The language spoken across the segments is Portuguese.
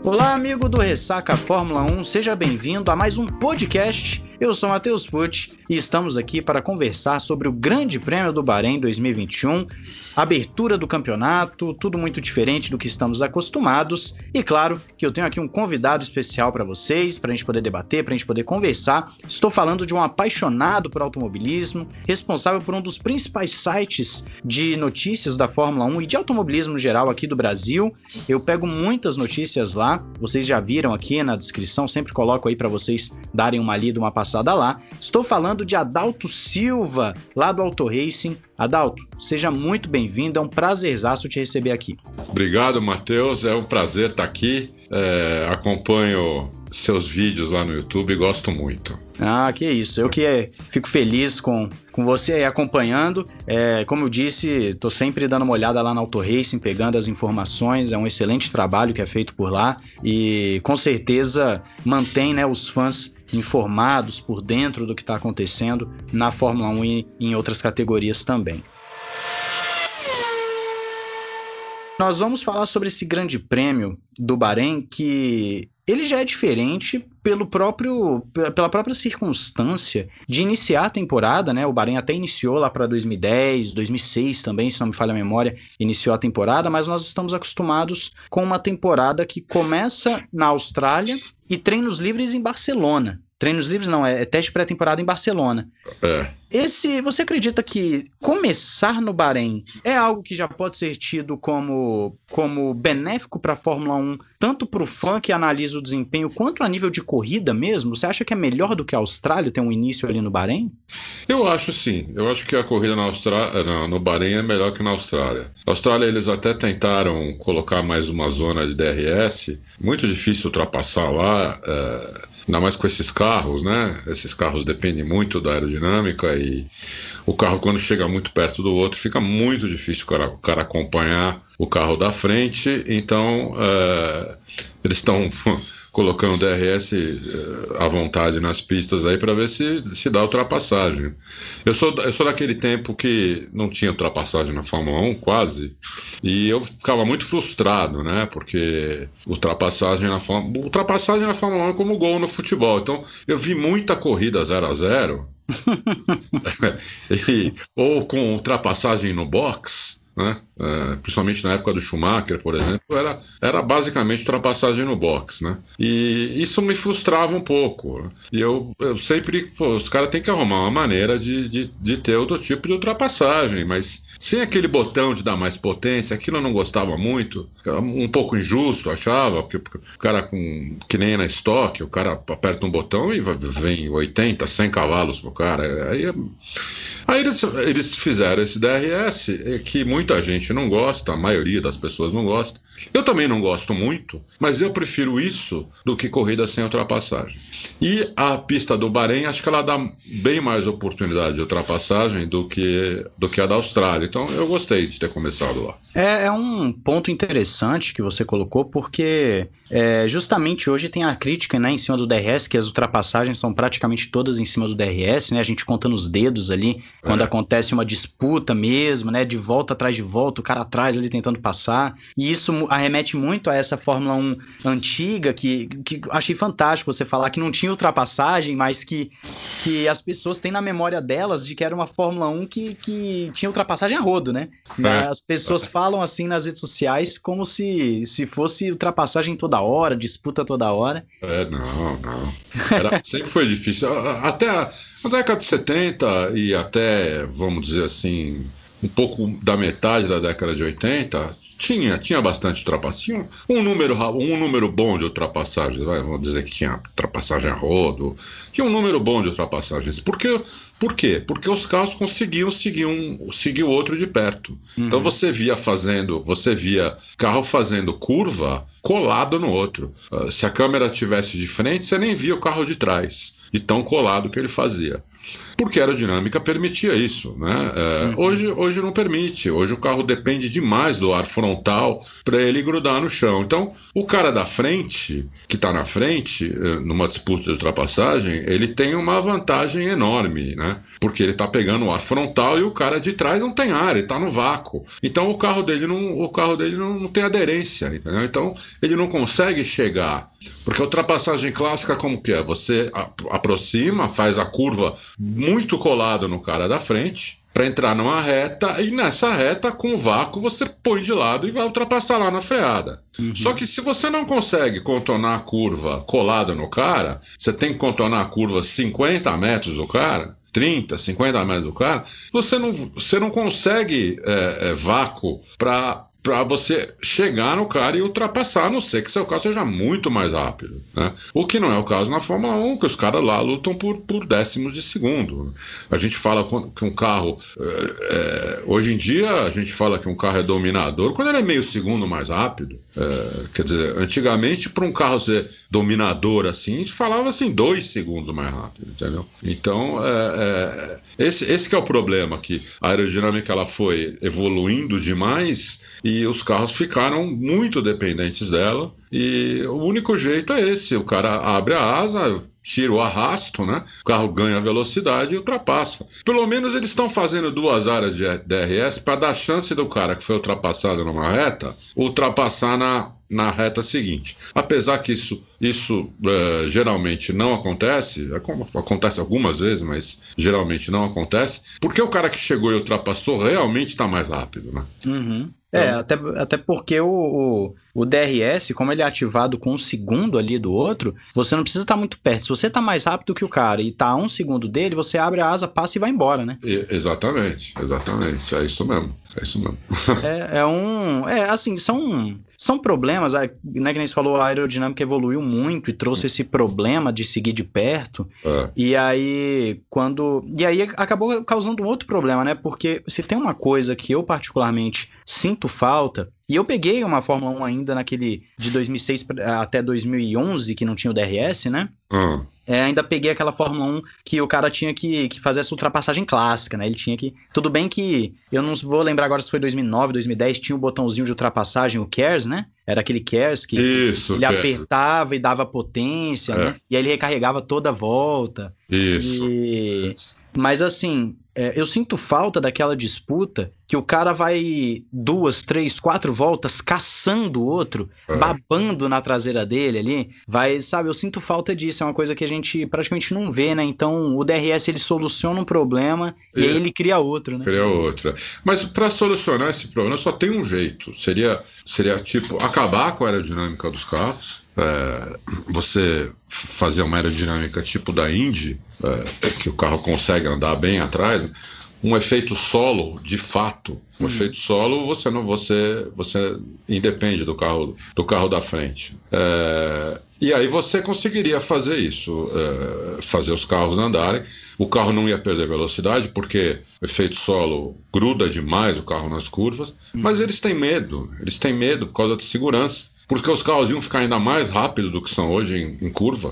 Olá, amigo do Ressaca Fórmula 1, seja bem-vindo a mais um podcast. Eu sou Matheus Pucci e estamos aqui para conversar sobre o Grande Prêmio do Bahrein 2021, abertura do campeonato, tudo muito diferente do que estamos acostumados. E claro que eu tenho aqui um convidado especial para vocês, para a gente poder debater, para a gente poder conversar. Estou falando de um apaixonado por automobilismo, responsável por um dos principais sites de notícias da Fórmula 1 e de automobilismo no geral aqui do Brasil. Eu pego muitas notícias lá, vocês já viram aqui na descrição, sempre coloco aí para vocês darem uma lida, uma passada lá. Estou falando de Adalto Silva, lá do Auto Racing. Adalto, seja muito bem-vindo, é um prazerzaço te receber aqui. Obrigado, Matheus, é um prazer estar aqui, acompanho seus vídeos lá no YouTube e gosto muito. Ah, que isso, eu que fico feliz com você aí acompanhando. Como eu disse, estou sempre dando uma olhada lá no Auto Racing, pegando as informações, é um excelente trabalho que é feito por lá e com certeza mantém, né, os fãs informados por dentro do que está acontecendo na Fórmula 1 e em outras categorias também. Nós vamos falar sobre esse grande prêmio do Bahrein, que ele já é diferente pela própria circunstância de iniciar a temporada, né? O Bahrein até iniciou lá para 2010, 2006 também, se não me falha a memória, iniciou a temporada, mas nós estamos acostumados com uma temporada que começa na Austrália e treinos livres em Barcelona. Treinos livres não, é teste pré-temporada em Barcelona. Você acredita que começar no Bahrein é algo que já pode ser tido como benéfico para a Fórmula 1, tanto para o fã que analisa o desempenho, quanto a nível de corrida mesmo? Você acha que é melhor do que a Austrália ter um início ali no Bahrein? Eu acho sim. Eu acho que a corrida no Bahrein é melhor que na Austrália. Na Austrália eles até tentaram colocar mais uma zona de DRS. Muito difícil ultrapassar lá, ainda mais com esses carros, né? Esses carros dependem muito da aerodinâmica e o carro, quando chega muito perto do outro, fica muito difícil o cara acompanhar o carro da frente. Então, eles estão colocando DRS à vontade nas pistas aí para ver se dá ultrapassagem. Eu sou daquele tempo que não tinha ultrapassagem na Fórmula 1, quase, e eu ficava muito frustrado, né? Porque ultrapassagem na Fórmula 1 é como gol no futebol. Então, eu vi muita corrida 0-0 ou com ultrapassagem no box, né? Principalmente na época do Schumacher, por exemplo, era basicamente ultrapassagem no box, né? E isso me frustrava um pouco. E eu sempre, os caras têm que arrumar uma maneira de ter outro tipo de ultrapassagem, mas sem aquele botão de dar mais potência, aquilo eu não gostava muito, um pouco injusto, achava, porque o cara que nem na estoque, o cara aperta um botão e vem 80, 100 cavalos pro cara, Aí eles fizeram esse DRS, que muita gente não gosta, a maioria das pessoas não gosta. Eu também não gosto muito, mas eu prefiro isso do que corrida sem ultrapassagem. E a pista do Bahrein, acho que ela dá bem mais oportunidade de ultrapassagem do que a da Austrália. Então eu gostei de ter começado lá. É um ponto interessante que você colocou, porque justamente hoje tem a crítica, né, em cima do DRS, que as ultrapassagens são praticamente todas em cima do DRS, né? A gente conta nos dedos ali, quando acontece uma disputa mesmo, né, de volta atrás de volta, o cara atrás ali tentando passar, e isso arremete muito a essa Fórmula 1 antiga, que achei fantástico você falar que não tinha ultrapassagem, mas que as pessoas têm na memória delas de que era uma Fórmula 1 que tinha ultrapassagem a rodo, né? As pessoas falam assim nas redes sociais como se fosse ultrapassagem toda hora, disputa toda hora. Não. Sempre foi difícil. Até na década de 70 e até, vamos dizer assim, um pouco da metade da década de 80, tinha bastante ultrapassagem. Tinha um número bom de ultrapassagens. Vamos dizer que tinha ultrapassagem a rodo. Tinha um número bom de ultrapassagens. Por quê? Porque os carros conseguiam seguir o outro de perto. Então você via carro fazendo curva colado no outro. Se a câmera estivesse de frente, você nem via o carro de trás, de tão colado que ele fazia. porque a aerodinâmica permitia isso, né? Hoje não permite. Hoje o carro depende demais do ar frontal para ele grudar no chão. Então, o cara da frente, que está na frente, numa disputa de ultrapassagem, ele tem uma vantagem enorme, né? Porque ele está pegando o ar frontal e o cara de trás não tem ar, ele está no vácuo. Então, o carro dele não tem aderência, entendeu? Então, ele não consegue chegar. Porque a ultrapassagem clássica como que é? Você aproxima, faz a curva muito colado no cara da frente para entrar numa reta, e nessa reta, com o vácuo, você põe de lado e vai ultrapassar lá na freada. Só que se você não consegue contornar a curva colada no cara, você tem que contornar a curva 50 metros do cara, 30, 50 metros do cara, você não consegue vácuo para você chegar no cara e ultrapassar, a não ser que seu carro seja muito mais rápido, né? O que não é o caso na Fórmula 1, que os caras lá lutam por décimos de segundo. A gente fala que um carro... hoje em dia, a gente fala que um carro é dominador quando ele é meio segundo mais rápido. Quer dizer, antigamente, para um carro ser dominador assim, se falava assim 2 segundos mais rápido, entendeu? Então, esse que é o problema, que a aerodinâmica ela foi evoluindo demais e os carros ficaram muito dependentes dela, e o único jeito é esse: o cara abre a asa, tira o arrasto, né? O carro ganha velocidade e ultrapassa. Pelo menos eles estão fazendo 2 áreas de DRS para dar chance do cara que foi ultrapassado numa reta ultrapassar na reta seguinte. Apesar que isso geralmente não acontece, acontece algumas vezes, mas geralmente não acontece, porque o cara que chegou e ultrapassou realmente está mais rápido, né? Até porque o DRS, como ele é ativado com 1 segundo ali do outro, você não precisa estar muito perto. Se você está mais rápido que o cara e está a 1 segundo dele, você abre a asa, passa e vai embora, né? Exatamente. É isso mesmo. São problemas, né, que nem você falou, a aerodinâmica evoluiu muito e trouxe esse problema de seguir de perto. E aí acabou causando um outro problema, né? Porque se tem uma coisa que eu particularmente sinto falta, e eu peguei uma Fórmula 1 ainda naquele de 2006 até 2011, que não tinha o DRS, né? Ainda peguei aquela Fórmula 1 que o cara tinha que fazer essa ultrapassagem clássica, né? Ele tinha que... Tudo bem que eu não vou lembrar agora se foi 2009, 2010, tinha o botãozinho de ultrapassagem, o KERS, né? Era aquele KERS que ele apertava e dava potência, né? E aí ele recarregava toda a volta. Mas assim, eu sinto falta daquela disputa que o cara vai 2, 3, 4 voltas caçando o outro, babando na traseira dele ali. Eu sinto falta disso, é uma coisa que a gente praticamente não vê, né? Então o DRS ele soluciona um problema e aí ele cria outro, né? Mas para solucionar esse problema só tem um jeito, seria tipo acabar com a aerodinâmica dos carros. Você fazer uma aerodinâmica tipo da Indy, que o carro consegue andar bem atrás, um efeito solo de fato. Um efeito solo você independe do carro da frente. E aí você conseguiria fazer isso, fazer os carros andarem. O carro não ia perder velocidade, porque o efeito solo gruda demais o carro nas curvas, mas eles têm medo por causa de segurança. Porque os carros iam ficar ainda mais rápido do que são hoje em curva.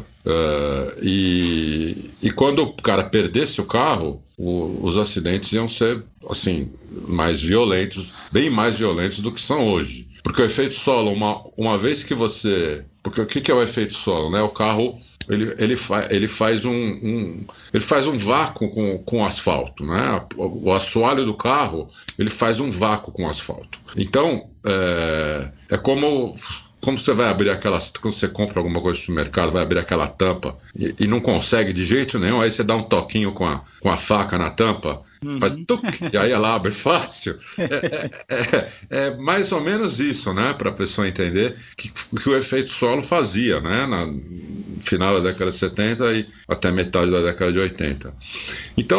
E quando o cara perdesse o carro, os acidentes iam ser assim, mais violentos, bem mais violentos do que são hoje. Porque o efeito solo, uma vez que você... Porque o que é o efeito solo, né? O carro ele faz um vácuo com o asfalto, né? O assoalho do carro ele faz um vácuo com o asfalto. Então é como você vai abrir quando você compra alguma coisa no supermercado, vai abrir aquela tampa e não consegue de jeito nenhum, aí você dá um toquinho com a faca na tampa, faz tuc, e aí ela abre fácil. É mais ou menos isso, né? Para a pessoa entender que o efeito solo fazia, né? No final da década de 70 e até metade da década de 80. Então,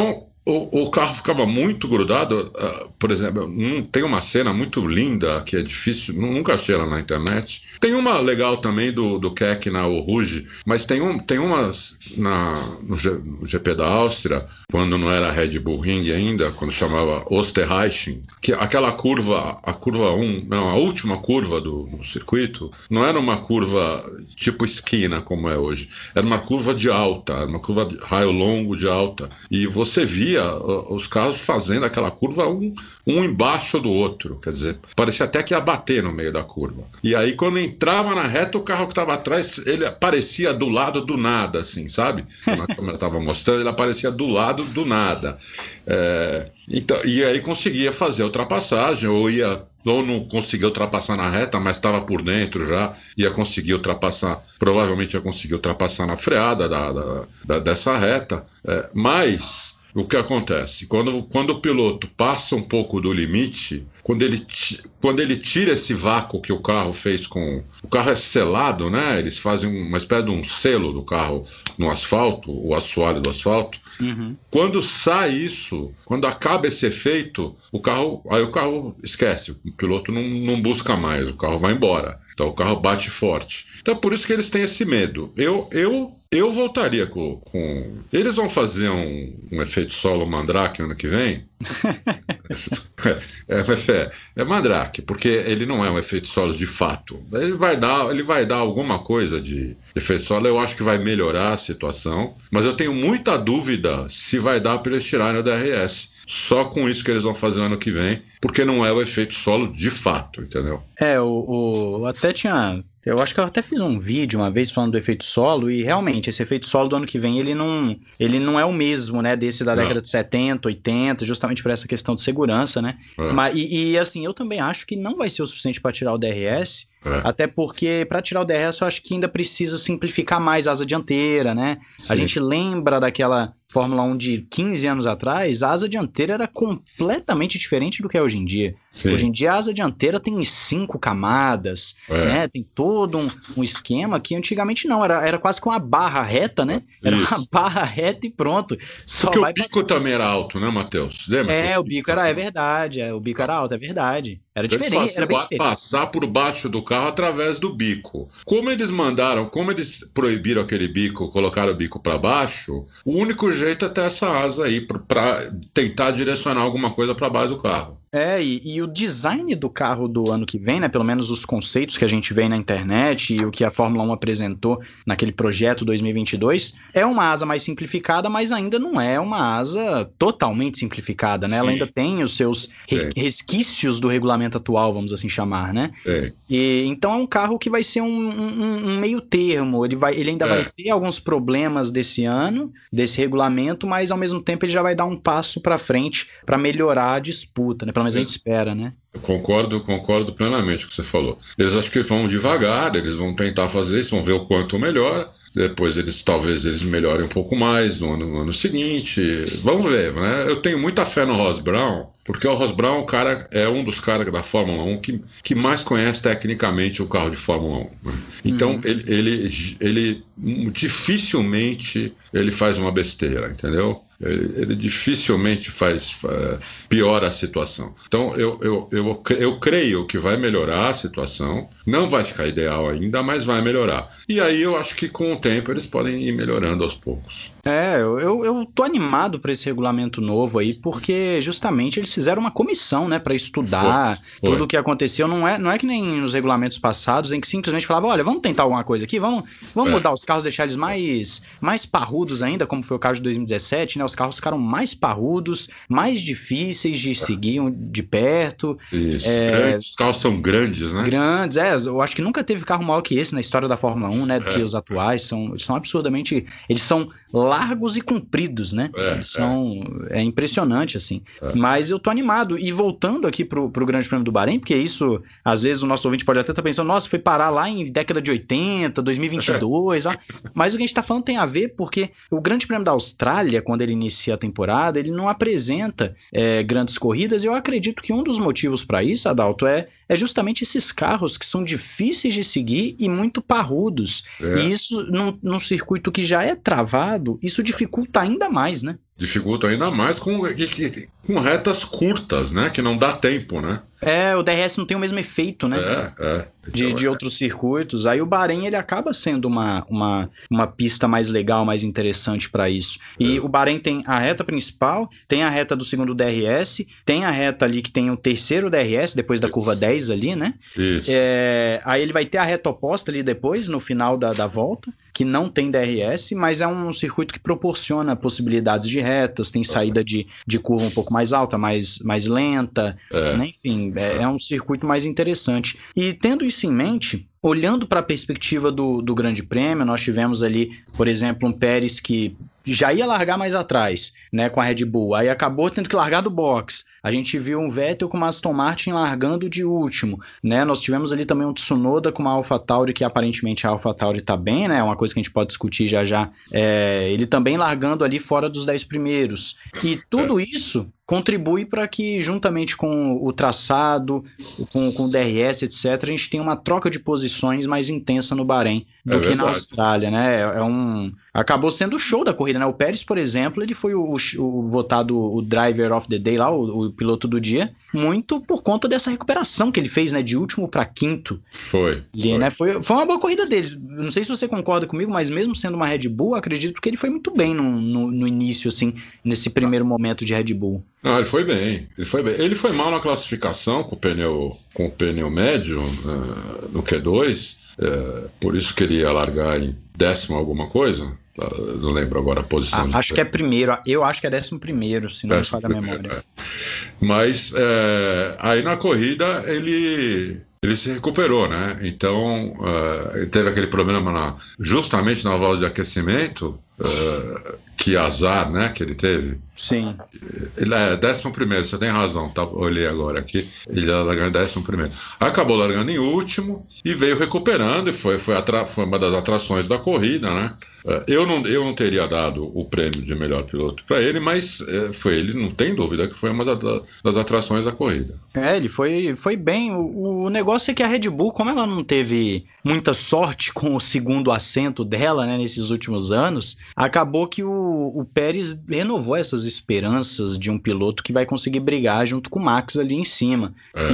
O carro ficava muito grudado. Por exemplo, tem uma cena muito linda que é difícil, nunca achei ela na internet. Tem uma legal também do Keck na Rouge, mas tem umas no GP da Áustria, quando não era Red Bull Ring ainda, quando chamava Österreich, que aquela curva, a curva 1, não, a última curva do circuito, não era uma curva tipo esquina como é hoje, era uma curva de alta, uma curva de raio longo de alta, e você via os carros fazendo aquela curva um embaixo do outro, quer dizer, parecia até que ia bater no meio da curva. E aí quando entrava na reta, o carro que estava atrás, ele aparecia do lado do nada, assim, sabe? Quando a câmera estava mostrando, ele aparecia do lado do nada. Então, e aí conseguia fazer a ultrapassagem, ou não conseguia ultrapassar na reta, mas estava por dentro já, ia conseguir ultrapassar, provavelmente ia conseguir ultrapassar na freada dessa reta. Mas o que acontece? Quando o piloto passa um pouco do limite, quando ele tira esse vácuo que o carro fez com... O carro é selado, né? Eles fazem uma espécie de um selo do carro no asfalto, o assoalho do asfalto. Uhum. Quando sai isso, quando acaba esse efeito, aí o carro esquece, o piloto não busca mais, o carro vai embora. Então o carro bate forte. Então é por isso que eles têm esse medo. Eu voltaria com... Eles vão fazer um efeito solo Mandrake ano que vem? É Mandrake, porque ele não é um efeito solo de fato. Ele vai dar alguma coisa de efeito solo. Eu acho que vai melhorar a situação, mas eu tenho muita dúvida se vai dar para eles tirarem o DRS. Só com isso que eles vão fazer ano que vem, porque não é o efeito solo de fato, entendeu? Até tinha... Eu acho que eu até fiz um vídeo uma vez falando do efeito solo, e realmente esse efeito solo do ano que vem ele não é o mesmo, né, desse da década de 70, 80, justamente por essa questão de segurança, né? Mas, assim, eu também acho que não vai ser o suficiente para tirar o DRS, até porque para tirar o DRS eu acho que ainda precisa simplificar mais a asa dianteira, né? Sim. A gente lembra daquela Fórmula 1 de 15 anos atrás, a asa dianteira era completamente diferente do que é hoje em dia. Sim. Hoje em dia a asa dianteira tem 5 camadas, né? Tem todo um esquema que antigamente não, era quase que uma barra reta, né? Era uma barra reta e pronto. Porque o bico também era alto, né, Matheus? Lembra? O bico era, verdade, o bico era alto, é verdade. Era diferente, era bem diferente. Passar por baixo do carro através do bico. Como eles proibiram aquele bico, colocaram o bico para baixo, o único jeito é ter essa asa aí para tentar direcionar alguma coisa para baixo do carro. E o design do carro do ano que vem, né, pelo menos os conceitos que a gente vê na internet e o que a Fórmula 1 apresentou naquele projeto 2022, é uma asa mais simplificada, mas ainda não é uma asa totalmente simplificada, né? Ela ainda tem os seus resquícios do regulamento atual, vamos assim chamar, né? Então é um carro que vai ser um meio termo, ele ainda vai ter alguns problemas desse ano, desse regulamento, mas ao mesmo tempo ele já vai dar um passo para frente para melhorar a disputa, né? Pelo menos a gente espera, né? Eu concordo plenamente com o que você falou. Eles acham que vão devagar, eles vão tentar fazer isso, vão ver o quanto melhora. Depois talvez eles melhorem um pouco mais no ano seguinte. Vamos ver, né? Eu tenho muita fé no Ross Brown, porque o Ross Brown é um dos caras da Fórmula 1 que mais conhece tecnicamente o carro de Fórmula 1. Né? Então, ele dificilmente ele faz uma besteira, entendeu? Ele dificilmente piora a situação. Então, eu creio que vai melhorar a situação. Não vai ficar ideal ainda, mas vai melhorar. E aí eu acho que com o tempo eles podem ir melhorando aos poucos. Eu tô animado para esse regulamento novo aí, porque justamente eles fizeram uma comissão, né, para estudar tudo o que aconteceu. Não é que nem nos regulamentos passados, em que simplesmente falava, olha, vamos tentar alguma coisa aqui, vamos mudar os carros, deixar eles mais parrudos ainda, como foi o caso de 2017, né? Os carros ficaram mais parrudos, mais difíceis de seguir de perto. Isso, os carros são grandes, né? Grandes, eu acho que nunca teve carro maior que esse na história da Fórmula 1, né? Do que os atuais, eles são absurdamente... Eles são largos e compridos, né? É impressionante, assim. Mas eu tô animado. E voltando aqui pro Grande Prêmio do Bahrein, porque isso, às vezes, o nosso ouvinte pode até estar pensando, nossa, foi parar lá em década de 80, 2022, mas o que a gente tá falando tem a ver porque o Grande Prêmio da Austrália, quando ele inicia a temporada, ele não apresenta grandes corridas, e eu acredito que um dos motivos para isso, Adalto, é é justamente esses carros que são difíceis de seguir e muito parrudos. E isso, num circuito que já é travado, isso dificulta ainda mais, né? Dificulta ainda mais com retas curtas, né? Que não dá tempo, né? O DRS não tem o mesmo efeito, né? De outros circuitos. Aí o Bahrein, ele acaba sendo uma pista mais legal, mais interessante para isso. E o Bahrein tem a reta principal, tem a reta do segundo DRS, tem a reta ali que tem o terceiro DRS, depois da curva 10 ali, né? Isso. Aí ele vai ter a reta oposta ali depois, no final da volta, que não tem DRS, mas é um circuito que proporciona possibilidades de retas, tem saída de curva um pouco mais alta, mais lenta, né? Enfim, é um circuito mais interessante. E tendo isso em mente, olhando para a perspectiva do Grande Prêmio, nós tivemos ali, por exemplo, um Pérez que já ia largar mais atrás, né, com a Red Bull, aí acabou tendo que largar do box. A gente viu um Vettel com uma Aston Martin largando de último, né? Nós tivemos ali também um Tsunoda com uma AlphaTauri, que aparentemente a AlphaTauri tá bem, né? É uma coisa que a gente pode discutir já. Ele também largando ali fora dos 10 primeiros. E tudo isso contribui para que, juntamente com o traçado, com o DRS, etc., a gente tenha uma troca de posições mais intensa no Bahrein do que na Austrália, né? Acabou sendo o show da corrida, né? O Pérez, por exemplo, ele foi o votado o Driver of the Day lá, o piloto do dia, muito por conta dessa recuperação que ele fez, né? De último para quinto. Foi. Né? Foi uma boa corrida dele. Não sei se você concorda comigo, mas mesmo sendo uma Red Bull, acredito que ele foi muito bem no início, assim, nesse primeiro momento de Red Bull. Não, ele foi bem. Ele foi mal na classificação com o pneu médio no Q2, por isso que ele ia largar em 10º alguma coisa. Não lembro agora a posição. Acho que é primeiro. Eu acho que é 11º, se não me falha a memória. Mas aí na corrida ele se recuperou, né? Então ele teve aquele problema justamente na volta de aquecimento, que azar, né, que ele teve. Sim. Ele é 11º, você tem razão, tá? Olhei agora aqui. Ele ia largar em 11º. Acabou largando em último e veio recuperando, e foi uma das atrações da corrida, né? Eu não teria dado o prêmio de melhor piloto para ele, mas ele, não tem dúvida que foi uma das atrações da corrida. Ele foi bem. O negócio é que a Red Bull, como ela não teve muita sorte com o segundo assento dela, né, nesses últimos anos, acabou que o Pérez renovou essas esperanças de um piloto que vai conseguir brigar junto com o Max ali em cima.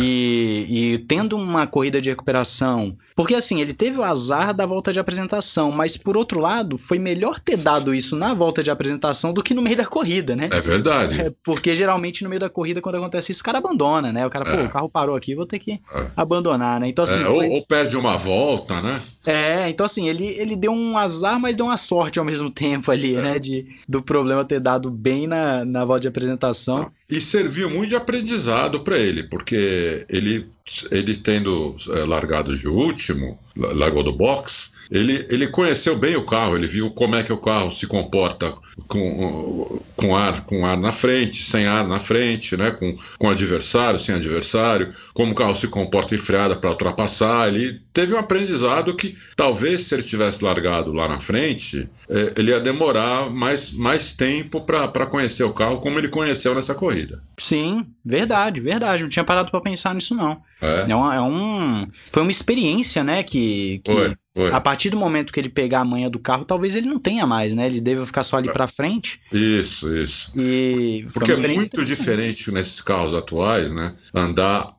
E tendo uma corrida de recuperação, porque assim, ele teve o azar da volta de apresentação, mas por outro lado, foi melhor ter dado isso na volta de apresentação do que no meio da corrida, né? É verdade. Porque geralmente no meio da corrida, quando acontece isso, o cara abandona, né? O cara, o carro parou aqui, vou ter que abandonar, né? Então, assim, ou perde uma volta, né? Então assim, ele deu um azar, mas deu uma sorte ao mesmo tempo ali, né? Do problema ter dado bem na volta de apresentação. E serviu muito de aprendizado para ele, porque ele tendo largado de último, largou do box, ele conheceu bem o carro, ele viu como é que o carro se comporta com ar na frente, sem ar na frente, né? com adversário, sem adversário, como o carro se comporta em freada para ultrapassar. Ele teve um aprendizado que talvez, se ele tivesse largado lá na frente, ele ia demorar mais tempo para conhecer o carro como ele conheceu nessa corrida. Sim, verdade. Não tinha parado para pensar nisso, não. Foi uma experiência, né, que a partir do momento que ele pegar a manha do carro, talvez ele não tenha mais, né? Ele deva ficar só ali para frente. Isso. Porque é muito diferente nesses carros atuais, né? Andar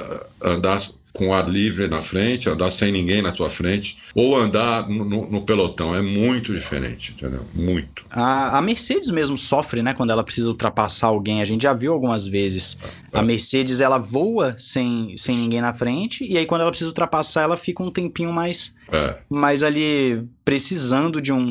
com ar livre na frente, andar sem ninguém na sua frente, ou andar no pelotão. É muito diferente, entendeu? Muito. A Mercedes mesmo sofre, né, quando ela precisa ultrapassar alguém. A gente já viu algumas vezes. A Mercedes, ela voa sem ninguém na frente, e aí quando ela precisa ultrapassar, ela fica um tempinho mais ali precisando de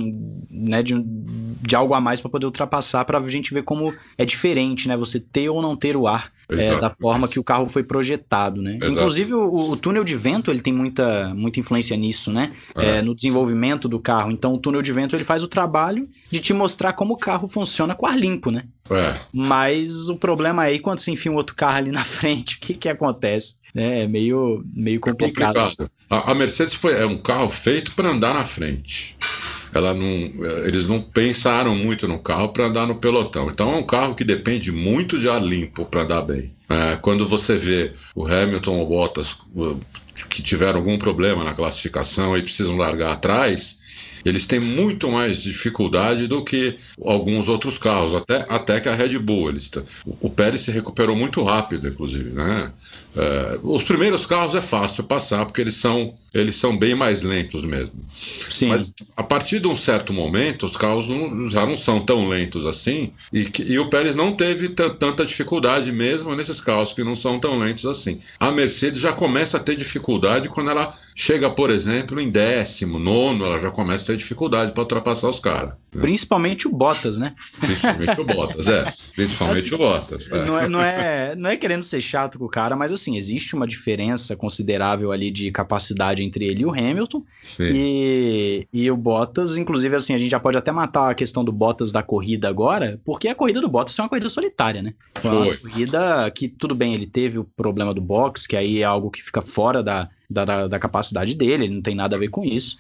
algo a mais para poder ultrapassar, para a gente ver como é diferente, né? Você ter ou não ter o ar da forma que o carro foi projetado, né? Exato. Inclusive o túnel de vento, ele tem muita influência nisso, né? No desenvolvimento do carro. Então o túnel de vento, ele faz o trabalho de te mostrar como o carro funciona com ar limpo, né? Mas o problema é aí quando você enfia um outro carro ali na frente, o que acontece? É meio complicado. A Mercedes é um carro feito para andar na frente. eles não pensaram muito no carro para andar no pelotão. Então é um carro que depende muito de ar limpo para andar bem. Quando você vê o Hamilton ou o Bottas que tiveram algum problema na classificação e precisam largar atrás, eles têm muito mais dificuldade do que alguns outros carros, até que a Red Bull. O Pérez se recuperou muito rápido, inclusive, né? Os primeiros carros é fácil passar, porque eles são bem mais lentos mesmo. Sim. Mas a partir de um certo momento, os carros já não são tão lentos assim, e o Pérez não teve tanta dificuldade mesmo nesses carros que não são tão lentos assim. A Mercedes já começa a ter dificuldade quando ela chega, por exemplo, em 10º, 9º, ela já começa a ter dificuldade para ultrapassar os caras. Né? Principalmente o Bottas, né? Principalmente o Bottas, Principalmente assim, o Bottas. Não é querendo ser chato com o cara, mas assim, existe uma diferença considerável ali de capacidade entre ele e o Hamilton. Sim. E o Bottas, inclusive, assim, a gente já pode até matar a questão do Bottas da corrida agora, porque a corrida do Bottas é uma corrida solitária, né? Foi uma corrida que, tudo bem, ele teve o problema do box, que aí é algo que fica fora da capacidade dele, ele não tem nada a ver com isso,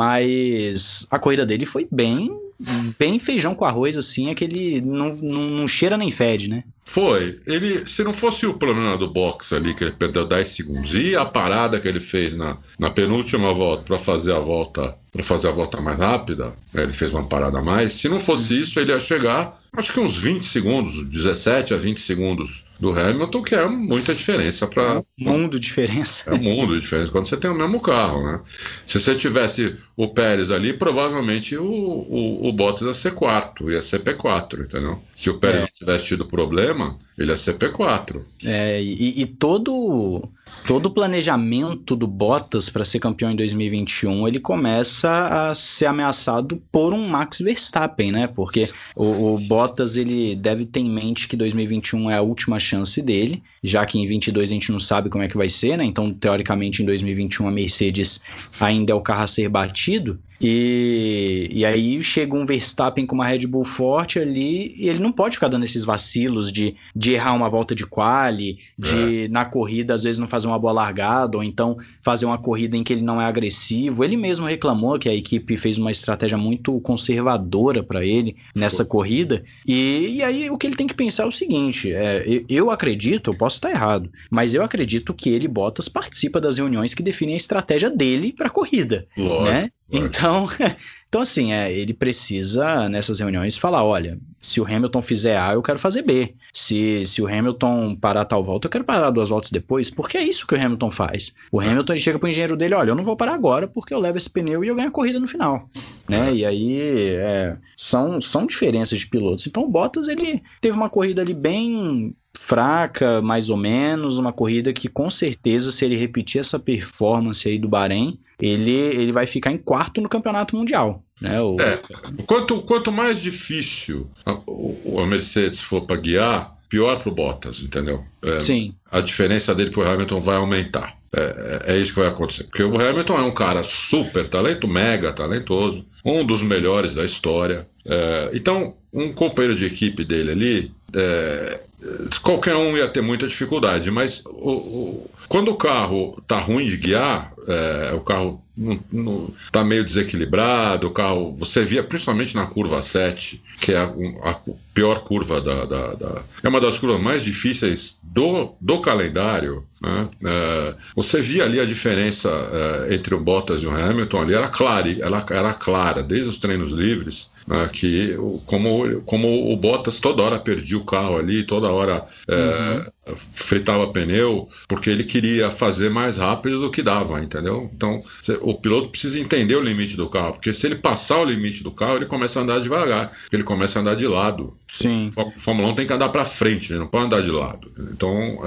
mas a corrida dele foi bem feijão com arroz, assim, aquele não cheira nem fede, né? Foi. Se não fosse o problema do box ali, que ele perdeu 10 segundos, e a parada que ele fez na penúltima volta para fazer a volta mais rápida, ele fez uma parada a mais, se não fosse isso, ele ia chegar, acho que uns 20 segundos, 17 a 20 segundos do Hamilton, que é muita diferença para... mundo de diferença. É um mundo de diferença quando você tem o mesmo carro, né? Se você tivesse o Pérez ali, provavelmente o Bottas ia ser quarto, ia ser P4, entendeu? Se o Pérez não tivesse tido problema, ele ia ser P4. E todo o planejamento do Bottas para ser campeão em 2021, ele começa a ser ameaçado por um Max Verstappen, né? Porque o Bottas, ele deve ter em mente que 2021 é a última chance dele, já que em 22 a gente não sabe como é que vai ser, né? Então, teoricamente, em 2021 a Mercedes ainda é o carro a ser batido. E aí chega um Verstappen com uma Red Bull forte ali, e ele não pode ficar dando esses vacilos de errar uma volta de quali, de na corrida às vezes não fazer uma boa largada, ou então fazer uma corrida em que ele não é agressivo. Ele mesmo reclamou que a equipe fez uma estratégia muito conservadora para ele nessa corrida, e aí o que ele tem que pensar é o seguinte, eu acredito, eu posso estar errado, mas eu acredito que ele, Bottas, participa das reuniões que definem a estratégia dele para a corrida, né? Então, assim, ele precisa, nessas reuniões, falar, olha, se o Hamilton fizer A, eu quero fazer B. Se o Hamilton parar tal volta, eu quero parar 2 voltas depois, porque é isso que o Hamilton faz. O Hamilton, ele chega pro engenheiro dele, olha, eu não vou parar agora porque eu levo esse pneu e eu ganho a corrida no final, né? E aí, são diferenças de pilotos. Então, o Bottas, ele teve uma corrida ali bem fraca, mais ou menos, uma corrida que, com certeza, se ele repetir essa performance aí do Bahrein, ele vai ficar em quarto no campeonato mundial, né? Quanto mais difícil a Mercedes for para guiar, pior para o Bottas, entendeu? Sim. A diferença dele para o Hamilton vai aumentar. É isso que vai acontecer. Porque o Hamilton é um cara super talento, mega talentoso, um dos melhores da história. Então, um companheiro de equipe dele ali, qualquer um ia ter muita dificuldade, mas quando o carro tá ruim de guiar, o carro tá meio desequilibrado, o carro, você via principalmente na curva 7, que é a pior curva é uma das curvas mais difíceis do calendário, né? Você via ali a diferença entre o Bottas e o Hamilton ali, era clara desde os treinos livres, que como o Bottas toda hora perdia o carro ali, toda hora fritava pneu, porque ele queria fazer mais rápido do que dava, entendeu? Então o piloto precisa entender o limite do carro, porque se ele passar o limite do carro, ele começa a andar devagar, ele começa a andar de lado. Sim. O Fórmula 1 tem que andar para frente, ele não pode andar de lado. Então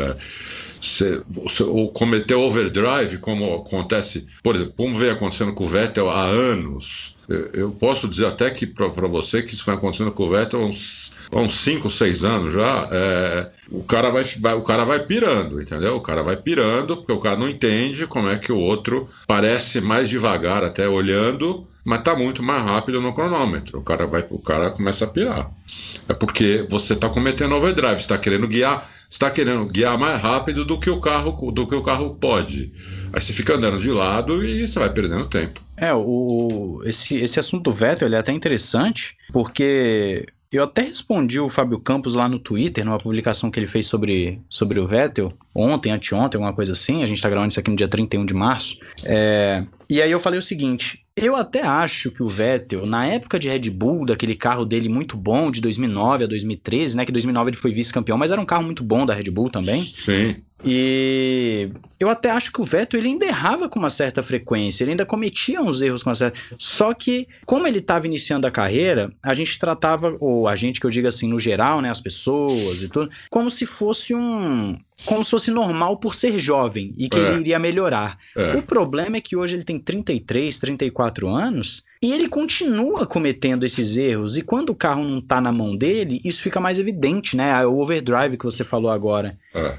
ou cometer overdrive, como acontece, por exemplo, como vem acontecendo com o Vettel há anos. Eu posso dizer até que para você que isso vai acontecendo com o Vettel há uns 5, 6 anos já. O cara vai pirando, entendeu? O cara vai pirando porque o cara não entende como é que o outro parece mais devagar até olhando, mas está muito mais rápido no cronômetro. O cara começa a pirar. É porque você está cometendo overdrive, você está querendo guiar mais rápido do que o carro pode. Aí você fica andando de lado e você vai perdendo tempo. Esse assunto do Vettel ele é até interessante, porque eu até respondi o Fábio Campos lá no Twitter, numa publicação que ele fez sobre o Vettel, ontem, anteontem, alguma coisa assim. A gente tá gravando isso aqui no dia 31 de março. E aí eu falei o seguinte: eu até acho que o Vettel, na época de Red Bull, daquele carro dele muito bom, de 2009 a 2013, né, que em 2009 ele foi vice-campeão, mas era um carro muito bom da Red Bull também. Sim. E eu até acho que o Vettel ele ainda errava com uma certa frequência, ele ainda cometia uns erros com uma certa... Só que, como ele estava iniciando a carreira, a gente tratava, ou a gente que eu digo assim, no geral, né, as pessoas e tudo, como se fosse normal por ser jovem e que ele iria melhorar. O problema é que hoje ele tem 33, 34 anos e ele continua cometendo esses erros, e quando o carro não tá na mão dele, isso fica mais evidente, né? O overdrive que você falou agora.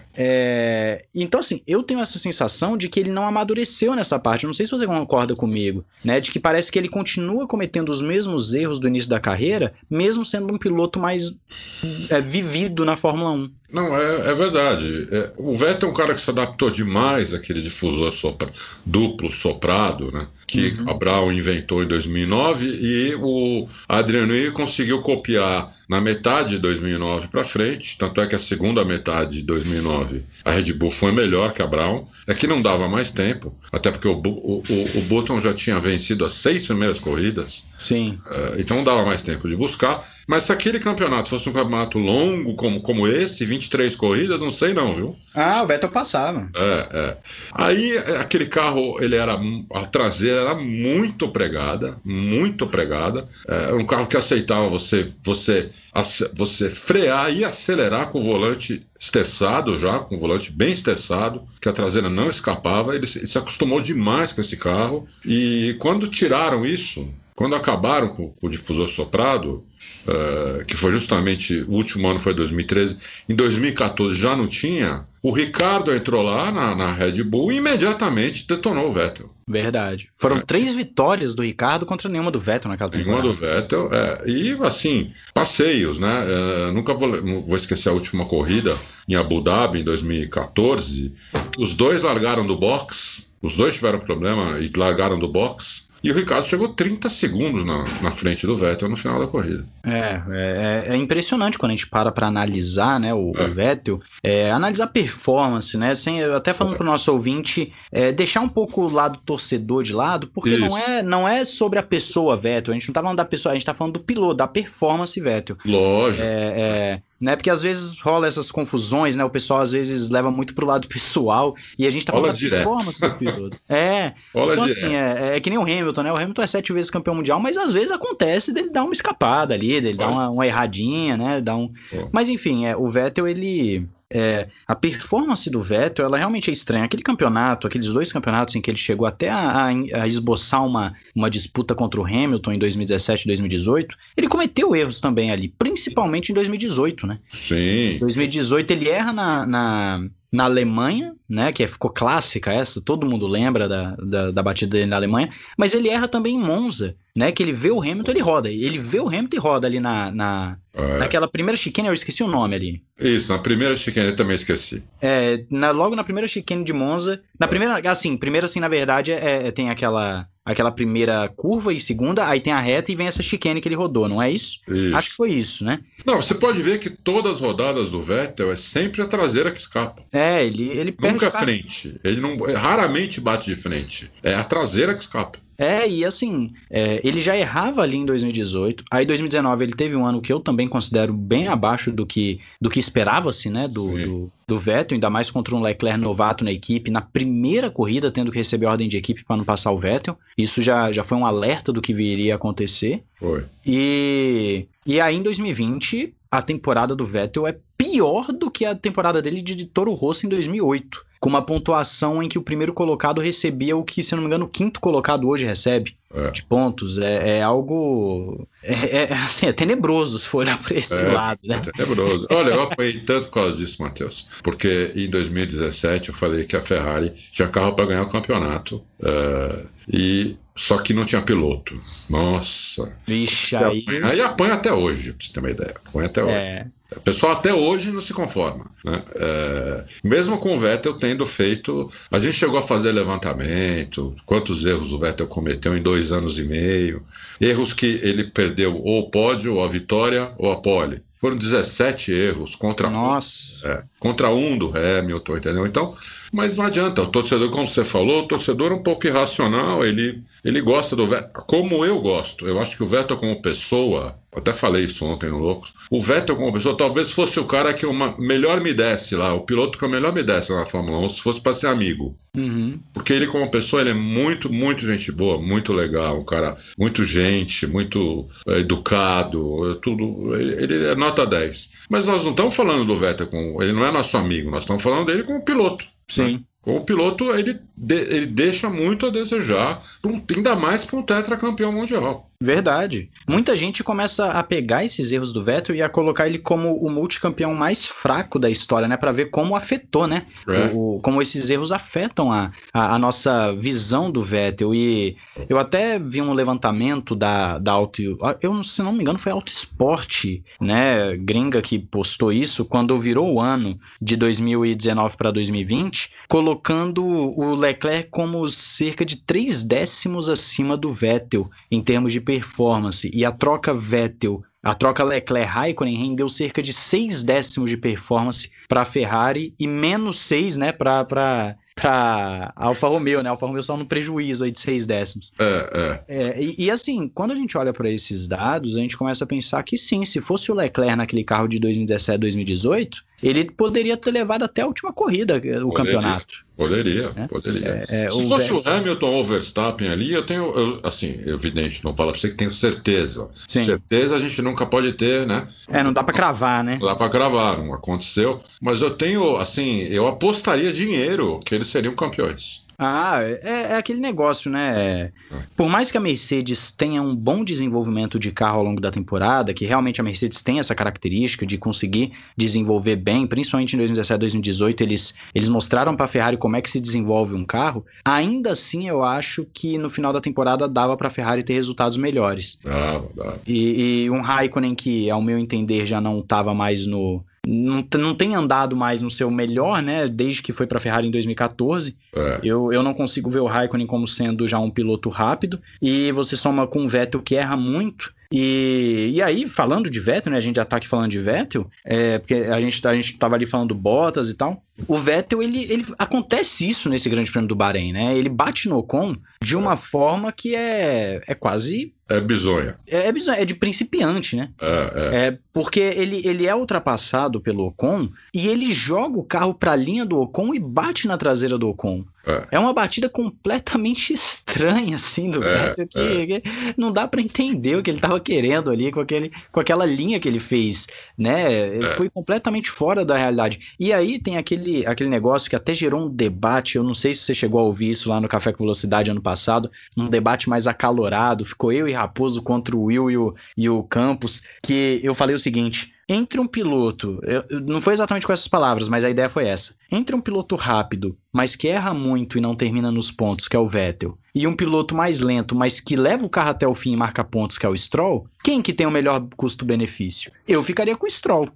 Então, assim, eu tenho essa sensação de que ele não amadureceu nessa parte. Eu não sei se você concorda comigo, né? De que parece que ele continua cometendo os mesmos erros do início da carreira, mesmo sendo um piloto mais vivido na Fórmula 1. Não, é verdade. O Vettel é um cara que se adaptou demais àquele difusor duplo soprado, né? Que a Brown inventou em 2009, e o Adrian Newey conseguiu copiar na metade de 2009 para frente. Tanto é que a segunda metade de 2009 a Red Bull foi melhor que a Brown. É que não dava mais tempo, até porque o Button já tinha vencido as 6 primeiras corridas. Sim. Então não dava mais tempo de buscar. Mas se aquele campeonato fosse um campeonato longo como esse, 23 corridas, não sei não, viu? O Vettel passava. Aí aquele carro, a traseira era muito pregada, muito pregada. Era um carro que aceitava você frear e acelerar com o volante esterçado já, com o volante bem esterçado, que a traseira não escapava. Ele se acostumou demais com esse carro, e quando tiraram isso, quando acabaram com o difusor soprado, que foi justamente, o último ano foi 2013, em 2014 já não tinha, o Ricciardo entrou lá na Red Bull e imediatamente detonou o Vettel. Verdade. Foram 3 vitórias do Ricciardo contra nenhuma do Vettel naquela temporada. Nenhuma do Vettel, e assim, passeios, né? Nunca vou esquecer a última corrida em Abu Dhabi, em 2014. Os dois largaram do box, os dois tiveram problema e largaram do box. E o Ricciardo chegou 30 segundos na frente do Vettel no final da corrida. É impressionante quando a gente para analisar, né, o Vettel, analisar performance, né, até falando para o nosso ouvinte, deixar um pouco o lado torcedor de lado, porque não é sobre a pessoa Vettel, a gente não está falando da pessoa, a gente está falando do piloto, da performance Vettel. Lógico. Né, porque às vezes rola essas confusões, né? O pessoal às vezes leva muito pro lado pessoal, e a gente tá falando da performance do piloto. Então assim, é que nem o Hamilton, né? O Hamilton é 7 vezes campeão mundial, mas às vezes acontece dele dar uma escapada ali, dele dar uma erradinha, né? Mas enfim, o Vettel, ele... a performance do Vettel, ela realmente é estranha. Aqueles 2 campeonatos em que ele chegou até a esboçar uma disputa contra o Hamilton em 2017 e 2018, ele cometeu erros também ali, principalmente em 2018, né? Sim. Em 2018 ele erra na Alemanha, né, que ficou clássica essa, todo mundo lembra da batida dele na Alemanha, mas ele erra também em Monza, né, que ele vê o Hamilton, ele vê o Hamilton e roda ali naquela primeira chicane, eu esqueci o nome ali. Isso, na primeira chicane eu também esqueci. Logo na primeira chicane de Monza, primeira assim, na verdade, tem aquela primeira curva e segunda, aí tem a reta e vem essa chicane que ele rodou, não é isso? Acho que foi isso, né? Não, você pode ver que todas as rodadas do Vettel é sempre a traseira que escapa. Ele perde. Nunca a frente. Ele raramente bate de frente. É a traseira que escapa. E assim, ele já errava ali em 2018, aí em 2019 ele teve um ano que eu também considero bem abaixo do que esperava-se, né, do Vettel, ainda mais contra um Leclerc novato na equipe, na primeira corrida tendo que receber ordem de equipe para não passar o Vettel. Isso já foi um alerta do que viria a acontecer. Foi. E aí em 2020 a temporada do Vettel é pior do que a temporada dele de Toro Rosso em 2008, com uma pontuação em que o primeiro colocado recebia o que, se não me engano, o quinto colocado hoje recebe de pontos. É algo... assim, é tenebroso se for olhar para esse lado, né? É tenebroso. Olha, eu apoiei tanto por causa disso, Matheus, porque em 2017 eu falei que a Ferrari tinha carro para ganhar o campeonato, só que não tinha piloto. Nossa. Vixe, aí apanha até hoje, pra você ter uma ideia. Apanha até hoje. O pessoal até hoje não se conforma, né? Mesmo com o Vettel tendo feito... A gente chegou a fazer levantamento, quantos erros o Vettel cometeu em 2 anos e meio, erros que ele perdeu ou o pódio, ou a vitória, ou a pole. Foram 17 erros contra um do Hamilton, entendeu? Então, mas não adianta. O torcedor, como você falou, o torcedor é um pouco irracional. Ele gosta do Vettel, como eu gosto. Eu acho que o Vettel como pessoa, até falei isso ontem no Loucos, o Vettel como pessoa talvez fosse o cara que melhor me desse lá, o piloto que eu melhor me desse na Fórmula 1, se fosse para ser amigo. Uhum. Porque ele como pessoa, ele é muito, muito gente boa, muito legal, um cara muito gente, muito educado, tudo. Ele é nota 10. Mas nós não estamos falando do Vettel ele não é nosso amigo, nós estamos falando dele como piloto. Sim. Né? Como piloto, ele deixa muito a desejar, ainda mais para um tetracampeão mundial. Verdade. Muita gente começa a pegar esses erros do Vettel e a colocar ele como o multicampeão mais fraco da história, né? Para ver como afetou, né? Como esses erros afetam a nossa visão do Vettel. E eu até vi um levantamento da Auto... se não me engano, foi a Auto Sport, né? Gringa que postou isso quando virou o ano de 2019 para 2020, colocando o Leclerc como cerca de 3 décimos acima do Vettel em termos de performance, e a troca Leclerc-Raikkonen rendeu cerca de 6 décimos de performance para a Ferrari e menos 6, né, para Alfa Romeo, né? Alfa Romeo só no prejuízo aí de 6 décimos. E assim, quando a gente olha para esses dados, a gente começa a pensar que sim, se fosse o Leclerc naquele carro de 2017, 2018, ele poderia ter levado até a última corrida o campeonato. Poderia. Se fosse o Hamilton ou o Verstappen ali, assim, evidente, não falo pra você que tenho certeza. Sim. Certeza a gente nunca pode ter, né? Não dá pra cravar, né? Não dá pra cravar, não aconteceu. Mas eu tenho, assim, eu apostaria dinheiro que eles seriam campeões. É aquele negócio, né? Por mais que a Mercedes tenha um bom desenvolvimento de carro ao longo da temporada, que realmente a Mercedes tem essa característica de conseguir desenvolver bem, principalmente em 2017, 2018, eles mostraram para a Ferrari como é que se desenvolve um carro, ainda assim eu acho que no final da temporada dava para a Ferrari ter resultados melhores. Dava. E um Raikkonen que, ao meu entender, já não estava mais não tem andado mais no seu melhor, né? Desde que foi para a Ferrari em 2014. Eu não consigo ver o Raikkonen como sendo já um piloto rápido. E você soma com o Vettel que erra muito. E aí, falando de Vettel, né? A gente já tá aqui falando de Vettel, porque a gente tava ali falando do Bottas e tal. O Vettel, ele acontece isso nesse Grande Prêmio do Bahrein, né? Ele bate no Ocon de uma forma que é quase... É bizonha. É bizonha, é de principiante, né? Porque ele é ultrapassado pelo Ocon e ele joga o carro pra linha do Ocon e bate na traseira do Ocon. É uma batida completamente estranha, assim, do Vettel, que não dá pra entender o que ele tava querendo ali com aquela linha que ele fez, né? Foi completamente fora da realidade. E aí tem aquele negócio que até gerou um debate, eu não sei se você chegou a ouvir isso lá no Café com Velocidade ano passado, um debate mais acalorado, ficou eu e Raposo contra o Will e o Campos, que eu falei o seguinte: entre um piloto, não foi exatamente com essas palavras, mas a ideia foi essa, entre um piloto rápido, mas que erra muito e não termina nos pontos, que é o Vettel, e um piloto mais lento, mas que leva o carro até o fim e marca pontos, que é o Stroll, quem que tem o melhor custo-benefício? Eu ficaria com o Stroll.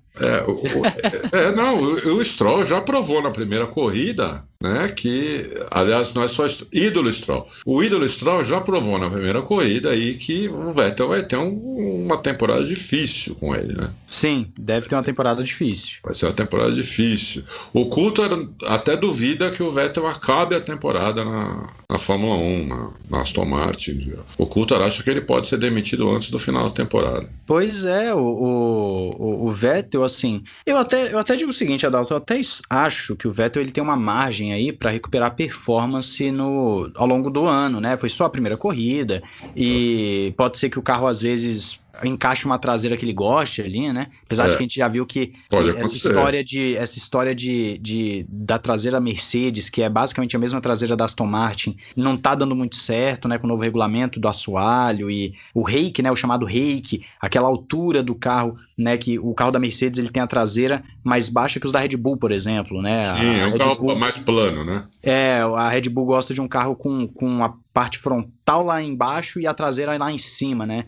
O Stroll já provou na primeira corrida, né, que, aliás, não é só ídolo Stroll. O ídolo Stroll já provou na primeira corrida aí que o Vettel vai ter uma temporada difícil com ele, né? Sim, deve ter uma temporada difícil. Vai ser uma temporada difícil. O Coulthard até duvida que o Vettel acabe a temporada na Fórmula 1, na Aston Martin. O Coulthard acha que ele pode ser demitido antes do final da temporada. Pois é, o Vettel, assim... Eu até digo o seguinte, Adalto, eu até acho que o Vettel ele tem uma margem aí para recuperar performance ao longo do ano, né? Foi só a primeira corrida e pode ser que o carro às vezes encaixe uma traseira que ele goste ali, né? Apesar de que a gente já viu que essa história da traseira Mercedes, que é basicamente a mesma traseira da Aston Martin, não tá dando muito certo, né? Com o novo regulamento do assoalho e o rake, né? O chamado rake, aquela altura do carro, né? Que o carro da Mercedes ele tem a traseira mais baixa que os da Red Bull, por exemplo, né? Sim, é um carro mais plano, né? A Red Bull gosta de um carro com parte frontal lá embaixo e a traseira lá em cima, né?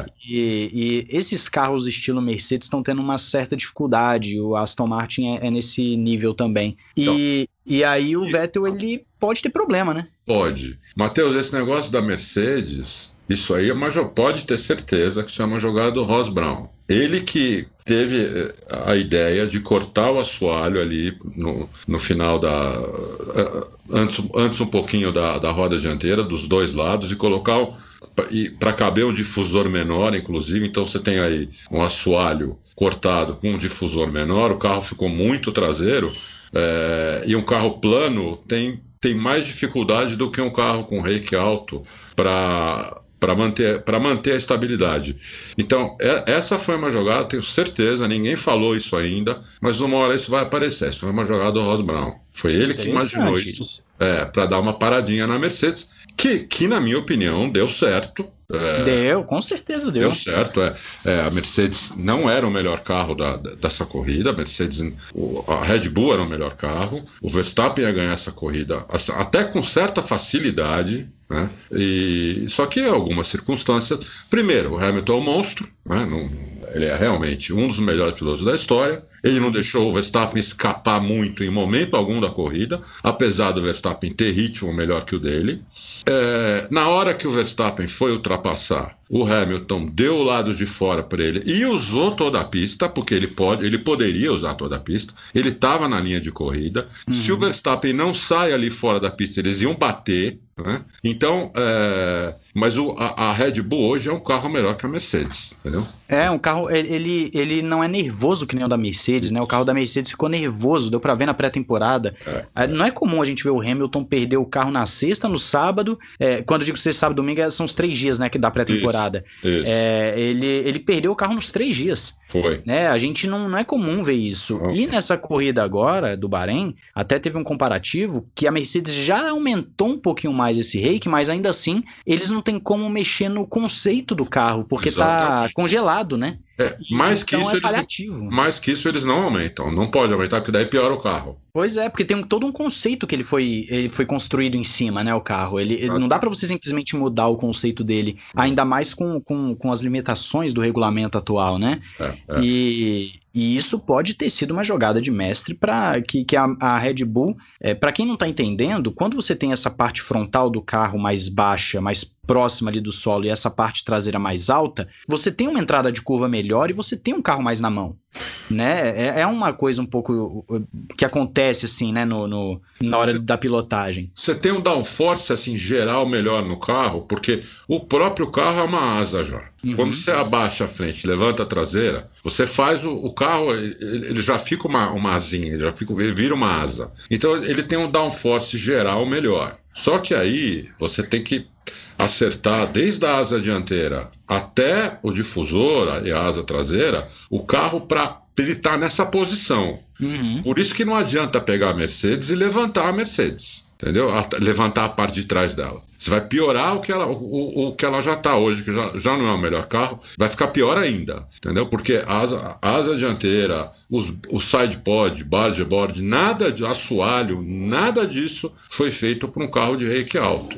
E esses carros estilo Mercedes estão tendo uma certa dificuldade, o Aston Martin é nesse nível também. E aí o Vettel, ele pode ter problema, né? Pode. Matheus, esse negócio da Mercedes, isso aí pode ter certeza que isso é uma jogada do Ross Brown. Ele que teve a ideia de cortar o assoalho ali no final antes um pouquinho da roda dianteira, dos dois lados, e colocar para caber um difusor menor, inclusive. Então você tem aí um assoalho cortado com um difusor menor, o carro ficou muito traseiro, e um carro plano tem mais dificuldade do que um carro com rake alto para manter a estabilidade. Então, essa foi uma jogada, tenho certeza, ninguém falou isso ainda, mas uma hora isso vai aparecer. Isso foi uma jogada do Ross Brown. Foi ele que imaginou isso, para dar uma paradinha na Mercedes, que na minha opinião, deu certo. Deu, com certeza deu. Deu certo. A Mercedes não era o melhor carro dessa corrida. A Red Bull era o melhor carro. O Verstappen ia ganhar essa corrida até com certa facilidade, né? Só que em algumas circunstâncias. Primeiro, o Hamilton é um monstro, né? Ele é realmente um dos melhores pilotos da história. Ele não deixou o Verstappen escapar muito em momento algum da corrida, apesar do Verstappen ter ritmo melhor que o dele. Na hora que o Verstappen foi ultrapassar, o Hamilton deu o lado de fora para ele e usou toda a pista, porque ele poderia usar toda a pista. Ele estava na linha de corrida. Se o Verstappen não sai ali fora da pista, eles iam bater, né? Então, mas a Red Bull hoje é um carro melhor que a Mercedes, entendeu? Um carro, ele não é nervoso que nem o da Mercedes, né? O carro da Mercedes ficou nervoso, deu pra ver na pré-temporada. Não é comum a gente ver o Hamilton perder o carro na sexta, no sábado. Quando eu digo sexta, sábado, domingo, são os 3 dias, né, que dá pré-temporada. Isso. Ele perdeu o carro nos 3 dias. Foi. Né? A gente não é comum ver isso. E nessa corrida agora, do Bahrein, até teve um comparativo que a Mercedes já aumentou um pouquinho mais esse rake, mas ainda assim, eles não tem como mexer no conceito do carro, porque tá congelado, né? Mais que isso eles não aumentam. Não pode aumentar, porque daí piora o carro. Pois é, porque tem todo um conceito que ele foi construído em cima, né, o carro. Ele não dá pra você simplesmente mudar o conceito dele, ainda mais com as limitações do regulamento atual, né? E isso pode ter sido uma jogada de mestre para que a Red Bull, para quem não tá entendendo, quando você tem essa parte frontal do carro mais baixa, mais próxima ali do solo, e essa parte traseira mais alta, você tem uma entrada de curva melhor e você tem um carro mais na mão, né? É uma coisa um pouco que acontece assim, né, na hora da pilotagem. Você tem um downforce assim geral melhor no carro, porque o próprio carro é uma asa já. Quando você abaixa a frente, levanta a traseira, você faz o carro, ele já fica uma asinha, ele vira uma asa. Então ele tem um downforce geral melhor. Só que aí você tem que acertar desde a asa dianteira até o difusor e a asa traseira, o carro para ele estar nessa posição. Por isso que não adianta pegar a Mercedes e levantar a Mercedes, entendeu? Levantar a parte de trás dela. Você vai piorar o que ela já está hoje, que já não é o melhor carro, vai ficar pior ainda, entendeu? Porque a asa dianteira, o side pod, bargeboard, nada de assoalho, nada disso foi feito por um carro de rake alto.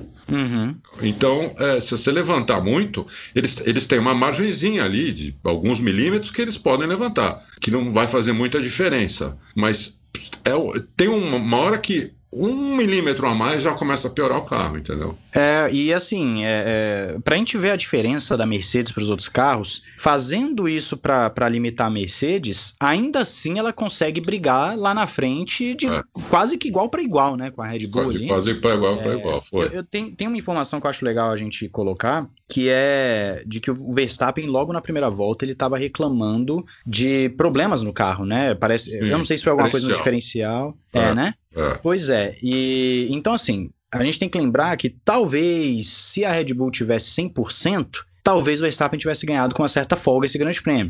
Então, se você levantar muito, eles têm uma margenzinha ali de alguns milímetros que eles podem levantar, que não vai fazer muita diferença. Mas tem uma hora que 1 milímetro a mais já começa a piorar o carro, entendeu? E assim, pra gente ver a diferença da Mercedes para os outros carros, fazendo isso para limitar a Mercedes, ainda assim ela consegue brigar lá na frente de quase que igual para igual, né, com a Red Bull ali. Quase para igual, foi. Eu tenho uma informação que eu acho legal a gente colocar, que é de que o Verstappen, logo na primeira volta, ele estava reclamando de problemas no carro, né? Parece, eu não sei se foi alguma coisa no diferencial. Né? Pois é. E então, assim, a gente tem que lembrar que talvez, se a Red Bull tivesse 100%, talvez o Verstappen tivesse ganhado com uma certa folga esse grande prêmio.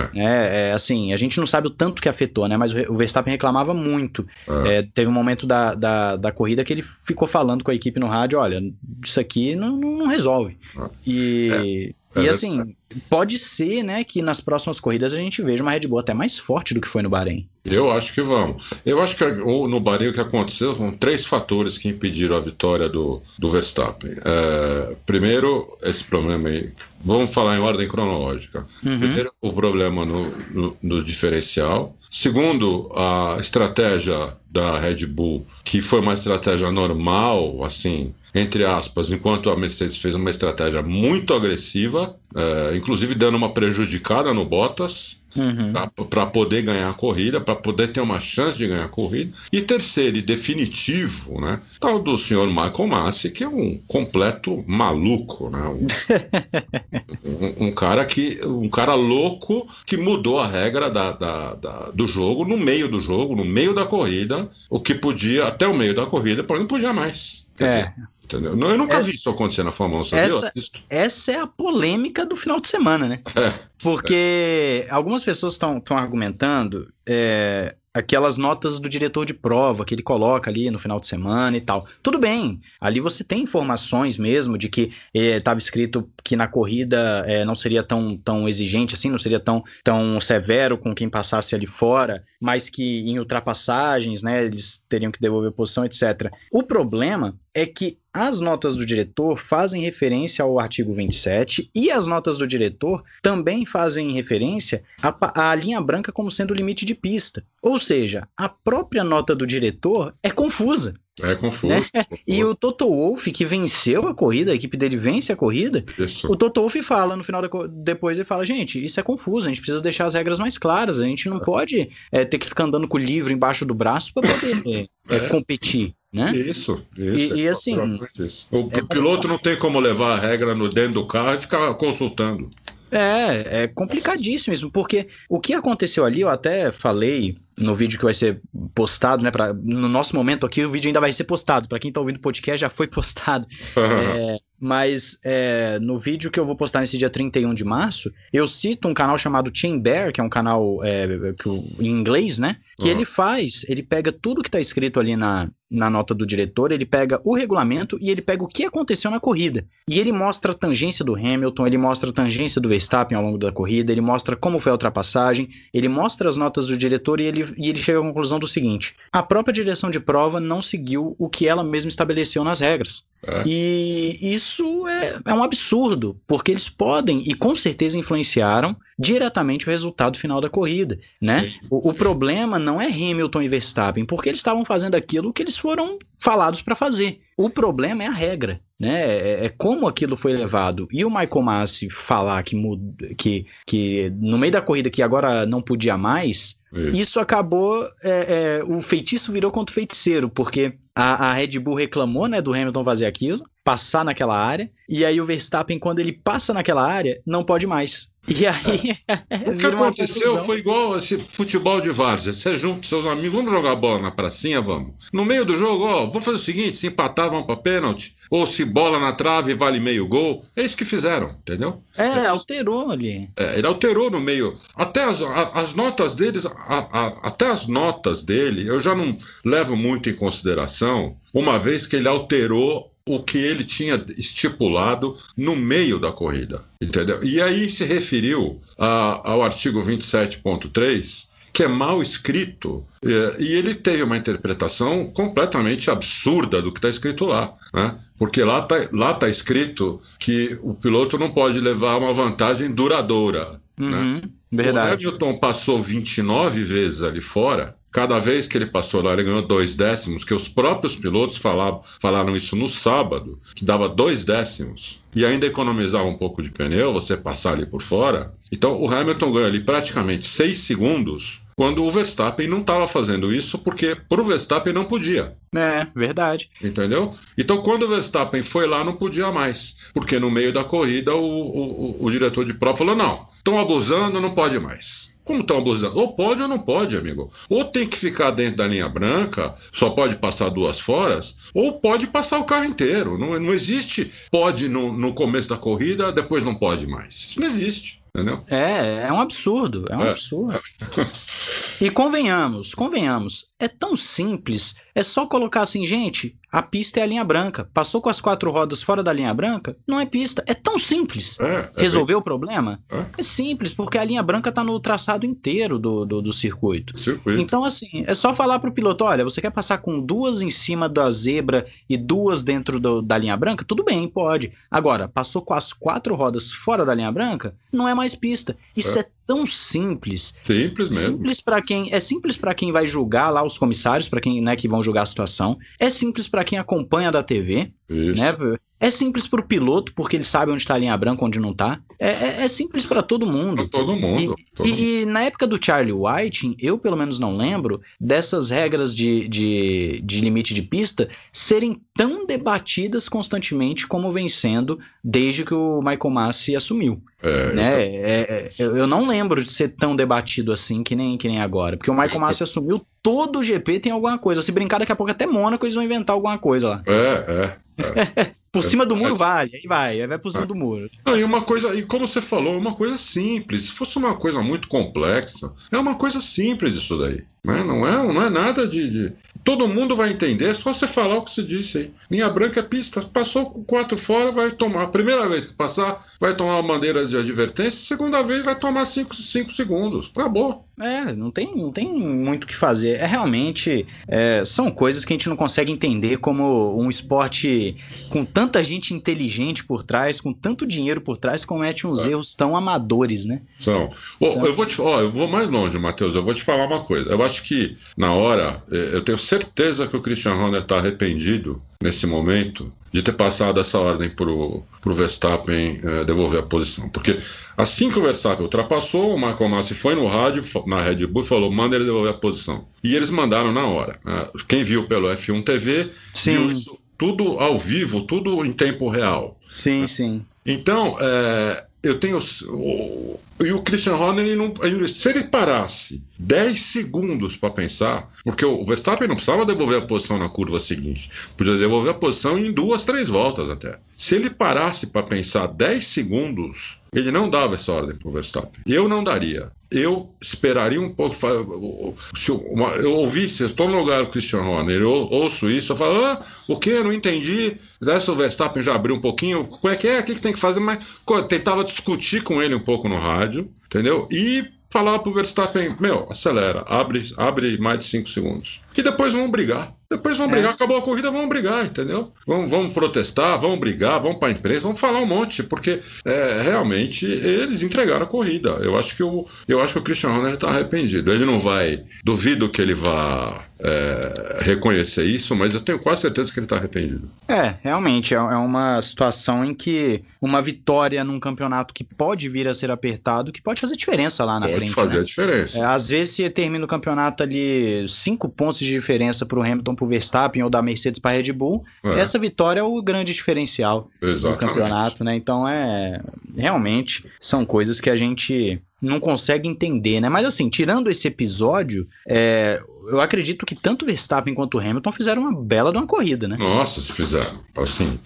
Assim, a gente não sabe o tanto que afetou, né? Mas o Verstappen reclamava muito. Teve um momento da corrida que ele ficou falando com a equipe no rádio, olha, isso aqui não resolve. E assim, pode ser, né, que nas próximas corridas a gente veja uma Red Bull até mais forte do que foi no Bahrein. Eu acho que vamos. Eu acho que no Bahrein o que aconteceu foram 3 fatores que impediram a vitória do Verstappen. Primeiro, esse problema aí. Vamos falar em ordem cronológica. Primeiro, o problema no diferencial. Segundo, a estratégia da Red Bull, que foi uma estratégia normal, assim, entre aspas, enquanto a Mercedes fez uma estratégia muito agressiva, inclusive dando uma prejudicada no Bottas, para poder ganhar a corrida, para poder ter uma chance de ganhar a corrida. E terceiro e definitivo, né, tal do senhor Michael Masi, que é um completo maluco, né, um cara louco que mudou a regra do jogo, no meio da corrida, o que podia, até o meio da corrida, não podia mais. Quer dizer, entendeu? Eu nunca vi isso acontecer na Fórmula 1, sabia? Essa é a polêmica do final de semana, né? Porque algumas pessoas estão argumentando aquelas notas do diretor de prova que ele coloca ali no final de semana e tal. Tudo bem, ali você tem informações mesmo de que estava escrito que na corrida não seria tão exigente assim, não seria tão severo com quem passasse ali fora, mas que em ultrapassagens, né, eles teriam que devolver posição, etc. O problema é que as notas do diretor fazem referência ao artigo 27 e as notas do diretor também fazem referência à linha branca como sendo o limite de pista. Ou seja, a própria nota do diretor é confusa. É confuso. Né? E o Toto Wolff, que venceu a corrida, a equipe dele vence a corrida, o Toto Wolff fala no final depois, ele fala, gente, isso é confuso, a gente precisa deixar as regras mais claras, a gente não pode ter que ficar andando com o livro embaixo do braço para poder competir. Né? Isso. E assim, o piloto não tem como levar a regra dentro do carro e ficar consultando. É complicadíssimo isso, porque o que aconteceu ali, eu até falei no vídeo que vai ser postado, né? No nosso momento aqui, o vídeo ainda vai ser postado. Para quem tá ouvindo o podcast, já foi postado. Mas no vídeo que eu vou postar nesse dia 31 de março, eu cito um canal chamado Team Bear, que é um canal em inglês, né? Que ele pega tudo que tá escrito ali na nota do diretor, ele pega o regulamento e ele pega o que aconteceu na corrida. E ele mostra a tangência do Hamilton, ele mostra a tangência do Verstappen ao longo da corrida, ele mostra como foi a ultrapassagem, ele mostra as notas do diretor e ele chega à conclusão do seguinte: a própria direção de prova não seguiu o que ela mesma estabeleceu nas regras. E isso é um absurdo, porque eles podem e com certeza influenciaram diretamente o resultado final da corrida, né? O problema não é Hamilton e Verstappen, porque eles estavam fazendo aquilo que eles foram falados para fazer. O problema é a regra, né? É como aquilo foi levado. E o Michael Masi falar que no meio da corrida que agora não podia mais, isso acabou, o feitiço virou contra o feiticeiro, porque a Red Bull reclamou, né, do Hamilton fazer aquilo, passar naquela área, e aí o Verstappen, quando ele passa naquela área, não pode mais. E aí o que aconteceu foi igual esse futebol de várzea. Você junta seus amigos, vamos jogar bola na pracinha, vamos. No meio do jogo, vamos fazer o seguinte: se empatar, vamos pra pênalti. Ou se bola na trave, vale meio gol. É isso que fizeram, entendeu? Alterou ali. Ele alterou no meio. Até as notas deles, até as notas dele, eu já não levo muito em consideração, uma vez que ele alterou o que ele tinha estipulado no meio da corrida, entendeu? E aí se referiu ao artigo 27.3, que é mal escrito, e ele teve uma interpretação completamente absurda do que está escrito lá, né? Porque lá tá escrito que o piloto não pode levar uma vantagem duradoura. Né? Verdade. O Hamilton passou 29 vezes ali fora. Cada vez que ele passou lá, ele ganhou 2 décimos, que os próprios pilotos falaram isso no sábado, que dava 2 décimos. E ainda economizava um pouco de pneu, você passar ali por fora. Então o Hamilton ganhou ali praticamente 6 segundos, quando o Verstappen não estava fazendo isso, porque pro Verstappen não podia. Verdade. Entendeu? Então quando o Verstappen foi lá, não podia mais. Porque no meio da corrida, o diretor de prova falou, não, estão abusando, não pode mais. Como estão abusando? Ou pode ou não pode, amigo. Ou tem que ficar dentro da linha branca, só pode passar 2 foras, ou pode passar o carro inteiro. Não existe pode no começo da corrida, depois não pode mais. Isso não existe, entendeu? É um absurdo, absurdo. E convenhamos, é tão simples, é só colocar assim, gente, a pista é a linha branca, passou com as 4 rodas fora da linha branca, não é pista, é tão simples. Resolver o problema? É simples, porque a linha branca tá no traçado inteiro do circuito. Então assim, é só falar pro piloto, olha, você quer passar com 2 em cima da zebra e 2 dentro da linha branca? Tudo bem, pode. Agora, passou com as 4 rodas fora da linha branca, não é mais pista. Isso é tão simples. Simples mesmo. Simples para quem vai julgar lá os comissários, para quem, né, que vão julgar a situação. É simples para quem acompanha da TV. Isso. Né? É simples para o piloto, porque ele sabe onde está a linha branca, onde não está. É simples para todo mundo. Para todo mundo. E na época do Charlie Whiting, eu pelo menos não lembro dessas regras de limite de pista serem tão debatidas constantemente como vem sendo desde que o Michael Masi assumiu. Eu não lembro de ser tão debatido assim que nem agora. Porque o Michael Masi assumiu, todo o GP tem alguma coisa. Se brincar, daqui a pouco até Mônaco eles vão inventar alguma coisa lá. Por cima do muro vale, aí vai por cima do muro. E como você falou, uma coisa simples. Se fosse uma coisa muito complexa, é uma coisa simples isso daí. Não é nada de... Todo mundo vai entender, é só você falar o que você disse aí. Linha branca é pista, passou com 4 fora, vai tomar. A primeira vez que passar, vai tomar uma bandeira de advertência, a segunda vez vai tomar 5 segundos. Acabou. Não tem muito o que fazer. Realmente, são coisas que a gente não consegue entender como um esporte com tanta gente inteligente por trás, com tanto dinheiro por trás, comete uns erros tão amadores, né? Eu vou mais longe, Matheus, eu vou te falar uma coisa. Eu acho que, na hora, eu tenho certeza que o Christian Horner está arrependido, nesse momento, de ter passado essa ordem pro Verstappen devolver a posição. Porque assim que o Verstappen ultrapassou, o Michael Masi foi no rádio, na Red Bull, e falou, manda ele devolver a posição. E eles mandaram na hora. Quem viu pelo F1 TV, viu isso tudo ao vivo, tudo em tempo real. Sim. Então, eu tenho... E o Christian Horner, se ele parasse 10 segundos para pensar, porque o Verstappen não precisava devolver a posição na curva seguinte, podia devolver a posição em 2, 3 voltas até. Se ele parasse para pensar 10 segundos, ele não dava essa ordem para o Verstappen. Eu não daria. Eu esperaria um pouco. Se eu ouvisse, eu estou no lugar do Christian Horner, eu ouço isso, eu falo, o que? Eu não entendi. Dessa o Verstappen já abriu um pouquinho. Como é que é? O que tem que fazer? Mas tentava discutir com ele um pouco no rádio, entendeu? E falar pro Verstappen, acelera, abre mais de 5 segundos. E depois vão brigar. Acabou a corrida, vão brigar, entendeu? Vamos protestar, vamos brigar, vamos para a imprensa, vamos falar um monte, porque realmente eles entregaram a corrida. Eu acho que o Christian Horner está arrependido. Ele não vai, duvido que ele vá reconhecer isso, mas eu tenho quase certeza que ele está arrependido. Realmente, é uma situação em que uma vitória num campeonato que pode vir a ser apertado, que pode fazer diferença lá na frente. Pode fazer a diferença. Às vezes, se termina o campeonato ali 5 pontos de diferença para o Hamilton, para o Verstappen ou da Mercedes para a Red Bull, essa vitória é o grande diferencial do campeonato, né? Então, realmente, são coisas que a gente não consegue entender, né? Mas assim, tirando esse episódio, eu acredito que tanto o Verstappen quanto o Hamilton fizeram uma bela de uma corrida, né? Nossa, se fizeram. Assim,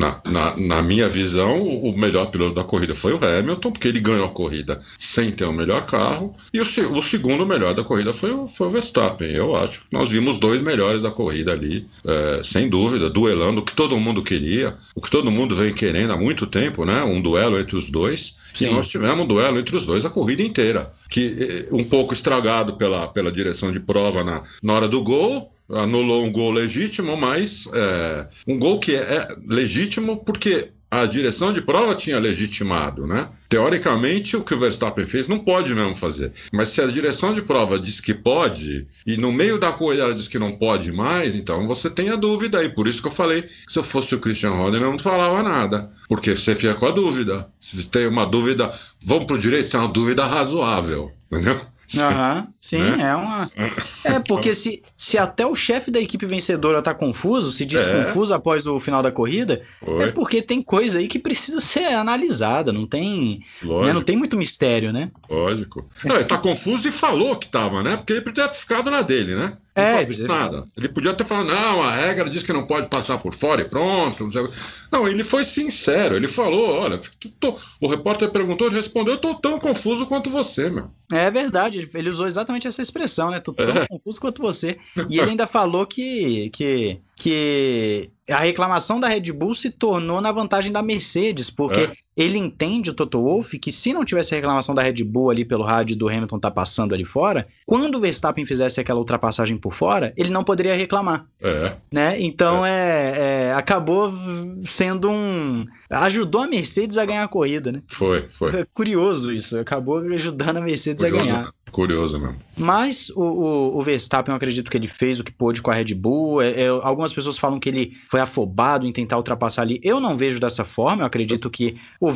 na minha visão, o melhor piloto da corrida foi o Hamilton, porque ele ganhou a corrida sem ter o melhor carro, e o segundo melhor da corrida foi o Verstappen. Eu acho que nós vimos 2 melhores da corrida ali, sem dúvida, duelando o que todo mundo queria, o que todo mundo vem querendo há muito tempo, né? Um duelo entre os dois. Sim. E nós tivemos um duelo entre os dois a corrida inteira, que um pouco estragado pela direção de prova na hora do gol, anulou um gol legítimo, mas um gol que é legítimo porque a direção de prova tinha legitimado, né? Teoricamente, o que o Verstappen fez não pode mesmo fazer. Mas se a direção de prova diz que pode, e no meio da corrida ela diz que não pode mais, então você tem a dúvida aí. Por isso que eu falei que se eu fosse o Christian Horner, eu não falava nada. Porque você fica com a dúvida. Se tem uma dúvida, vamos pro direito, tem uma dúvida razoável, entendeu? Sim, porque se até o chefe da equipe vencedora tá confuso, se diz confuso após o final da corrida, é porque tem coisa aí que precisa ser analisada, não tem muito mistério, né? Lógico. Não, ele tá confuso e falou que tava, né? Porque ele podia ter ficado na dele, né? Não falou nada. Ele podia ter falado, não, a regra diz que não pode passar por fora e pronto. Não, ele foi sincero. Ele falou, olha, o repórter perguntou, ele respondeu, eu tô tão confuso quanto você, meu. É verdade, ele usou exatamente essa expressão, né? Tô tão confuso quanto você. E ele ainda falou que a reclamação da Red Bull se tornou na vantagem da Mercedes, porque ele entende, o Toto Wolff, que se não tivesse a reclamação da Red Bull ali pelo rádio do Hamilton tá passando ali fora, quando o Verstappen fizesse aquela ultrapassagem por fora, ele não poderia reclamar. Né? Então acabou sendo ajudou a Mercedes a ganhar a corrida, né? Foi. É curioso isso, acabou ajudando a Mercedes a ganhar. Curioso mesmo. Mas o Verstappen, eu acredito que ele fez o que pôde com a Red Bull. Algumas pessoas falam que ele foi afobado em tentar ultrapassar ali. Eu não vejo dessa forma. Eu acredito que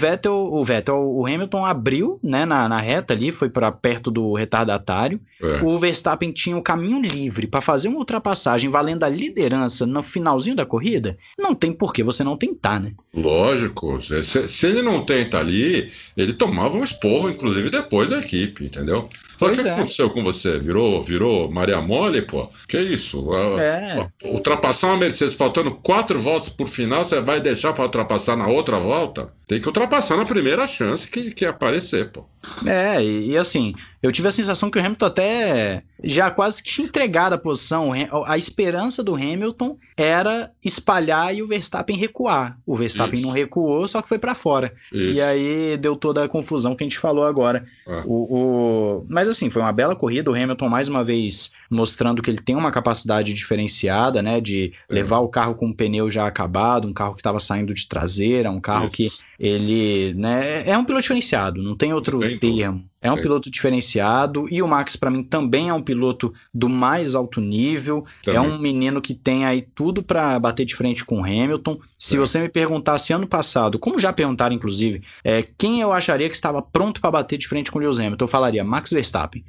o Hamilton abriu, né, na reta ali, foi para perto do retardatário. O Verstappen tinha o caminho livre para fazer uma ultrapassagem valendo a liderança no finalzinho da corrida. Não tem por que você não tentar, né? Lógico. Se ele não tenta ali, ele tomava um esporro, inclusive depois da equipe, entendeu? O que aconteceu com você? Virou Maria Mole, pô? Que isso? Ultrapassar uma Mercedes faltando 4 voltas por final, você vai deixar para ultrapassar na outra volta? Tem que ultrapassar na primeira chance que aparecer, pô. E assim, eu tive a sensação que o Hamilton até já quase que tinha entregado a posição. A esperança do Hamilton era espalhar e o Verstappen recuar. O Verstappen não recuou, só que foi para fora. E aí deu toda a confusão que a gente falou agora. Mas assim, foi uma bela corrida. O Hamilton mais uma vez mostrando que ele tem uma capacidade diferenciada, né, de levar o carro com o pneu já acabado, um carro que estava saindo de traseira, um carro que ele, né, é um piloto diferenciado, não tem outro termo. É um piloto diferenciado e o Max, para mim, também é um piloto do mais alto nível. É um menino que tem aí tudo para bater de frente com o Hamilton. Se você me perguntasse ano passado, como já perguntaram, inclusive, quem eu acharia que estava pronto para bater de frente com o Lewis Hamilton, eu falaria Max Verstappen.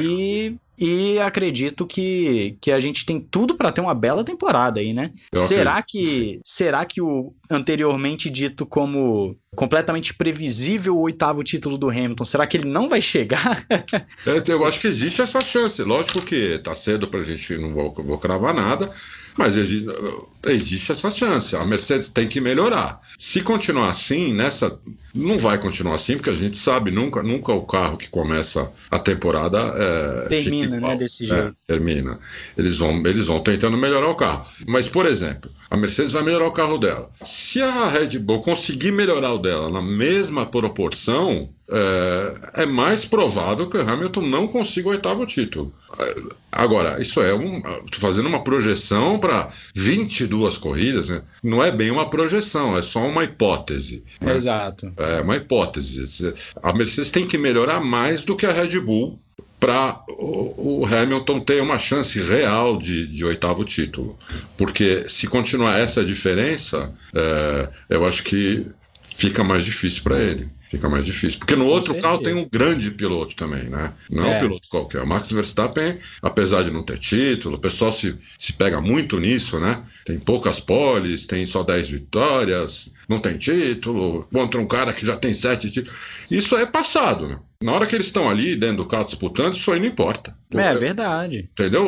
E acredito que a gente tem tudo para ter uma bela temporada aí, né? Será que o anteriormente dito como completamente previsível o 8º título do Hamilton, será que ele não vai chegar? Eu acho que existe essa chance. Lógico que tá cedo pra gente, não vou cravar nada, mas existe essa chance. A Mercedes tem que melhorar. Se continuar assim, não vai continuar assim, porque a gente sabe, nunca o carro que começa a temporada termina, né, desse jeito. Termina. Eles vão tentando melhorar o carro. Mas, por exemplo, a Mercedes vai melhorar o carro dela. Se a Red Bull conseguir melhorar o dela na mesma proporção, é mais provável que o Hamilton não consiga o 8º título. Agora, isso fazendo uma projeção para 22 corridas, né? Não é bem uma projeção, é só uma hipótese. Né? Exato. É uma hipótese. A Mercedes tem que melhorar mais do que a Red Bull para o Hamilton ter uma chance real de 8º título. Porque se continuar essa diferença, eu acho que fica mais difícil para ele. Fica mais difícil. Porque no outro carro tem um grande piloto também, né? Não é um piloto qualquer. O Max Verstappen, apesar de não ter título, o pessoal se pega muito nisso, né? Tem poucas poles, tem só 10 vitórias, não tem título, contra um cara que já tem 7 títulos. Isso é passado, né? Na hora que eles estão ali dentro do carro disputando, isso aí não importa. É verdade. Entendeu?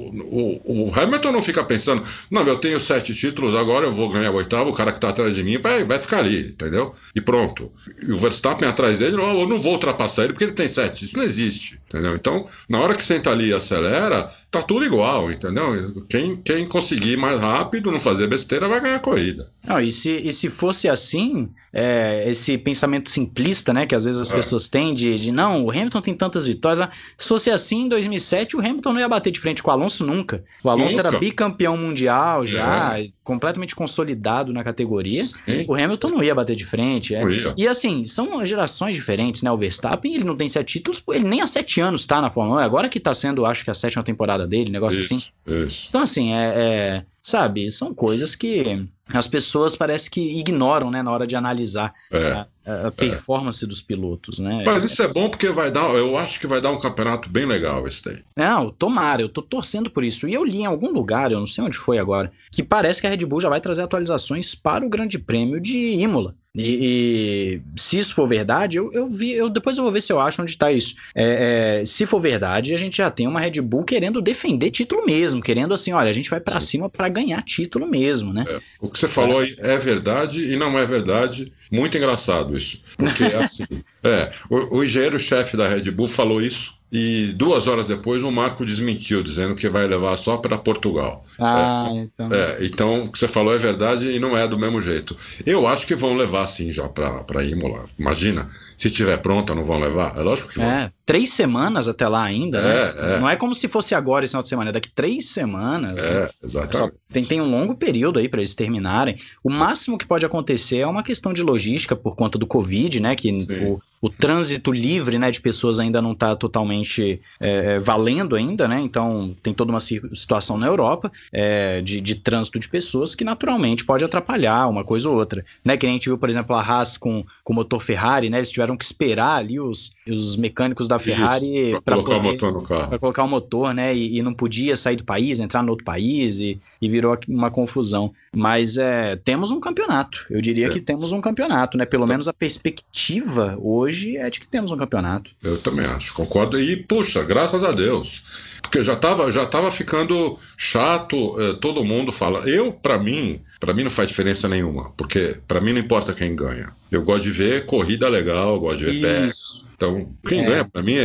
O Hamilton não fica pensando, não, eu tenho 7 títulos, agora eu vou ganhar o 8º, o cara que está atrás de mim vai ficar ali, entendeu? E pronto. E o Verstappen atrás dele, eu não vou ultrapassar ele porque ele tem 7. Isso não existe, entendeu? Então, na hora que senta ali e acelera, tá tudo igual, entendeu? Quem conseguir mais rápido, não fazer besteira, vai ganhar a corrida. Não, e se fosse assim, esse pensamento simplista, né, que às vezes as pessoas têm de não, o Hamilton tem tantas vitórias. Se fosse assim em 2007, o Hamilton não ia bater de frente com o Alonso nunca. O Alonso era bicampeão mundial já, completamente consolidado na categoria. Sim. O Hamilton não ia bater de frente. E assim, são gerações diferentes, né? O Verstappen, ele não tem 7 títulos, ele nem há 7 anos tá na Fórmula 1. Agora que tá sendo, acho que a 7ª temporada dele, negócio assim. Isso. Então assim, sabe, são coisas que as pessoas parece que ignoram, né, na hora de analisar a performance dos pilotos, né? Mas isso é bom porque eu acho que vai dar um campeonato bem legal esse daí. Não, tomara, eu tô torcendo por isso. E eu li em algum lugar, eu não sei onde foi agora, que parece que a Red Bull já vai trazer atualizações para o Grande Prêmio de Imola. E se isso for verdade, depois eu vou ver se eu acho onde está isso. Se for verdade, a gente já tem uma Red Bull querendo defender título mesmo, querendo assim, olha, a gente vai para cima para ganhar título mesmo, né? O que você falou aí é verdade e não é verdade. Muito engraçado isso. Porque assim, o engenheiro-chefe da Red Bull falou isso. E 2 horas depois o Marco desmentiu, dizendo que vai levar só para Portugal. Então o que você falou é verdade e não é do mesmo jeito. Eu acho que vão levar sim já para Imola. Imagina, se tiver pronta, não vão levar? É lógico que vão. 3 semanas até lá ainda, né? Não é como se fosse agora esse final de semana, é daqui 3 semanas. Né? Exatamente. Tem um longo período aí para eles terminarem. O máximo que pode acontecer é uma questão de logística por conta do Covid, né? Que o trânsito livre, né, de pessoas ainda não está totalmente valendo ainda, né? Então tem toda uma situação na Europa de trânsito de pessoas que naturalmente pode atrapalhar uma coisa ou outra, né? Que a gente viu, por exemplo, a Haas com o motor Ferrari, né? Eles tiveram que esperar ali os mecânicos da Ferrari para colocar o motor no carro. Para colocar o motor, né? E não podia sair do país, entrar no outro país e virou uma confusão. Mas temos um campeonato. Eu diria que temos um campeonato, né? Pelo menos a perspectiva hoje é de que temos um campeonato. Eu também acho, concordo. E, puxa, graças a Deus. Porque já tava ficando chato, todo mundo fala. Para mim não faz diferença nenhuma, porque para mim não importa quem ganha. Eu gosto de ver corrida legal, eu gosto de ver pés. Então, quem ganha, para mim,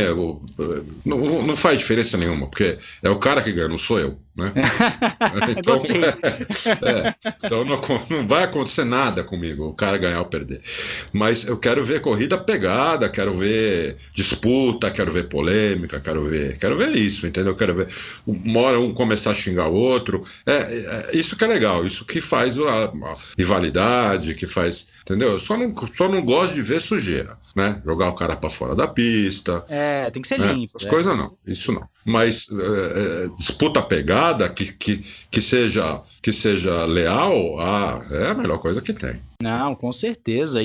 não faz diferença nenhuma, porque é o cara que ganha, não sou eu. Né? Então, Gostei. Então não vai acontecer nada comigo, o cara ganhar ou perder. Mas eu quero ver corrida pegada, quero ver disputa, quero ver polêmica, quero ver isso, entendeu? Eu quero ver uma hora um começar a xingar o outro. Isso que é legal, isso que faz a rivalidade, que faz. Entendeu? Eu só não gosto de ver sujeira, né? Jogar o cara pra fora da pista. Tem que ser limpo. Essas coisas não, isso não. Mas disputa pegada, que seja leal, é a melhor coisa que tem. Não, com certeza.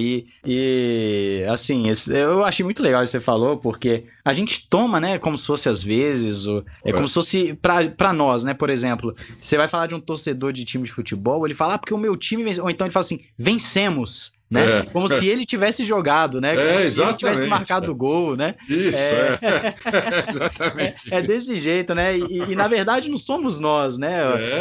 E assim, eu achei muito legal isso que você falou, porque a gente toma, né, como se fosse às vezes, como se fosse pra nós, né, por exemplo, você vai falar de um torcedor de time de futebol, ele fala, porque o meu time venceu, ou então ele fala assim, vencemos. Né? Como se ele tivesse jogado, né? Como se ele tivesse marcado o gol, né? Isso, exatamente. É desse jeito, né? E na verdade não somos nós, né?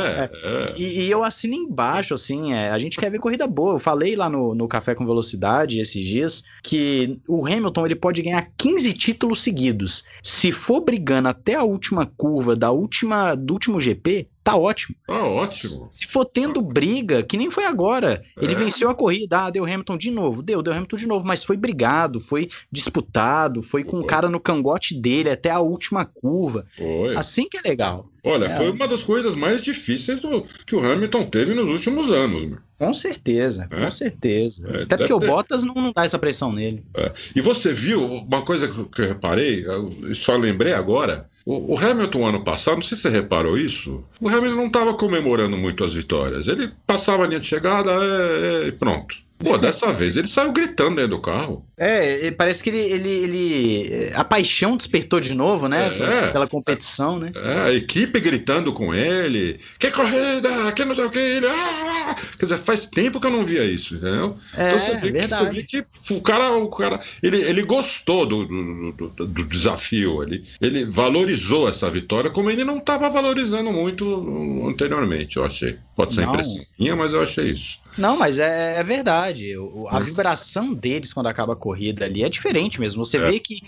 E eu assino embaixo, assim, a gente quer ver corrida boa. Eu falei lá no Café com Velocidade esses dias que o Hamilton ele pode ganhar 15 títulos seguidos. Se for brigando até a última curva do último GP, tá ótimo. Tá ótimo. Se for tendo briga, que nem foi agora. Ele venceu a corrida, deu Hamilton de novo. Deu Hamilton de novo, mas foi brigado, foi disputado, foi com o cara no cangote dele até a última curva. Foi. Assim que é legal. Olha, foi uma das coisas mais difíceis que o Hamilton teve nos últimos anos, meu. Com certeza, com certeza. Até porque o Bottas não dá essa pressão nele. E você viu uma coisa que eu reparei, eu só lembrei agora, o Hamilton ano passado, não sei se você reparou isso, o Hamilton não estava comemorando muito as vitórias. Ele passava a linha de chegada e pronto. Pô, dessa vez ele saiu gritando dentro do carro. Parece que ele a paixão despertou de novo, né? Pela competição, né? A equipe gritando com ele. Que corrida, que não sei o que. Quer dizer, faz tempo que eu não via isso, entendeu? Então você vê que o cara ele gostou do desafio. Ele valorizou essa vitória como ele não estava valorizando muito anteriormente, eu achei. Pode ser impressão minha, mas eu achei isso. Não, mas é verdade. A vibração deles quando acaba a corrida ali é diferente mesmo. Você vê que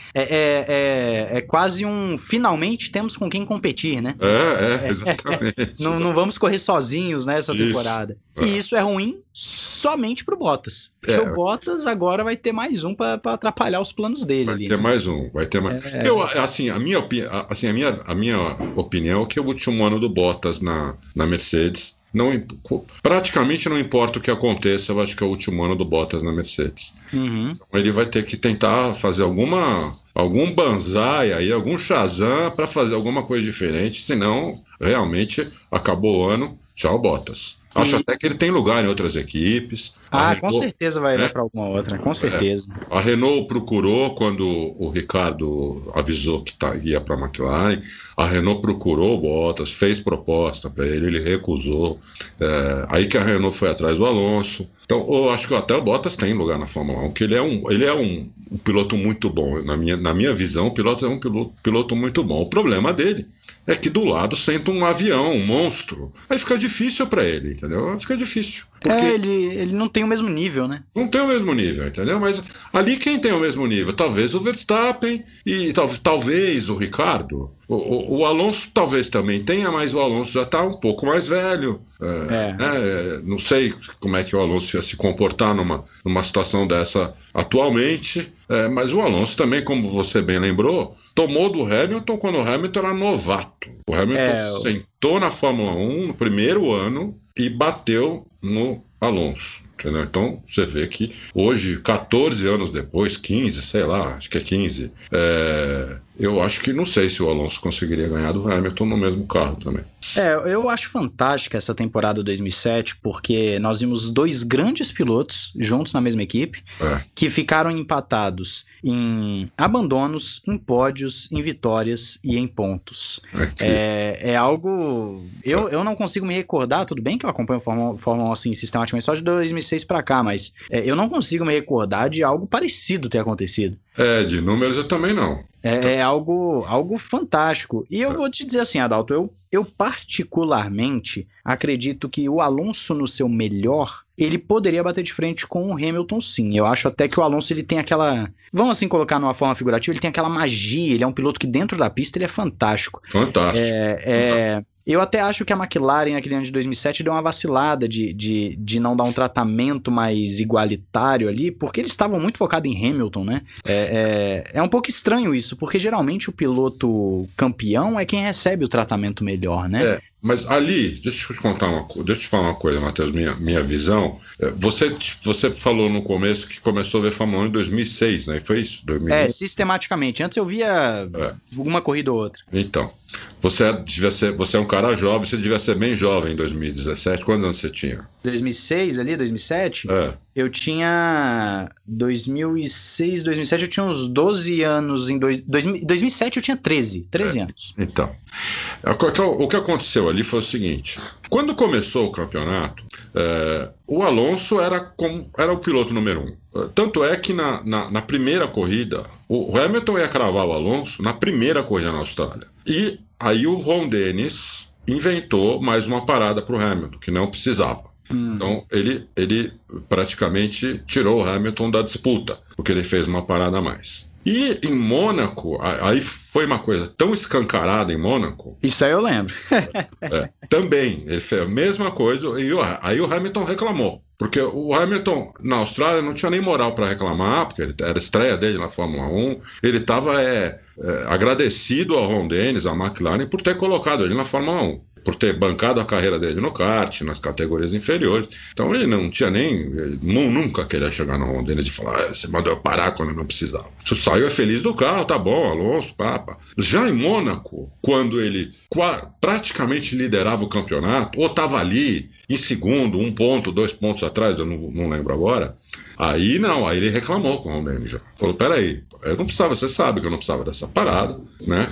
é quase finalmente temos com quem competir, né? Exatamente. Não vamos correr sozinhos nessa temporada. E isso é ruim somente pro Bottas. Porque o Bottas agora vai ter mais um para atrapalhar os planos dele. Vai ter mais um. A minha opinião é que o último ano do Bottas na Mercedes. Praticamente não importa o que aconteça, eu acho que é o último ano do Bottas na Mercedes. Uhum. Então, ele vai ter que tentar fazer algum banzai aí, algum Shazam para fazer alguma coisa diferente, senão realmente acabou o ano, tchau Bottas. Acho até que ele tem lugar em outras equipes. Com certeza vai para alguma outra, com certeza. A Renault procurou quando o Ricardo avisou que ia para a McLaren. A Renault procurou o Bottas, fez proposta para ele recusou. Aí que a Renault foi atrás do Alonso. Então, eu acho que até o Bottas tem lugar na Fórmula 1, porque ele é um piloto muito bom. Na minha visão, o piloto é um piloto muito bom. O problema dele é que do lado senta um avião, um monstro. Aí fica difícil para ele, entendeu? Fica difícil. Ele não tem o mesmo nível, né? Não tem o mesmo nível, entendeu? Mas ali quem tem o mesmo nível? Talvez o Verstappen e talvez o Ricardo. O Alonso talvez também tenha, mas o Alonso já está um pouco mais velho. Não sei como é que o Alonso ia se comportar numa situação dessa atualmente. Mas o Alonso também, como você bem lembrou, tomou do Hamilton quando o Hamilton era novato. O Hamilton sentou na Fórmula 1 no primeiro ano e bateu no Alonso. Entendeu? Então você vê que hoje, 14 anos depois, 15, sei lá, acho que é 15, eu acho que não sei se o Alonso conseguiria ganhar do Hamilton no mesmo carro também. Eu acho fantástica essa temporada 2007, porque nós vimos dois grandes pilotos juntos na mesma equipe, que ficaram empatados em abandonos, em pódios, em vitórias e em pontos. É algo... Eu não consigo me recordar, tudo bem que eu acompanho Fórmula 1 assim, sistematicamente só de 2006 para cá, mas eu não consigo me recordar de algo parecido ter acontecido. De números eu também não. É algo fantástico. E eu vou te dizer assim, Adalto, eu particularmente acredito que o Alonso no seu melhor, ele poderia bater de frente com o Hamilton, sim. Eu acho até que o Alonso, ele tem aquela... Vamos assim colocar numa forma figurativa, ele tem aquela magia, ele é um piloto que dentro da pista ele é fantástico. Fantástico. Eu até acho que a McLaren naquele ano de 2007 deu uma vacilada de não dar um tratamento mais igualitário ali, porque eles estavam muito focados em Hamilton, né? É um pouco estranho isso, porque geralmente o piloto campeão é quem recebe o tratamento melhor, né? Mas ali, deixa eu te contar deixa eu te falar uma coisa, Matheus, minha visão. Você falou no começo que começou a ver Fórmula 1 em 2006, né? Foi isso? 2001? Sistematicamente. Antes eu via uma corrida ou outra. Então, você é um cara jovem, você devia ser bem jovem em 2017. Quantos anos você tinha? 2006 ali, 2007? Eu tinha 2006, 2007, eu tinha uns 12 anos. 2007 eu tinha 13 anos. Então, o que aconteceu ali foi o seguinte: quando começou o campeonato, o Alonso era o piloto número 1. Tanto é que na primeira corrida, o Hamilton ia cravar o Alonso na primeira corrida na Austrália. E aí o Ron Dennis inventou mais uma parada para o Hamilton, que não precisava. Então ele praticamente tirou o Hamilton da disputa, porque ele fez uma parada a mais. E em Mônaco, aí foi uma coisa tão escancarada em Mônaco. Isso aí eu lembro. Também, ele fez a mesma coisa, e aí o Hamilton reclamou. Porque o Hamilton, na Austrália, não tinha nem moral para reclamar, porque era a estreia dele na Fórmula 1. Ele estava agradecido ao Ron Dennis, à McLaren, por ter colocado ele na Fórmula 1. Por ter bancado a carreira dele no kart, nas categorias inferiores. Então ele não tinha nunca queria chegar no Ron Dennis e falar: você mandou eu parar quando eu não precisava. Você saiu feliz do carro, tá bom, Alonso, papa. Já em Mônaco, quando ele praticamente liderava o campeonato, ou estava ali em segundo, 1 ponto, 2 pontos atrás, eu não lembro agora. Aí ele reclamou com o Ron Dennis já. Falou: peraí, eu não precisava, você sabe que eu não precisava dessa parada, né?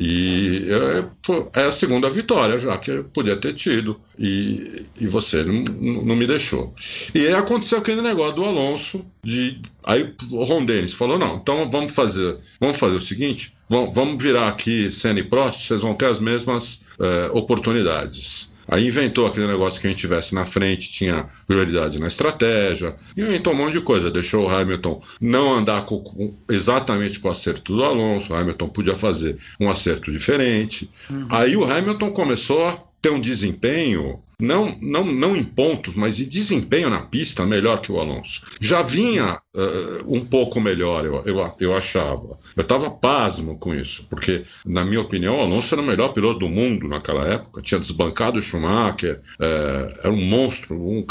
E é a segunda vitória já que eu podia ter tido, e você não me deixou. E aí aconteceu aquele negócio do Alonso, aí o Ron Dennis falou: não, então vamos fazer o seguinte, vamos virar aqui Senna e Prost, vocês vão ter as mesmas oportunidades. Aí inventou aquele negócio que a gente tivesse na frente, tinha prioridade na estratégia, inventou um monte de coisa, deixou o Hamilton não andar exatamente com o acerto do Alonso, o Hamilton podia fazer um acerto diferente. Aí o Hamilton começou a ter um desempenho, não em pontos, mas em desempenho na pista melhor que o Alonso. Já vinha um pouco melhor, eu achava. Eu estava pasmo com isso, porque, na minha opinião, o Alonso era o melhor piloto do mundo naquela época. Tinha desbancado o Schumacher, era um monstro, um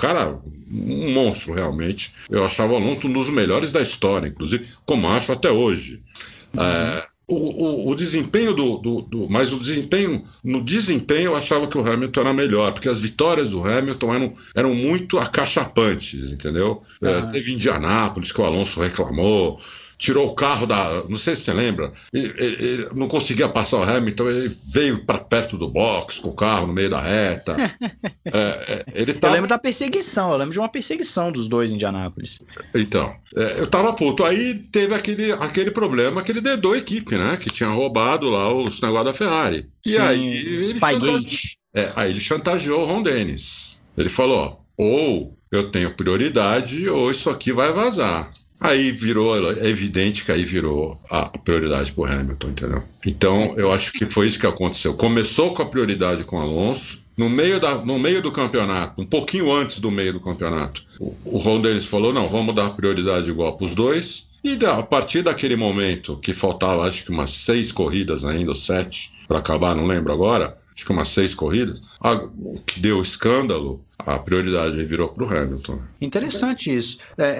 monstro realmente. Eu achava o Alonso um dos melhores da história, inclusive, como acho até hoje. o desempenho mas o desempenho, no desempenho eu achava que o Hamilton era melhor, porque as vitórias do Hamilton eram muito acachapantes, entendeu? Teve Indianápolis que o Alonso reclamou, tirou o carro não sei se você lembra, ele não conseguia passar o Hamilton, ele veio para perto do box com o carro no meio da reta. Eu lembro da perseguição, eu lembro de uma perseguição dos dois em Indianápolis. Então, eu tava puto. Aí teve aquele problema que ele dedou a equipe, né? Que tinha roubado lá os negócios da Ferrari. Sim, e aí aí ele chantageou o Ron Dennis. Ele falou, ou eu tenho prioridade, ou isso aqui vai vazar. Aí é evidente que aí virou a prioridade pro Hamilton, entendeu? Então, eu acho que foi isso que aconteceu. Começou com a prioridade com o Alonso, no meio do campeonato, um pouquinho antes do meio do campeonato, o Ron Dennis falou, não, vamos dar prioridade igual pros dois, e a partir daquele momento, que faltava acho que umas 6 corridas ainda, ou 7, para acabar, não lembro agora, acho que umas 6 corridas, o que deu escândalo, a prioridade virou para o Hamilton. Interessante isso.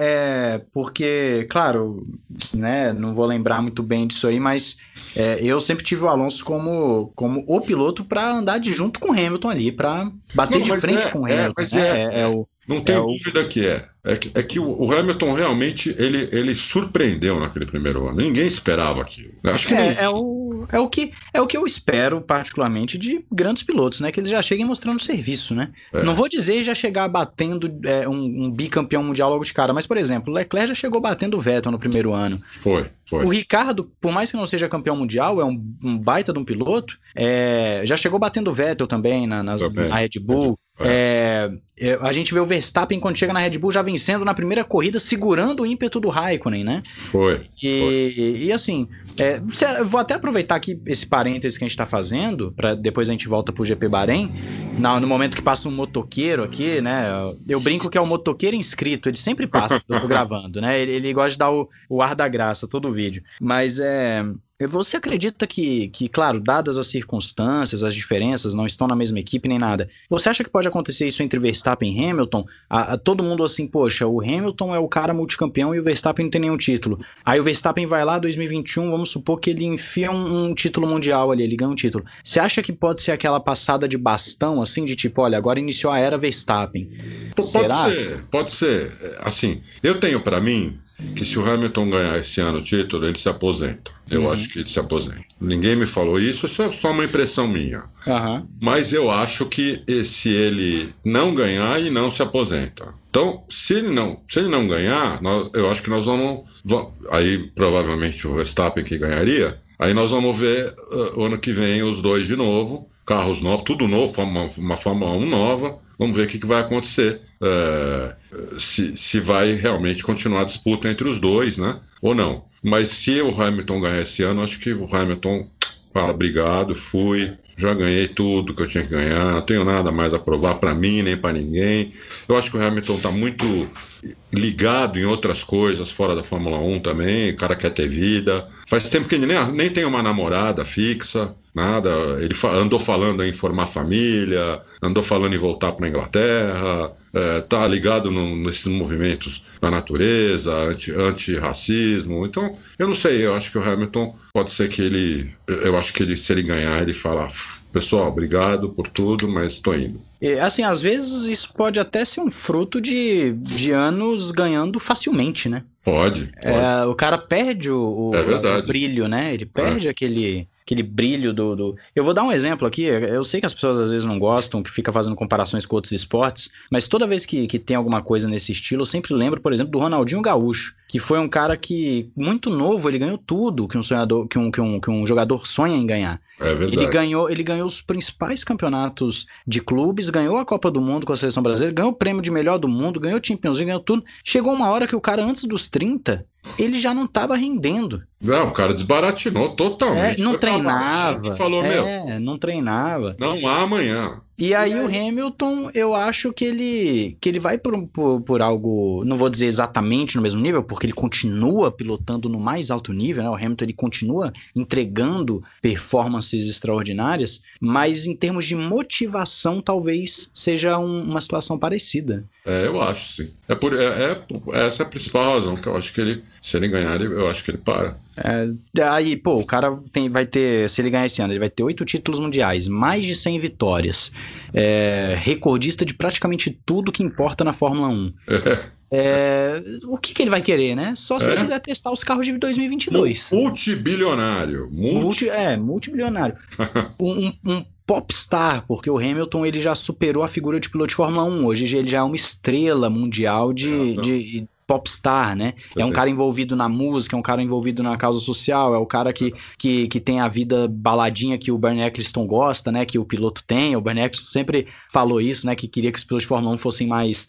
Porque, claro, né, não vou lembrar muito bem disso aí, mas eu sempre tive o Alonso como o piloto para andar junto com o Hamilton ali, para bater de frente com o Hamilton. Não tem dúvida que é. É que o Hamilton realmente ele surpreendeu naquele primeiro ano. Ninguém esperava aquilo. Acho que é o que eu espero, particularmente, de grandes pilotos, né? Que eles já cheguem mostrando serviço, né? Não vou dizer já chegar batendo um bicampeão mundial logo de cara, mas, por exemplo, o Leclerc já chegou batendo o Vettel no primeiro ano. Foi. O Ricardo, por mais que não seja campeão mundial, é um baita de um piloto, já chegou batendo o Vettel também na Red Bull. A gente vê o Verstappen, quando chega na Red Bull, já vencendo na primeira corrida, segurando o ímpeto do Raikkonen, né? E assim, vou até aproveitar aqui esse parênteses que a gente tá fazendo, para depois a gente volta pro GP Bahrein, no momento que passa um motoqueiro aqui, né? Eu brinco que é o motoqueiro inscrito, ele sempre passa, eu tô gravando, né? Ele gosta de dar o ar da graça, todo o vídeo. Mas você acredita que, claro, dadas as circunstâncias, as diferenças, não estão na mesma equipe nem nada, você acha que pode acontecer isso entre Verstappen e Hamilton? Todo mundo assim, poxa, o Hamilton é o cara multicampeão e o Verstappen não tem nenhum título. Aí o Verstappen vai lá, 2021, vamos supor que ele enfia um título mundial ali, ele ganha um título. Você acha que pode ser aquela passada de bastão, assim, de tipo, olha, agora iniciou a era Verstappen? Pode ser. Assim, eu tenho pra mim que se o Hamilton ganhar esse ano o título, ele se aposenta. Eu acho que ele se aposenta. Ninguém me falou isso é só uma impressão minha. Mas eu acho que se ele não ganhar, ele não se aposenta. Então, se ele não ganhar, eu acho que nós vamos... Aí, provavelmente, o Verstappen que ganharia, aí nós vamos ver o ano que vem os dois de novo, carros novos, tudo novo, uma Fórmula 1 nova. Vamos ver o que vai acontecer. Se vai realmente continuar a disputa entre os dois, né? Ou não. Mas se o Hamilton ganhar esse ano, acho que o Hamilton fala, obrigado, já ganhei tudo que eu tinha que ganhar, não tenho nada mais a provar para mim, nem para ninguém. Eu acho que o Hamilton está muito ligado em outras coisas fora da Fórmula 1 também, o cara quer ter vida. Faz tempo que ele nem tem uma namorada fixa, nada. Ele andou falando em formar família, andou falando em voltar para a Inglaterra, tá ligado nesses movimentos da natureza, antirracismo. Então, eu não sei, eu acho que o Hamilton pode ser que eu acho que se ele ganhar, ele fala, pessoal, obrigado por tudo, mas estou indo. Assim, às vezes isso pode até ser um fruto de anos ganhando facilmente, né? Pode. O cara perde o brilho, né? Ele perde aquele brilho do... Eu vou dar um exemplo aqui, eu sei que as pessoas às vezes não gostam, que fica fazendo comparações com outros esportes, mas toda vez que tem alguma coisa nesse estilo, eu sempre lembro, por exemplo, do Ronaldinho Gaúcho, que foi um cara que, muito novo, ele ganhou tudo que um jogador sonha em ganhar. É verdade. Ele ganhou os principais campeonatos de clubes, ganhou a Copa do Mundo com a seleção brasileira, ganhou o prêmio de melhor do mundo, ganhou o Champions League, ganhou tudo. Chegou uma hora que o cara, antes dos 30, ele já não estava rendendo. Não, o cara desbaratinou totalmente. Não treinava. Falou, não treinava. Não há amanhã. E aí o Hamilton, eu acho que ele vai por algo, não vou dizer exatamente no mesmo nível, porque ele continua pilotando no mais alto nível, né? O Hamilton ele continua entregando performances extraordinárias, mas em termos de motivação talvez seja uma situação parecida. Eu acho, sim. Essa é a principal razão, que eu acho que se ele ganhar, eu acho que ele para. Aí, pô, o cara vai ter, se ele ganhar esse ano, ele vai ter 8 títulos mundiais, mais de 100 vitórias, recordista de praticamente tudo que importa na Fórmula 1. O que ele vai querer, né? Só se ele quiser testar os carros de 2022. Multibilionário. Multibilionário. um popstar, porque o Hamilton ele já superou a figura de piloto de Fórmula 1. Hoje ele já é uma estrela mundial de popstar, né? É um cara envolvido na música, é um cara envolvido na causa social, é o cara que tem a vida baladinha que o Bernie Eccleston gosta, né? Que o piloto tem. O Bernie Eccleston sempre falou isso, né? Que queria que os pilotos de Fórmula 1 fossem mais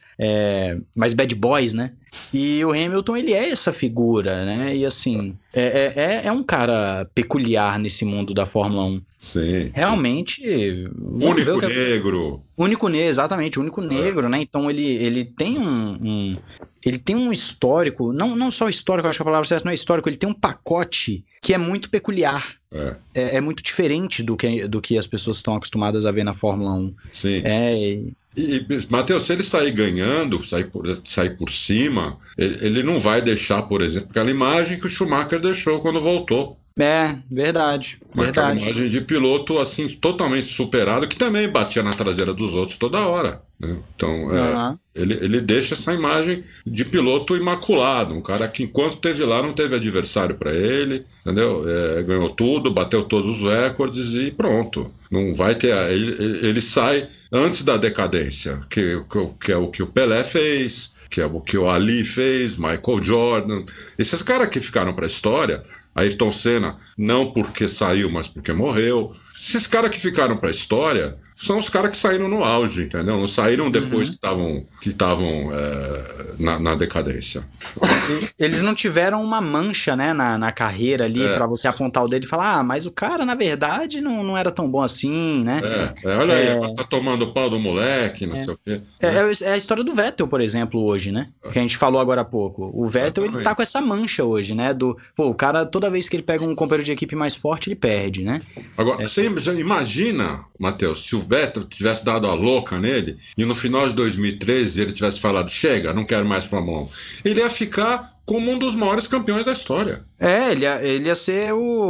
bad boys, né? E o Hamilton, ele é essa figura, né? E assim, é um cara peculiar nesse mundo da Fórmula 1. Sim. Realmente. Único negro. Único negro, exatamente, único negro, né? Então ele tem ele tem um histórico, não só histórico, acho que a palavra certa não é histórico, ele tem um pacote que é muito peculiar. É muito diferente do que as pessoas estão acostumadas a ver na Fórmula 1. Sim. E Matheus, se ele sair ganhando, sair por cima, ele não vai deixar, por exemplo, aquela imagem que o Schumacher deixou quando voltou. Verdade. Aquela imagem de piloto assim, totalmente superado, que também batia na traseira dos outros toda hora, né? Então, ele deixa essa imagem de piloto imaculado, um cara que enquanto esteve lá não teve adversário para ele, entendeu? Ganhou tudo, bateu todos os recordes e pronto. Não vai ter. Ele sai antes da decadência, que é o que o Pelé fez, que é o que o Ali fez, Michael Jordan. Esses caras que ficaram para a história. Ayrton Senna, não porque saiu, mas porque morreu. Esses caras que ficaram para a história são os caras que saíram no auge, entendeu? Não saíram depois que estavam na decadência. Eles não tiveram uma mancha, né, na carreira ali para você apontar o dedo e falar, mas o cara, na verdade, não era tão bom assim, né? Olha aí, agora tá tomando o pau do moleque, não sei o quê. É a história do Vettel, por exemplo, hoje, né? Que a gente falou agora há pouco. O Vettel, ele tá com essa mancha hoje, né? O cara, toda vez que ele pega um companheiro de equipe mais forte, ele perde, né? Agora, você já imagina, Matheus, se o Vettel tivesse dado a louca nele e no final de 2013 ele tivesse falado, chega, não quero mais Fórmula 1. Ele ia ficar como um dos maiores campeões da história. Ele ia ser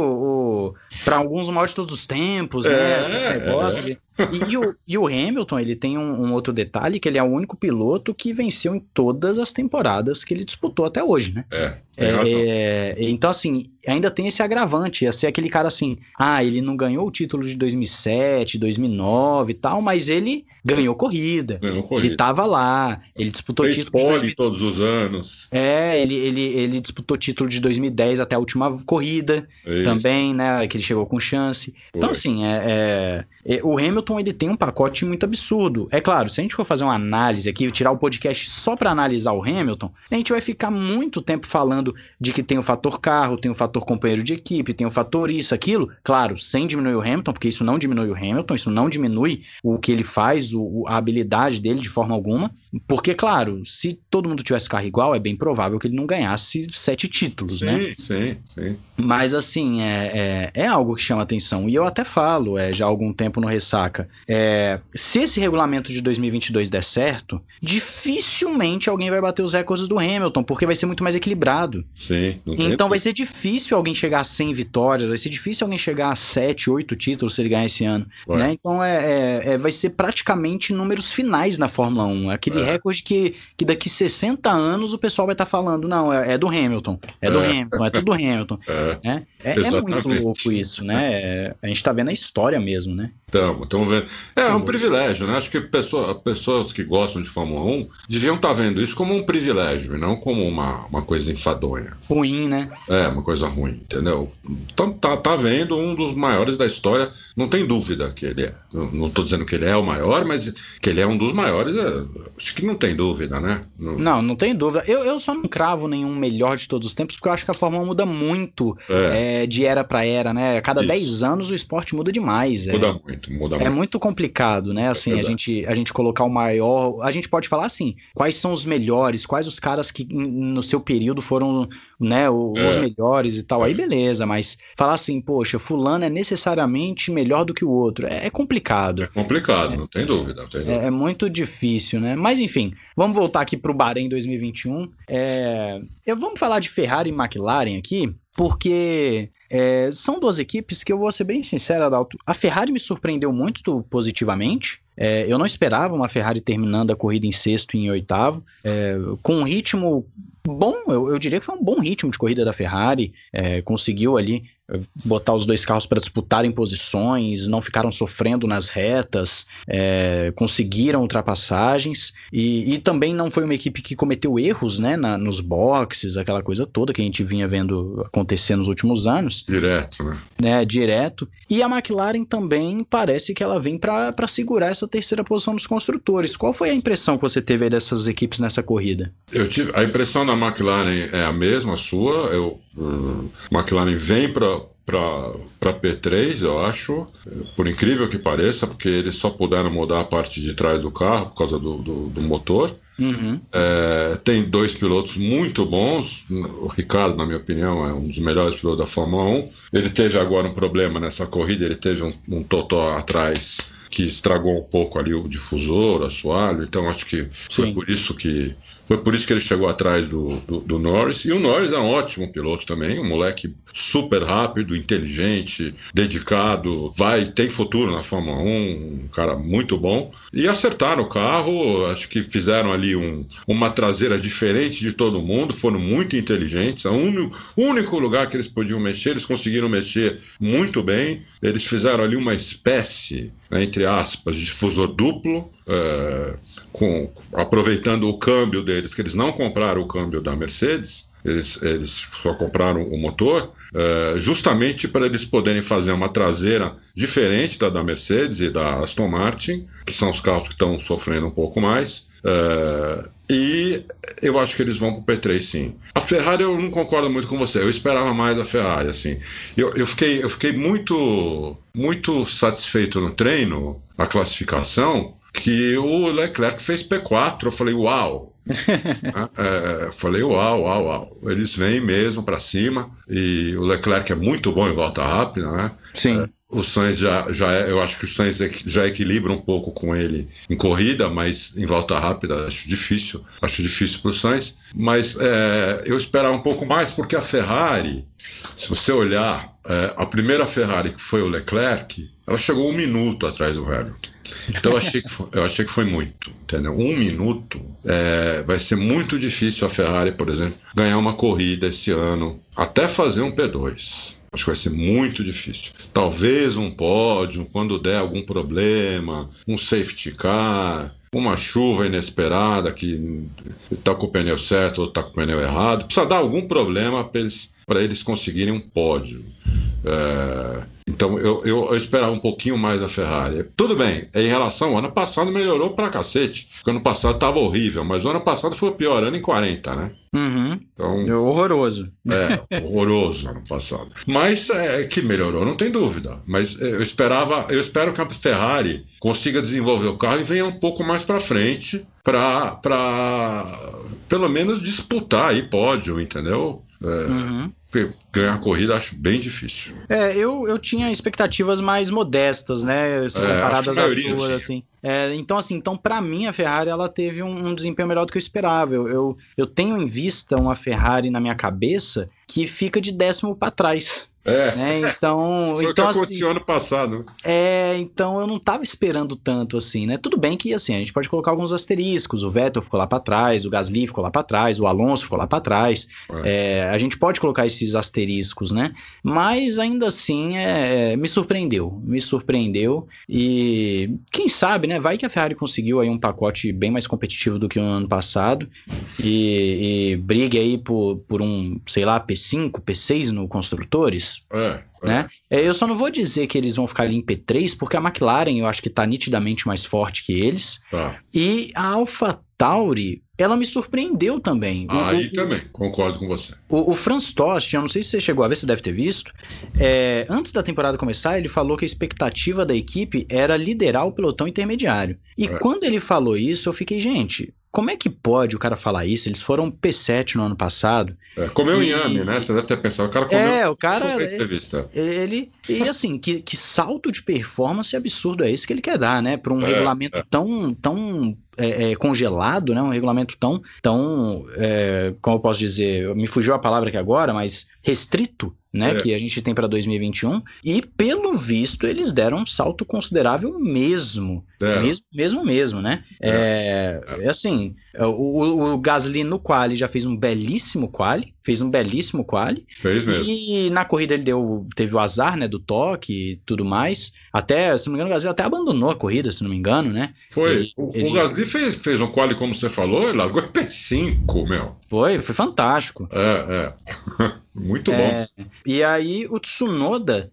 para alguns, o maior de todos os tempos, né? Esse negócio. E o Hamilton, ele tem um outro detalhe, que ele é o único piloto que venceu em todas as temporadas que ele disputou até hoje, né? Tem razão. Então, assim, ainda tem esse agravante, ia ser aquele cara assim, ele não ganhou o título de 2007, 2009 e tal, mas ele ganhou corrida. Ele tava lá, ele disputou título de 2000... todos os anos. Ele disputou título de 2010 até a última corrida também, né, que ele chegou com chance. Então, assim, o Hamilton, ele tem um pacote muito absurdo. É claro, se a gente for fazer uma análise aqui, tirar o podcast só para analisar o Hamilton, a gente vai ficar muito tempo falando de que tem o fator carro, tem o fator companheiro de equipe, tem o fator isso, aquilo. Claro, sem diminuir o Hamilton, porque isso não diminui o Hamilton, isso não diminui o que ele faz, a habilidade dele de forma alguma. Porque, claro, se todo mundo tivesse carro igual, é bem provável que ele não ganhasse 7 títulos, né? Sim. Mas, assim, é algo que chama atenção. E eu até falo, já há algum tempo no Ressaca, se esse regulamento de 2022 der certo, dificilmente alguém vai bater os recordes do Hamilton, porque vai ser muito mais equilibrado. Sim. Então vai ser difícil alguém chegar a 100 vitórias, vai ser difícil alguém chegar a 7, 8 títulos se ele ganhar esse ano, né? Então vai ser praticamente números finais na Fórmula 1. Aquele recorde que daqui 60 anos o pessoal vai estar falando, não, é do Hamilton, Hamilton, é tudo Hamilton. Né? É muito louco isso, né? A gente tá vendo a história mesmo, né? Estamos vendo. É um privilégio, né? Acho que pessoas que gostam de Fórmula 1 deviam estar vendo isso como um privilégio e não como uma coisa enfadonha. Ruim, né? Uma coisa ruim, entendeu? Então tá vendo um dos maiores da história, não tem dúvida que ele é. Não estou dizendo que ele é o maior, mas que ele é um dos maiores, acho que não tem dúvida, né? Não tem dúvida. Eu só não cravo nenhum melhor de todos os tempos, porque eu acho que a Fórmula 1 muda muito de era para era, né? Cada 10 anos o esporte muda demais. Muda muito. É muito complicado, né? Assim, a gente colocar o maior... A gente pode falar assim, quais são os melhores, quais os caras que no seu período foram né, os melhores e tal, aí beleza, mas falar assim, poxa, fulano é necessariamente melhor do que o outro, é complicado. É complicado, não tem dúvida. É muito difícil, né? Mas enfim, vamos voltar aqui pro Bahrein 2021. Vamos falar de Ferrari e McLaren aqui, porque são duas equipes que eu vou ser bem sincero, Adalto. A Ferrari me surpreendeu muito positivamente. Eu não esperava uma Ferrari terminando a corrida em sexto e em oitavo, com um ritmo bom, eu diria que foi um bom ritmo de corrida da Ferrari, conseguiu ali botar os dois carros para disputarem posições, não ficaram sofrendo nas retas, conseguiram ultrapassagens e também não foi uma equipe que cometeu erros, né, nos boxes, aquela coisa toda que a gente vinha vendo acontecer nos últimos anos. Direto, né? Direto. E a McLaren também parece que ela vem para segurar essa terceira posição dos construtores. Qual foi a impressão que você teve aí dessas equipes nessa corrida? A impressão da McLaren é a mesma, a sua. McLaren vem para P3, eu acho, por incrível que pareça, porque eles só puderam mudar a parte de trás do carro por causa do motor. Uhum. Tem dois pilotos muito bons. O Ricciardo, na minha opinião, é um dos melhores pilotos da Fórmula 1. Ele teve agora um problema nessa corrida, ele teve um totó atrás que estragou um pouco ali o difusor, o assoalho, então acho que foi por isso que ele chegou atrás do Norris. E o Norris é um ótimo piloto também, um moleque super rápido, inteligente, dedicado, tem futuro na Fórmula 1, um cara muito bom. E acertaram o carro, acho que fizeram ali uma traseira diferente de todo mundo, foram muito inteligentes. O único lugar que eles podiam mexer, eles conseguiram mexer muito bem. Eles fizeram ali uma espécie, entre aspas, de difusor duplo, aproveitando o câmbio deles, que eles não compraram o câmbio da Mercedes, eles só compraram o motor, justamente para eles poderem fazer uma traseira diferente da Mercedes e da Aston Martin, que são os carros que estão sofrendo um pouco mais. E eu acho que eles vão para o P3, sim. A Ferrari, eu não concordo muito com você. Eu esperava mais da Ferrari, assim. Eu fiquei muito, muito satisfeito no treino, a classificação, que o Leclerc fez P4. Eu falei, uau! Falei, uau. Eles vêm mesmo para cima. E o Leclerc é muito bom em volta rápida, né? Sim. O Sainz eu acho que o Sainz já equilibra um pouco com ele em corrida, mas em volta rápida acho difícil para o Sainz. Mas eu esperava um pouco mais, porque a Ferrari, se você olhar, a primeira Ferrari, que foi o Leclerc, ela chegou 1 minuto atrás do Hamilton. Então eu achei que foi muito, entendeu? 1 minuto, vai ser muito difícil a Ferrari, por exemplo, ganhar uma corrida esse ano, até fazer um P2. Acho que vai ser muito difícil. Talvez um pódio, quando der algum problema, um safety car, uma chuva inesperada que está com o pneu certo ou está com o pneu errado. Precisa dar algum problema para eles conseguirem um pódio. Então eu esperava um pouquinho mais da Ferrari. Tudo bem, em relação ao ano passado melhorou pra cacete, porque o ano passado estava horrível, mas o ano passado foi o pior ano em 40, né? Uhum. Então, horroroso. Horroroso ano passado. Mas que melhorou, não tem dúvida. Mas eu espero que a Ferrari consiga desenvolver o carro e venha um pouco mais para frente para pelo menos disputar aí pódio, entendeu? Porque ganhar a corrida acho bem difícil. Eu tinha expectativas mais modestas, né? Comparadas às suas, assim. Então para mim a Ferrari ela teve um desempenho melhor do que eu esperava. Eu tenho em vista uma Ferrari na minha cabeça que fica de 10º para trás. Né? Foi o que aconteceu ano passado. Então eu não tava esperando tanto assim, né? Tudo bem que assim, a gente pode colocar alguns asteriscos. O Vettel ficou lá para trás, o Gasly ficou lá para trás, o Alonso ficou lá para trás. A gente pode colocar esses asteriscos, né? Mas ainda assim me surpreendeu e quem sabe, né? Vai que a Ferrari conseguiu aí um pacote bem mais competitivo do que o ano passado e brigue aí por um, sei lá, P5, P6 no Construtores. Né? Eu só não vou dizer que eles vão ficar ali em P3, porque a McLaren eu acho que tá nitidamente mais forte que eles. E a AlphaTauri, ela me surpreendeu também. Aí também, concordo com você. O Franz Tost, eu não sei se você chegou a ver, você deve ter visto, antes da temporada começar, ele falou que a expectativa da equipe era liderar o pelotão intermediário. E quando ele falou isso, eu fiquei, gente, como é que pode o cara falar isso? Eles foram P7 no ano passado. Comeu inhame, né? Você deve ter pensado, o cara comeu. O cara, e assim, que salto de performance absurdo é esse que ele quer dar, né? Para um regulamento tão congelado, né? Um regulamento tão como eu posso dizer, me fugiu a palavra aqui agora, mas restrito, né? Que a gente tem para 2021, e pelo visto eles deram um salto considerável mesmo, mesmo, né? Assim, o Gasly no quali já fez um belíssimo quali, fez mesmo. E na corrida ele teve o azar, né, do toque e tudo mais. Até, se não me engano, o Gasly até abandonou a corrida, se não me engano, né? Foi. O Gasly fez um quali, como você falou, ele largou em P5, meu. Foi fantástico. Muito bom. E aí o Tsunoda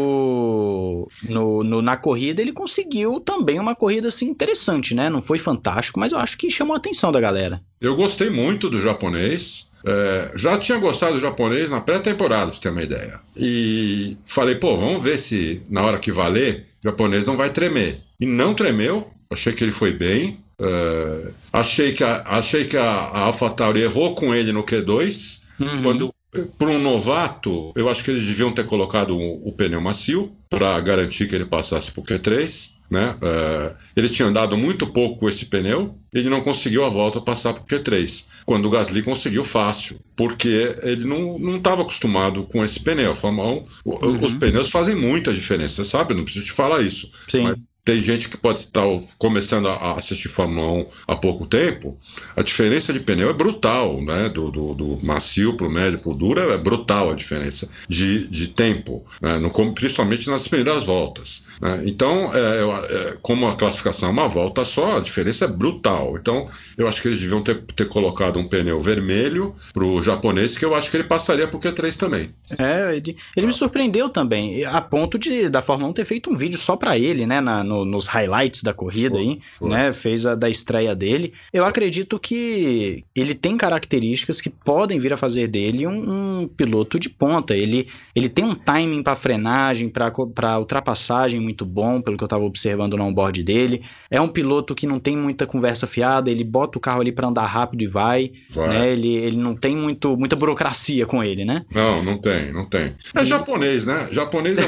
na corrida ele conseguiu também uma corrida assim interessante, né? Não foi fantástico, mas eu acho que chamou a atenção da galera. Eu gostei muito do japonês. Já tinha gostado do japonês na pré-temporada, pra você ter uma ideia. E falei, vamos ver se na hora que valer, o japonês não vai tremer. E não tremeu, achei que ele foi bem. Achei que a AlphaTauri errou com ele no Q2. Quando, para um novato, eu acho que eles deviam ter colocado o pneu macio para garantir que ele passasse para o Q3. Né? Ele tinha andado muito pouco com esse pneu, ele não conseguiu a volta passar para o Q3, quando o Gasly conseguiu fácil, porque ele não estava acostumado com esse pneu. Os pneus fazem muita diferença, você sabe? Eu não preciso te falar isso. Sim. Mas tem gente que pode estar começando a assistir Fórmula 1 há pouco tempo, a diferença de pneu é brutal, né? Do macio para o médio para o duro é brutal a diferença de tempo, né? Principalmente nas primeiras voltas. Né? Então, como a classificação é uma volta só, a diferença é brutal. Então, eu acho que eles deviam ter colocado um pneu vermelho para o japonês, que eu acho que ele passaria para o Q3 também. Ele me surpreendeu também, a ponto da Fórmula 1 ter feito um vídeo só para ele, né? Nos highlights da corrida aí, né? Fez a da estreia dele. Eu acredito que ele tem características que podem vir a fazer dele um piloto de ponta. Ele tem um timing para frenagem, para ultrapassagem muito bom, pelo que eu estava observando no onboard dele. É um piloto que não tem muita conversa fiada, ele bota o carro ali para andar rápido e vai. Né? Ele não tem muita burocracia com ele, né? Não tem. É japonês, né? Japonês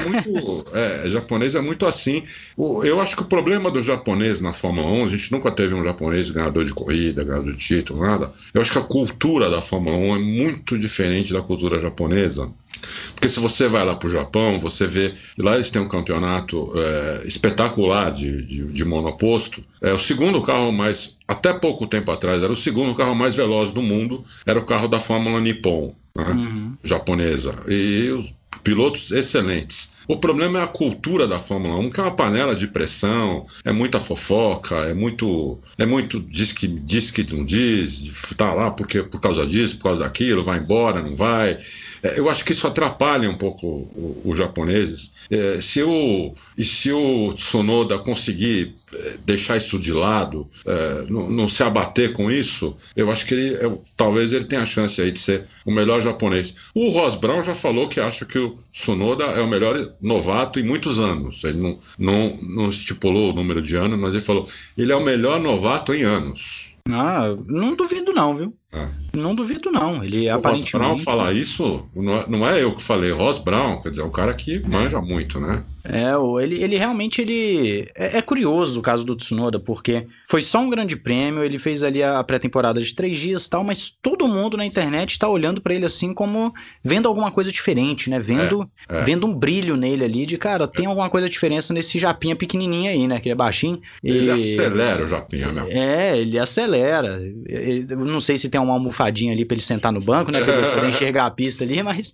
é muito assim. Eu acho que o problema do japonês na Fórmula 1, a gente nunca teve um japonês ganhador de corrida, ganhador de título, nada. Eu acho que a cultura da Fórmula 1 é muito diferente da cultura japonesa. Porque se você vai lá para o Japão, você vê, lá eles têm um campeonato espetacular de monoposto. O segundo carro até pouco tempo atrás, era o segundo carro mais veloz do mundo, era o carro da Fórmula Nippon, né? Japonesa. E os pilotos excelentes. O problema é a cultura da Fórmula 1, que é uma panela de pressão, é muita fofoca, é muito diz que não diz, tá lá por causa disso, por causa daquilo, vai embora, não vai. Eu acho que isso atrapalha um pouco os japoneses. Se o Tsunoda conseguir deixar isso de lado, não se abater com isso, eu acho que talvez ele tenha a chance aí de ser o melhor japonês. O Ross Brown já falou que acha que o Tsunoda é o melhor novato em muitos anos. Ele não estipulou o número de anos, mas ele falou ele é o melhor novato em anos. Não duvido não, viu? Não duvido não. Ele aparentemente... Ross Brown falar isso, não é eu que falei, Ross Brown, quer dizer, é um cara que manja muito, né? Ele realmente é curioso o caso do Tsunoda, porque foi só um grande prêmio, ele fez ali a pré-temporada de 3 dias e tal, mas todo mundo na internet tá olhando pra ele assim como vendo alguma coisa diferente, né? Vendo um brilho nele ali de, cara, tem alguma coisa diferença nesse Japinha pequenininho aí, né? Que ele é baixinho. Ele acelera o Japinha, meu. Ele acelera. Eu não sei se tem uma almofadinha ali pra ele sentar no banco, né? Pra ele poder enxergar a pista ali, mas...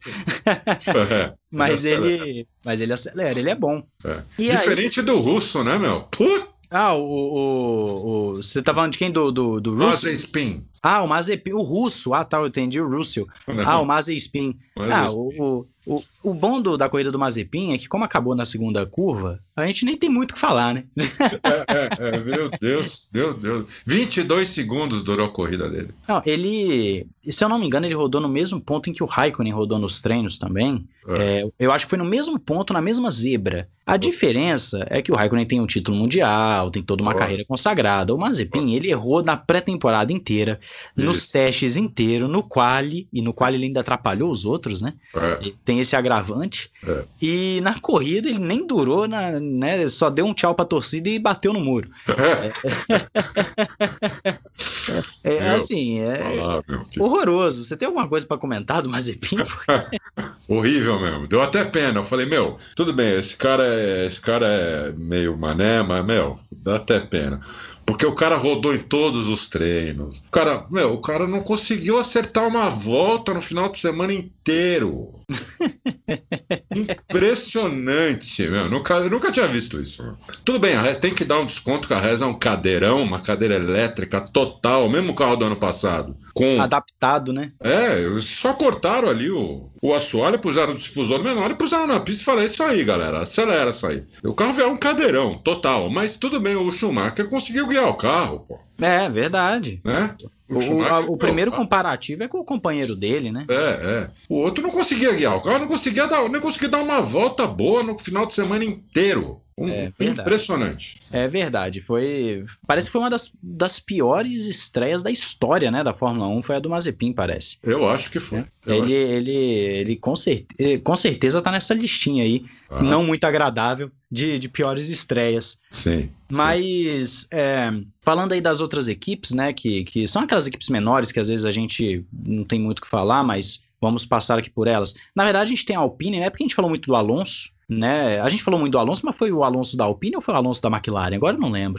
mas ele acelera, ele é bom. Diferente do russo, né, meu? Você tá falando de quem? Do russo? Mazepin. Ah, o Mazepin, o russo. Ah, tá, eu entendi o Russell. Não, O Mazepin. mas O bom da corrida do Mazepin é que, como acabou na segunda curva, a gente nem tem muito o que falar, né? meu Deus, Deus, Deus. 22 segundos durou a corrida dele. Não, ele, se eu não me engano, ele rodou no mesmo ponto em que o Raikkonen rodou nos treinos também. Eu acho que foi no mesmo ponto, na mesma zebra. A diferença é que o Raikkonen tem um título mundial, tem toda uma carreira consagrada. O Mazepin, ele errou na pré-temporada inteira, nos testes inteiros, no quali, e no quali ele ainda atrapalhou os outros, né? Tem esse agravante. E na corrida ele nem durou, né? Só deu um tchau pra torcida e bateu no muro. Horroroso. Você tem alguma coisa pra comentar do Mazepin? Horrível mesmo. Deu até pena. Eu falei, tudo bem, esse cara é meio mané, mas, dá até pena. Porque o cara rodou em todos os treinos. O cara não conseguiu acertar uma volta no final de semana inteiro. Impressionante, eu nunca tinha visto isso. Tudo bem, a Rez tem que dar um desconto, que a Rez é um cadeirão, uma cadeira elétrica total, mesmo carro do ano passado. Adaptado, né? Só cortaram ali o assoalho, puseram o difusor menor e puseram na pista e falaram, isso aí, galera, acelera isso aí. O carro é um cadeirão, total, mas tudo bem, o Schumacher conseguiu guiar o carro, pô. É verdade. Né? O primeiro comparativo é com o companheiro dele, né? O outro não conseguia guiar o carro, não conseguia dar uma volta boa no final de semana inteiro. Impressionante. É verdade. Parece que foi uma das piores estreias da história, né, da Fórmula 1. Foi a do Mazepin, parece. Eu acho que foi. Ele com certeza tá nessa listinha aí. Não muito agradável de piores estreias. Sim. Mas, falando aí das outras equipes, né, que são aquelas equipes menores que às vezes a gente não tem muito o que falar, mas vamos passar aqui por elas. Na verdade, a gente tem a Alpine, né, porque a gente falou muito do Alonso, né? A gente falou muito do Alonso, mas foi o Alonso da Alpine ou foi o Alonso da McLaren? Agora eu não lembro.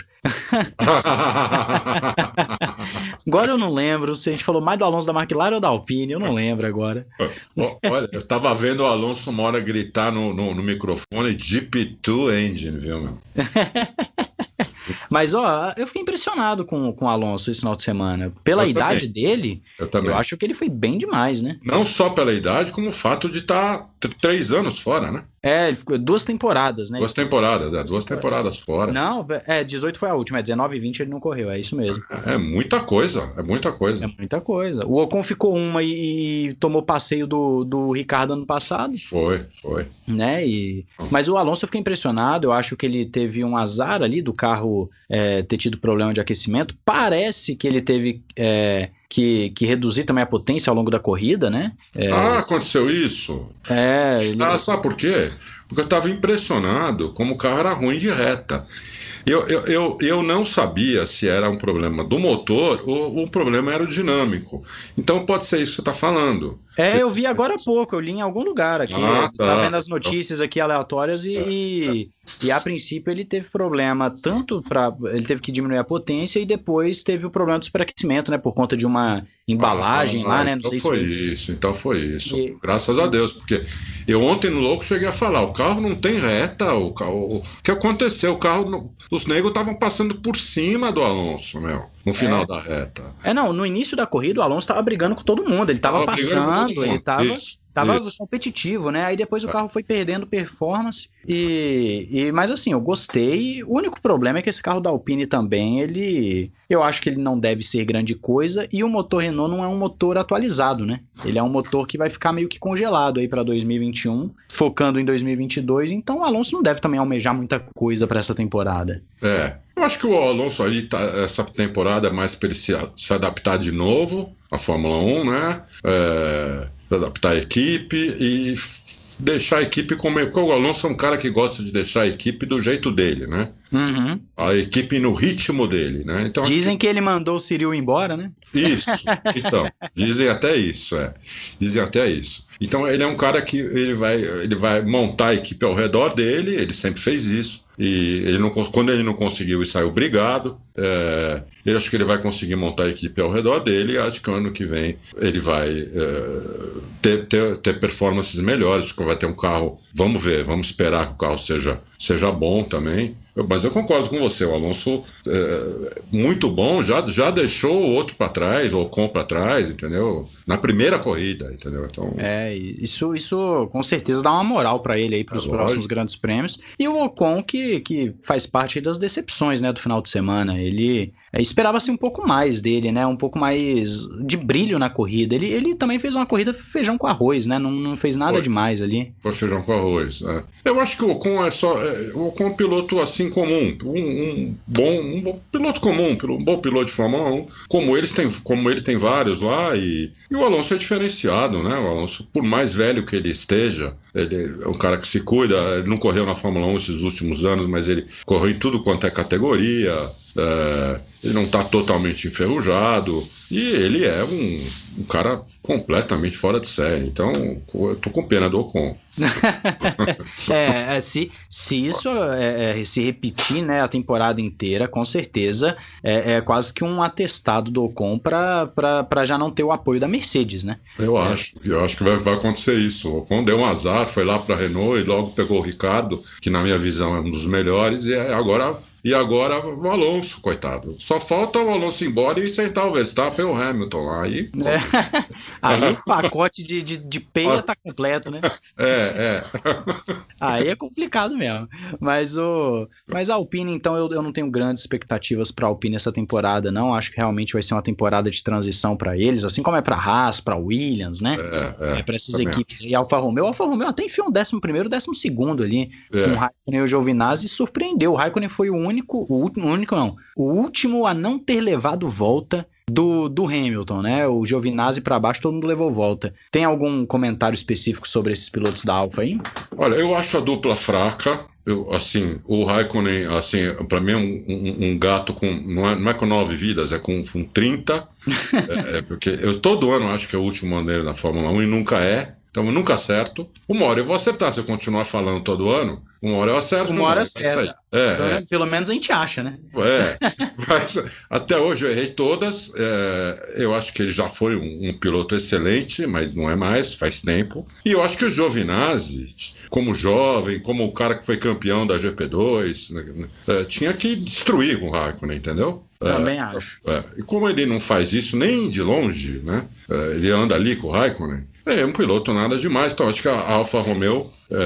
Agora eu não lembro se a gente falou mais do Alonso da McLaren ou da Alpine, eu não lembro agora. Olha, eu tava vendo o Alonso uma hora gritar no microfone GP2 Engine, viu, meu? Mas, eu fiquei impressionado com o Alonso esse final de semana. Pela idade dele, eu acho que ele foi bem demais, né? Não só pela idade, como o fato de estar 3 anos fora, né? Ele ficou 2 temporadas, né? 2 temporadas fora. Não, 18 foi a última, 19 e 20 ele não correu, é isso mesmo. É muita coisa. O Ocon ficou uma e tomou passeio do Ricardo ano passado. Foi. Né? Mas o Alonso eu fiquei impressionado, eu acho que ele teve um azar ali do carro ter tido problema de aquecimento. Parece que ele teve que reduzir também a potência ao longo da corrida, né? Aconteceu isso? Sabe por quê? Porque eu estava impressionado como o carro era ruim de reta. Eu não sabia se era um problema do motor ou o problema aerodinâmico. Então pode ser isso que você está falando. Eu vi agora há pouco, eu li em algum lugar aqui. Tá vendo as notícias aqui aleatórias e a princípio ele teve problema tanto ele teve que diminuir a potência e depois teve o problema do superaquecimento, né? Por conta de uma embalagem lá, né? Não sei Então foi isso. Graças a Deus, porque eu ontem no Louco cheguei a falar, o carro não tem reta, o que aconteceu? O carro, os negros estavam passando por cima do Alonso, no final da reta. No início da corrida o Alonso estava brigando com todo mundo, ele estava passando, ele estava competitivo, né? Aí depois o carro foi perdendo performance mas assim, eu gostei. O único problema é que esse carro da Alpine também, eu acho que ele não deve ser grande coisa e o motor Renault não é um motor atualizado, né? Ele é um motor que vai ficar meio que congelado aí para 2021, focando em 2022, então o Alonso não deve também almejar muita coisa para essa temporada. Eu acho que o Alonso aí essa temporada é mais para ele se adaptar de novo à Fórmula 1, né? Adaptar a equipe e deixar a equipe porque o Alonso é um cara que gosta de deixar a equipe do jeito dele, né? Uhum. A equipe no ritmo dele, né? Então, dizem que ele mandou o Cyril embora, né? Isso, então, dizem até isso. Então ele é um cara que ele vai montar a equipe ao redor dele, ele sempre fez isso. E quando ele não conseguiu e saiu brigado, eu acho que ele vai conseguir montar a equipe ao redor dele e acho que ano que vem ele vai ter performances melhores, porque vai ter um carro, vamos ver, vamos esperar que o carro seja bom também. Mas eu concordo com você, o Alonso muito bom, já deixou o outro para trás, o Ocon para trás, entendeu? Na primeira corrida, entendeu? Então... Isso com certeza dá uma moral para ele aí para os próximos grandes prêmios. E o Ocon que faz parte das decepções, né, do final de semana. Ele esperava-se um pouco mais dele, né? Um pouco mais de brilho na corrida. Ele também fez uma corrida feijão com arroz, né? Não fez nada demais ali. Foi feijão com arroz. Eu acho que o Ocon o Ocon é um piloto assim comum, um bom piloto comum, um bom piloto de Fórmula 1, como ele tem vários lá, e o Alonso é diferenciado, né? O Alonso, por mais velho que ele esteja, ele é um cara que se cuida. Ele não correu na Fórmula 1 esses últimos anos, mas ele correu em tudo quanto é categoria. Ele não está totalmente enferrujado, e ele é um cara completamente fora de série. Então eu tô com pena do Ocon. Se isso se repetir, né, a temporada inteira, com certeza é quase que um atestado do Ocon para já não ter o apoio da Mercedes, né? Eu acho que vai acontecer isso. O Ocon deu um azar, foi lá para a Renault e logo pegou o Ricardo, que na minha visão é um dos melhores, e agora o Alonso, coitado. Só falta o Alonso ir embora e sentar o Verstappen e o Hamilton lá. Aí o pacote de peia tá completo, né? Aí é complicado mesmo. Mas a Alpine, então, eu não tenho grandes expectativas para a Alpine essa temporada, não. Acho que realmente vai ser uma temporada de transição para eles, assim como é para Haas, para Williams, né? Para essas equipes. E Alfa Romeo até enfiou um 11º, 12º ali com o Raikkonen e o Giovinazzi, e surpreendeu. O Raikkonen foi o último a não ter levado volta do Hamilton, né? O Giovinazzi para baixo, todo mundo levou volta. Tem algum comentário específico sobre esses pilotos da Alfa aí? Olha, eu acho a dupla fraca. O Raikkonen, para mim é um gato com, não é com 9 vidas, é com 30. Porque eu todo ano acho que é o último ano dele na Fórmula 1 e nunca é. Então eu nunca acerto. Uma hora eu vou acertar, se eu continuar falando todo ano. Uma hora eu acerto. Uma hora acerta. Pelo menos a gente acha, né? Mas até hoje eu errei todas. Eu acho que ele já foi um piloto excelente, mas não é mais, faz tempo. E eu acho que o Giovinazzi, como jovem, como o cara que foi campeão da GP2, tinha que destruir com o Raikkonen, entendeu? Também acho. E como ele não faz isso nem de longe, né? Ele anda ali com o Raikkonen. É um piloto nada demais. Então acho que a Alfa Romeo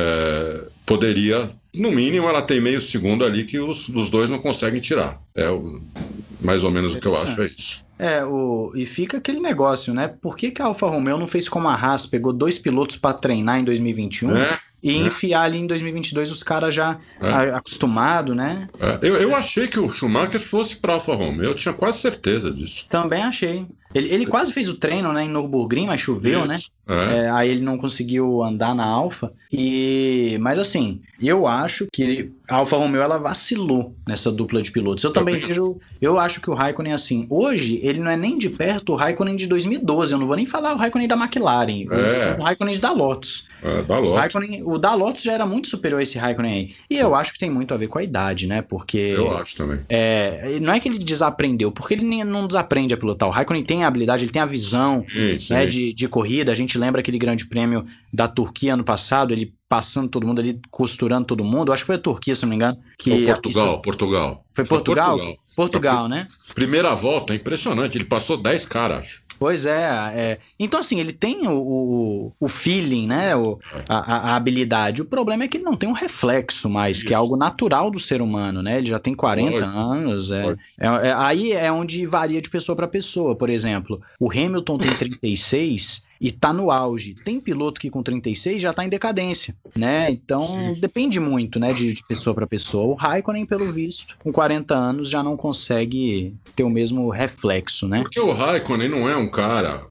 poderia, no mínimo, ela tem meio segundo ali que os dois não conseguem tirar. Mais ou menos o que eu acho é isso. E fica aquele negócio, né? Por que a Alfa Romeo não fez como a Haas, pegou 2 pilotos para treinar em 2021 e enfiar ali em 2022 os caras já acostumados, né? Eu achei que o Schumacher fosse para a Alfa Romeo, eu tinha quase certeza disso. Também achei. Ele quase fez o treino, né, em Nürburgring, mas choveu, né? Aí ele não conseguiu andar na Alfa. Mas assim, eu acho que a Alfa Romeo ela vacilou nessa dupla de pilotos. Eu acho que o Raikkonen, assim, hoje ele não é nem de perto o Raikkonen de 2012. Eu não vou nem falar o Raikkonen da McLaren, o Raikkonen da Lotus. O da Lotus já era muito superior a esse Raikkonen aí. E eu acho que tem muito a ver com a idade, né? Porque... Eu acho também. Não é que ele desaprendeu, porque ele não desaprende a pilotar. O Raikkonen tem a habilidade, ele tem a visão, né, de corrida. A gente lembra aquele grande prêmio da Turquia ano passado, ele passando todo mundo ali, costurando todo mundo. Eu acho que foi a Turquia, se não me engano. Portugal. Foi Portugal? Portugal, né? Primeira volta, impressionante. Ele passou 10 caras, acho. Pois então assim, ele tem o feeling, né, a habilidade. O problema é que ele não tem um reflexo mais, que é algo natural do ser humano, né? Ele já tem 40 anos. Aí é onde varia de pessoa para pessoa. Por exemplo, o Hamilton tem 36 e tá no auge. Tem piloto que com 36 já tá em decadência, né? Então depende muito, né, de pessoa para pessoa. O Raikkonen, pelo visto, com 40 anos já não consegue ter o mesmo reflexo, né? Porque o Raikkonen não é um cara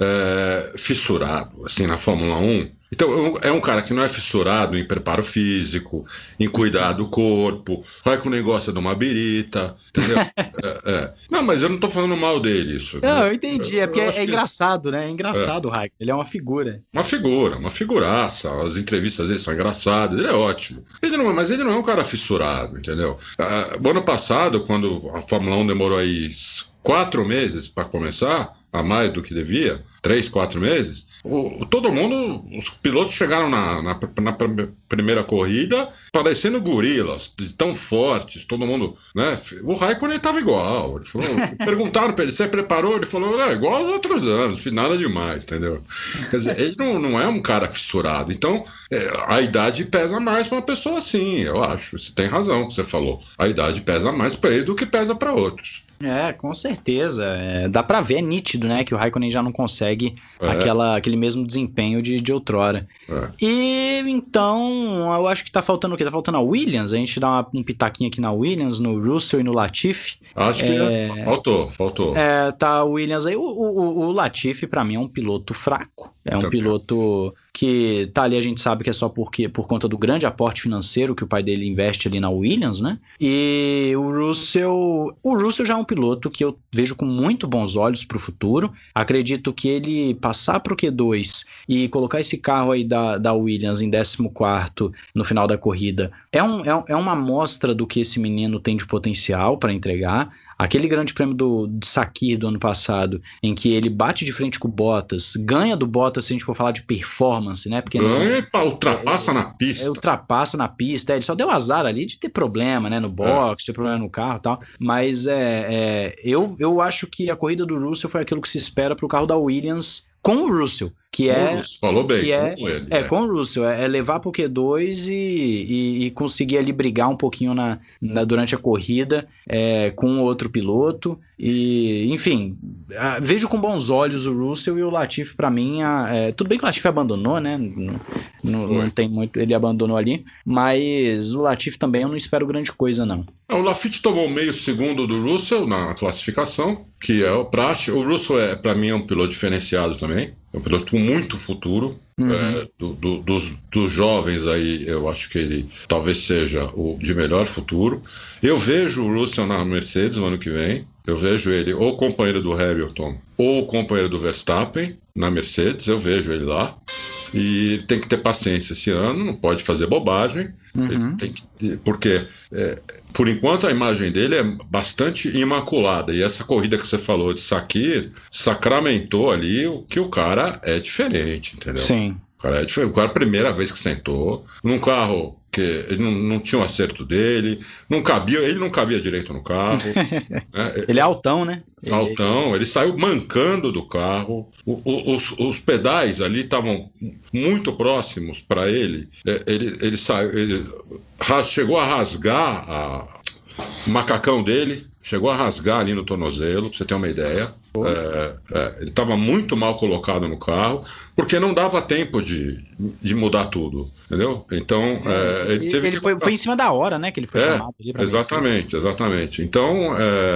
fissurado, assim, na Fórmula 1. Então, é um cara que não é fissurado em preparo físico, em cuidar do corpo. O Raikkonen gosta de uma birita, entendeu? Não, mas eu não tô falando mal dele, isso. Não, eu entendi, porque é engraçado, né? É engraçado o Raikkonen, ele é uma figura. Uma figuraça. As entrevistas dele são engraçadas, ele é ótimo. Mas ele não é um cara fissurado, entendeu? O ano passado, quando a Fórmula 1 demorou aí 4 meses para começar, a mais do que devia, 3, 4 meses, todo mundo, os pilotos chegaram na primeira corrida parecendo gorilas, tão fortes, todo mundo, né? O Raikkonen estava igual. Ele falou, perguntaram para ele, você preparou? Ele falou, igual aos outros anos, nada demais, entendeu? Quer dizer, ele não é um cara fissurado. Então, a idade pesa mais para uma pessoa assim, eu acho. Você tem razão que você falou. A idade pesa mais para ele do que pesa para outros. Com certeza. Dá pra ver, é nítido, né? Que o Raikkonen já não consegue aquele mesmo desempenho de outrora. E então, eu acho que tá faltando o quê? Tá faltando a Williams. A gente dá um pitaquinho aqui na Williams, no Russell e no Latifi. Acho que faltou. Tá a Williams aí. O Latifi, pra mim, é um piloto fraco. É um piloto que tá ali, a gente sabe que é só por conta do grande aporte financeiro que o pai dele investe ali na Williams, né? E o Russell já é um piloto que eu vejo com muito bons olhos pro futuro. Acredito que ele passar pro Q2 e colocar esse carro aí da Williams em 14º no final da corrida é uma amostra do que esse menino tem de potencial para entregar. Aquele grande prêmio de Sakir do ano passado, em que ele bate de frente com o Bottas, ganha do Bottas se a gente for falar de performance, né? Porque ultrapassa na pista. Ultrapassa na pista, ele só deu azar ali de ter problema, né? No box, ter problema no carro e tal. Mas eu acho que a corrida do Russell foi aquilo que se espera para o carro da Williams com o Russell. Falou bem, com ele. Com o Russell, levar pro Q2 e conseguir ali brigar um pouquinho durante a corrida com outro piloto. E, enfim, vejo com bons olhos o Russell e o Latifi, pra mim. Tudo bem que o Latifi abandonou, né? Não tem muito, ele abandonou ali, mas o Latifi também eu não espero grande coisa, não. O Latifi tomou meio segundo do Russell na classificação, que é o praxe. O Russell, pra mim, é um piloto diferenciado também. É um piloto com muito futuro. Dos jovens aí, eu acho que ele talvez seja o de melhor futuro. Eu vejo o Russell na Mercedes no ano que vem. Eu vejo ele ou companheiro do Hamilton ou companheiro do Verstappen na Mercedes. Eu vejo ele lá. E ele tem que ter paciência esse ano, não pode fazer bobagem. Ele tem que, porque, por enquanto, a imagem dele é bastante imaculada. E essa corrida que você falou de Sakir sacramentou ali que o cara é diferente, entendeu? Sim. O cara é diferente. O cara, a primeira vez que sentou num carro que ele não tinha o acerto dele, ele não cabia direito no carro. Né? Ele é altão, né? Altão, ele saiu mancando do carro. Os pedais ali estavam muito próximos para ele. Ele saiu, chegou a rasgar o macacão dele, chegou a rasgar ali no tornozelo, pra você ter uma ideia. Ele estava muito mal colocado no carro, porque não dava tempo de mudar tudo, entendeu? Então, ele teve foi em cima da hora, né, que ele foi chamado ali pra exatamente. Então,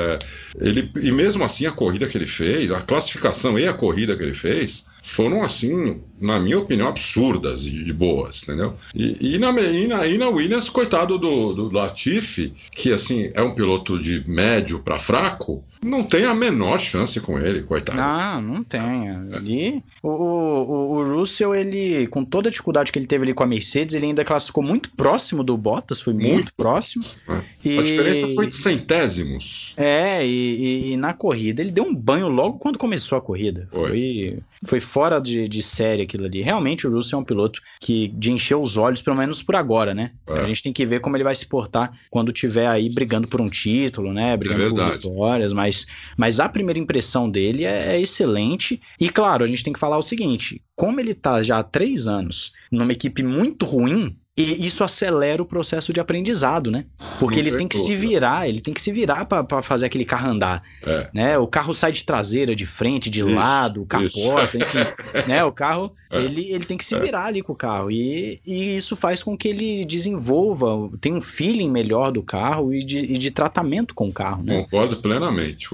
e mesmo assim, a corrida que ele fez, a classificação e a corrida que ele fez, foram, assim, na minha opinião, absurdas de boas, entendeu? E na Williams, coitado do Latifi, que, assim, é um piloto de médio para fraco, não tem a menor chance com ele, coitado. Não tem. Ali, o Russell, ele, com toda a dificuldade que ele teve ali com a Mercedes, ele ainda classificou muito próximo do Bottas, foi muito próximo. A diferença foi de centésimos. E na corrida, ele deu um banho logo quando começou a corrida. Foi fora de série aquilo ali. Realmente, o Russell é um piloto de encher os olhos, pelo menos por agora, né? A gente tem que ver como ele vai se portar quando tiver aí brigando por um título, né? Brigando por vitórias, mas a primeira impressão dele é excelente. E, claro, a gente tem que falar o seguinte, como ele tá já há 3 anos numa equipe muito ruim, e isso acelera o processo de aprendizado, né? Porque ele tem que se virar para fazer aquele carro andar, né? O carro sai de traseira, de frente, de lado, capota, enfim, né? O carro, ele tem que se virar ali com o carro e isso faz com que ele desenvolva, tenha um feeling melhor do carro e de tratamento com o carro, né? Concordo plenamente.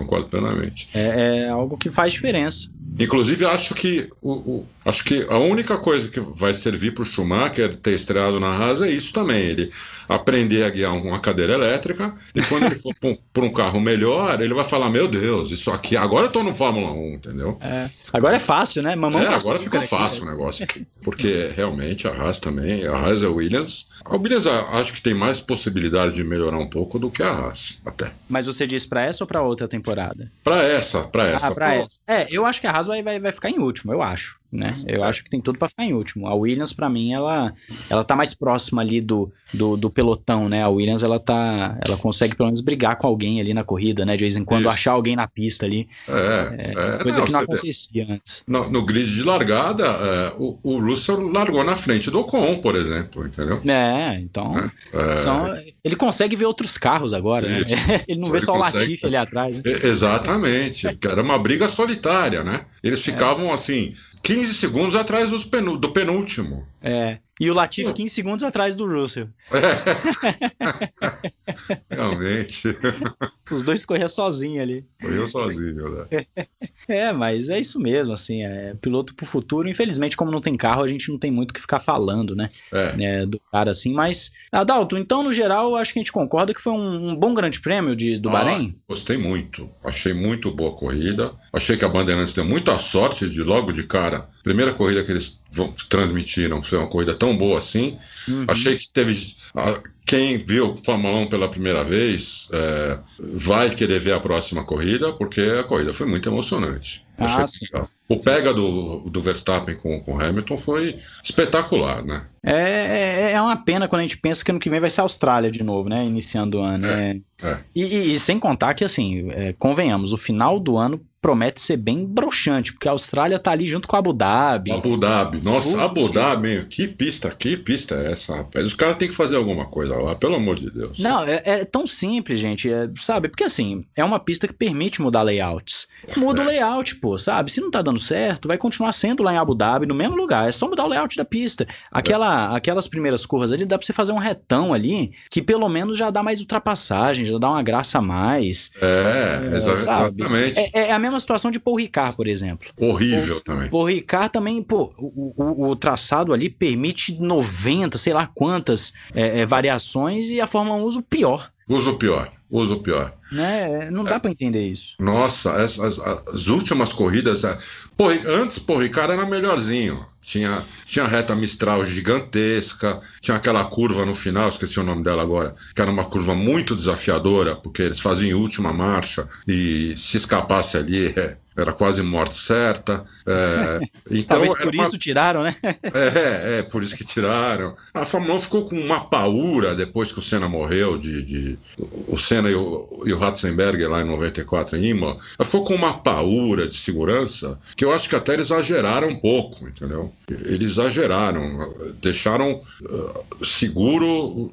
É algo que faz diferença. Inclusive, acho que a única coisa que vai servir para o Schumacher ter estreado na Haas é isso também, ele aprender a guiar uma cadeira elétrica, e quando ele for para um carro melhor, ele vai falar, meu Deus, isso aqui, agora eu estou no Fórmula 1, entendeu? Agora é fácil, né? Agora ficou fácil o negócio aqui, porque realmente a Haas também, a Haas é o Williams. A Williams acho que tem mais possibilidade de melhorar um pouco do que a Haas, até. Mas você diz pra essa ou pra outra temporada? Pra essa. Eu acho que a Haas vai ficar em último, eu acho. né? Eu acho que tem tudo para ficar em último. A Williams, para mim, ela tá mais próxima ali do pelotão, né? A Williams, ela consegue pelo menos brigar com alguém ali na corrida, né? De vez em quando achar alguém na pista ali. Coisa que não acontecia antes. No grid de largada, o Russell largou na frente do Ocon, por exemplo, entendeu? Então ele consegue ver outros carros agora, né? Ele não vê só o Latifi ali atrás. Né? Exatamente, era uma briga solitária, né? Eles ficavam assim 15 segundos atrás do penúltimo. E o Latifi 15 segundos atrás do Russell. Realmente. Os dois corriam sozinhos ali. Corriam sozinho, né? Mas é isso mesmo, assim, piloto pro futuro. Infelizmente, como não tem carro, a gente não tem muito o que ficar falando, né? Do cara assim, mas... Adalto, então, no geral, acho que a gente concorda que foi um bom grande prêmio do Bahrein? Gostei muito. Achei muito boa a corrida. Achei que a Bandeirantes deu muita sorte de logo de cara. Primeira corrida que eles transmitiram foi uma corrida tão boa assim. Achei que teve... Quem viu Fórmula 1 pela primeira vez vai querer ver a próxima corrida, porque a corrida foi muito emocionante. O pega do Verstappen com o Hamilton foi espetacular, né? É uma pena quando a gente pensa que ano que vem vai ser a Austrália de novo, né? Iniciando o ano. E sem contar que, assim, convenhamos, o final do ano promete ser bem broxante, porque a Austrália tá ali junto com a Abu Dhabi. Nossa, Abu Dhabi, que pista é essa, rapaz? Os caras têm que fazer alguma coisa lá, pelo amor de Deus. Não, é tão simples, gente, sabe? Porque assim, é uma pista que permite mudar layouts. Muda o layout, pô, sabe? Se não tá dando certo, vai continuar sendo lá em Abu Dhabi, no mesmo lugar. É só mudar o layout da pista. Aquelas primeiras curvas ali, dá pra você fazer um retão ali, que pelo menos já dá mais ultrapassagem, já dá uma graça a mais. Exatamente. É a mesma situação de Paul Ricard, por exemplo. Horrível também. Paul Ricard também, o traçado ali permite 90, sei lá quantas variações, e a Fórmula 1 usa o pior. Usa o pior. Né? Não dá pra entender isso. Nossa, as últimas corridas... Antes, Paul Ricard era melhorzinho. Tinha reta Mistral gigantesca, tinha aquela curva no final, esqueci o nome dela agora, que era uma curva muito desafiadora, porque eles faziam última marcha, e se escapasse ali... Era quase morte certa. Então, talvez por isso tiraram, né? Por isso que tiraram. A Fórmula 1 ficou com uma paura depois que o Senna morreu, o Senna e o Ratzenberger lá em 94 em Imola. Ficou com uma paura de segurança que eu acho que até eles exageraram um pouco, entendeu? Eles exageraram, deixaram seguro.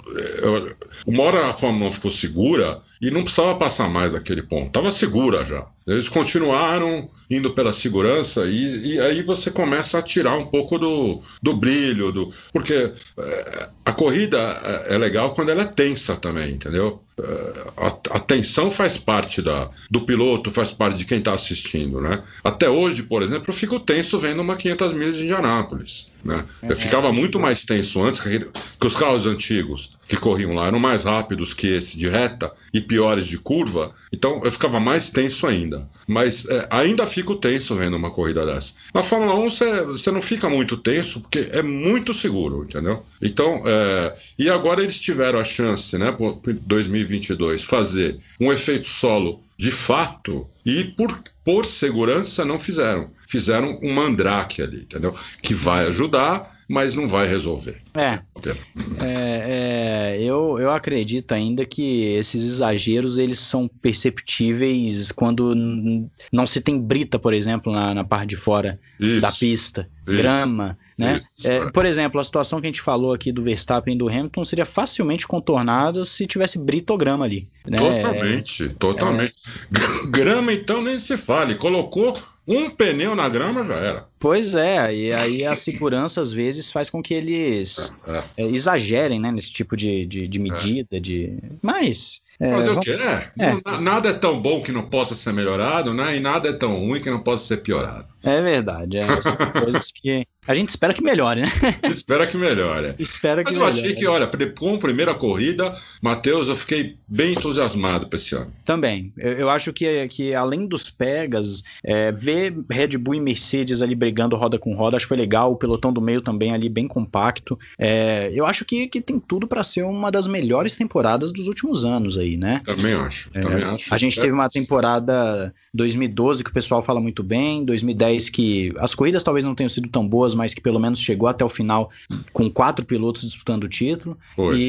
Uma hora a Fórmula 1 ficou segura e não precisava passar mais daquele ponto. Estava segura já. Eles continuaram indo pela segurança e aí você começa a tirar um pouco do brilho, porque a corrida é legal quando ela é tensa também, entendeu? A tensão faz parte do piloto, faz parte de quem está assistindo, né? Até hoje, por exemplo, eu fico tenso vendo uma 500 milhas de Indianápolis, né? Eu ficava muito mais tenso antes que os carros antigos que corriam lá eram mais rápidos que esse de reta e piores de curva, então eu ficava mais tenso ainda. Mas ainda fico tenso vendo uma corrida dessa. Na Fórmula 1 você não fica muito tenso porque é muito seguro, entendeu? Então, e agora eles tiveram a chance, né, por 2022, fazer um efeito solo de fato, e por segurança não fizeram. Fizeram um mandrake ali, entendeu? Que vai ajudar, mas não vai resolver. Eu acredito ainda que esses exageros eles são perceptíveis quando não se tem brita, por exemplo, na parte de fora da pista, grama, né? Por exemplo, a situação que a gente falou aqui do Verstappen e do Hamilton seria facilmente contornada se tivesse brita ou grama ali, né? Totalmente. Grama, então, nem se fale. Colocou um pneu na grama, já era. Pois e aí a segurança às vezes faz com que eles exagerem, né, nesse tipo de medida, Mas... Fazer o quê? Nada é tão bom que não possa ser melhorado, né? E nada é tão ruim que não possa ser piorado. É verdade, são coisas que a gente espera que melhore, né? Espera que melhore. Mas eu achei que, olha, com a primeira corrida, Matheus, eu fiquei bem entusiasmado para esse ano. Também. Eu acho que além dos pegas, ver Red Bull e Mercedes ali brigando roda com roda, acho que foi legal. O pelotão do meio também ali bem compacto. Eu acho que tem tudo para ser uma das melhores temporadas dos últimos anos aí, né? Também acho. A gente teve uma temporada 2012 que o pessoal fala muito bem, 2010 que as corridas talvez não tenham sido tão boas, mas que pelo menos chegou até o final com 4 pilotos disputando o título.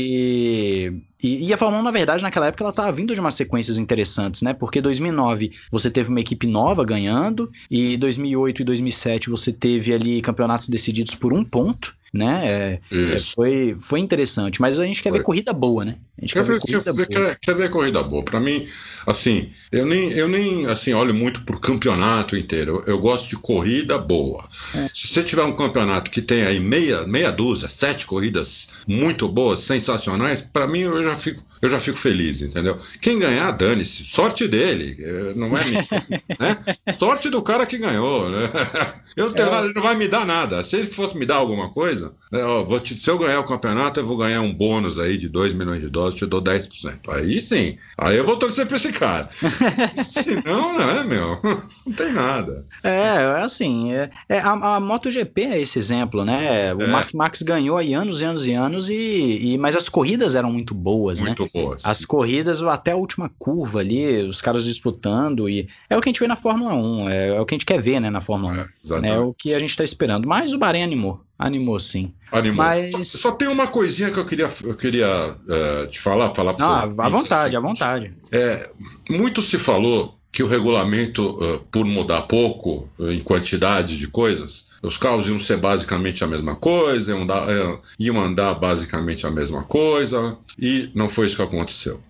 E a Fórmula 1, na verdade, naquela época ela estava vindo de umas sequências interessantes, né? Porque 2009 você teve uma equipe nova ganhando, e 2008 e 2007 você teve ali campeonatos decididos por 1 ponto, né? Foi interessante, mas a gente quer ver corrida boa, né? A gente quer ver corrida boa. Pra mim, assim, eu nem assim, olho muito pro campeonato inteiro. Eu gosto de corrida boa. Se você tiver um campeonato que tem aí meia dúzia, 7 corridas muito boas, sensacionais, pra mim eu já fico feliz, entendeu? Quem ganhar, dane-se. Sorte dele, não é minha, né? Sorte do cara que ganhou, né? Eu não tenho nada, ele não vai me dar nada. Se ele fosse me dar alguma coisa, se eu ganhar o campeonato, eu vou ganhar um bônus aí de $2 milhões, eu te dou 10%. Aí sim, aí eu vou torcer pra esse cara. Senão, né, meu? Não tem nada. Assim, a MotoGP é esse exemplo, né? O Mark Marques ganhou aí anos e anos e anos, mas as corridas eram muito boas, né? Muito boas. As corridas até a última curva ali, os caras disputando, e é o que a gente vê na Fórmula 1, é o que a gente quer ver, né, na Fórmula 1. Exatamente. É o que a gente tá esperando. Mas o Bahrein animou sim. Animou. Mas... Só tem uma coisinha que eu queria te falar pra vocês. À vontade. Muito se falou que o regulamento, por mudar pouco em quantidade de coisas, os carros iam ser basicamente a mesma coisa, iam andar basicamente a mesma coisa, e não foi isso que aconteceu.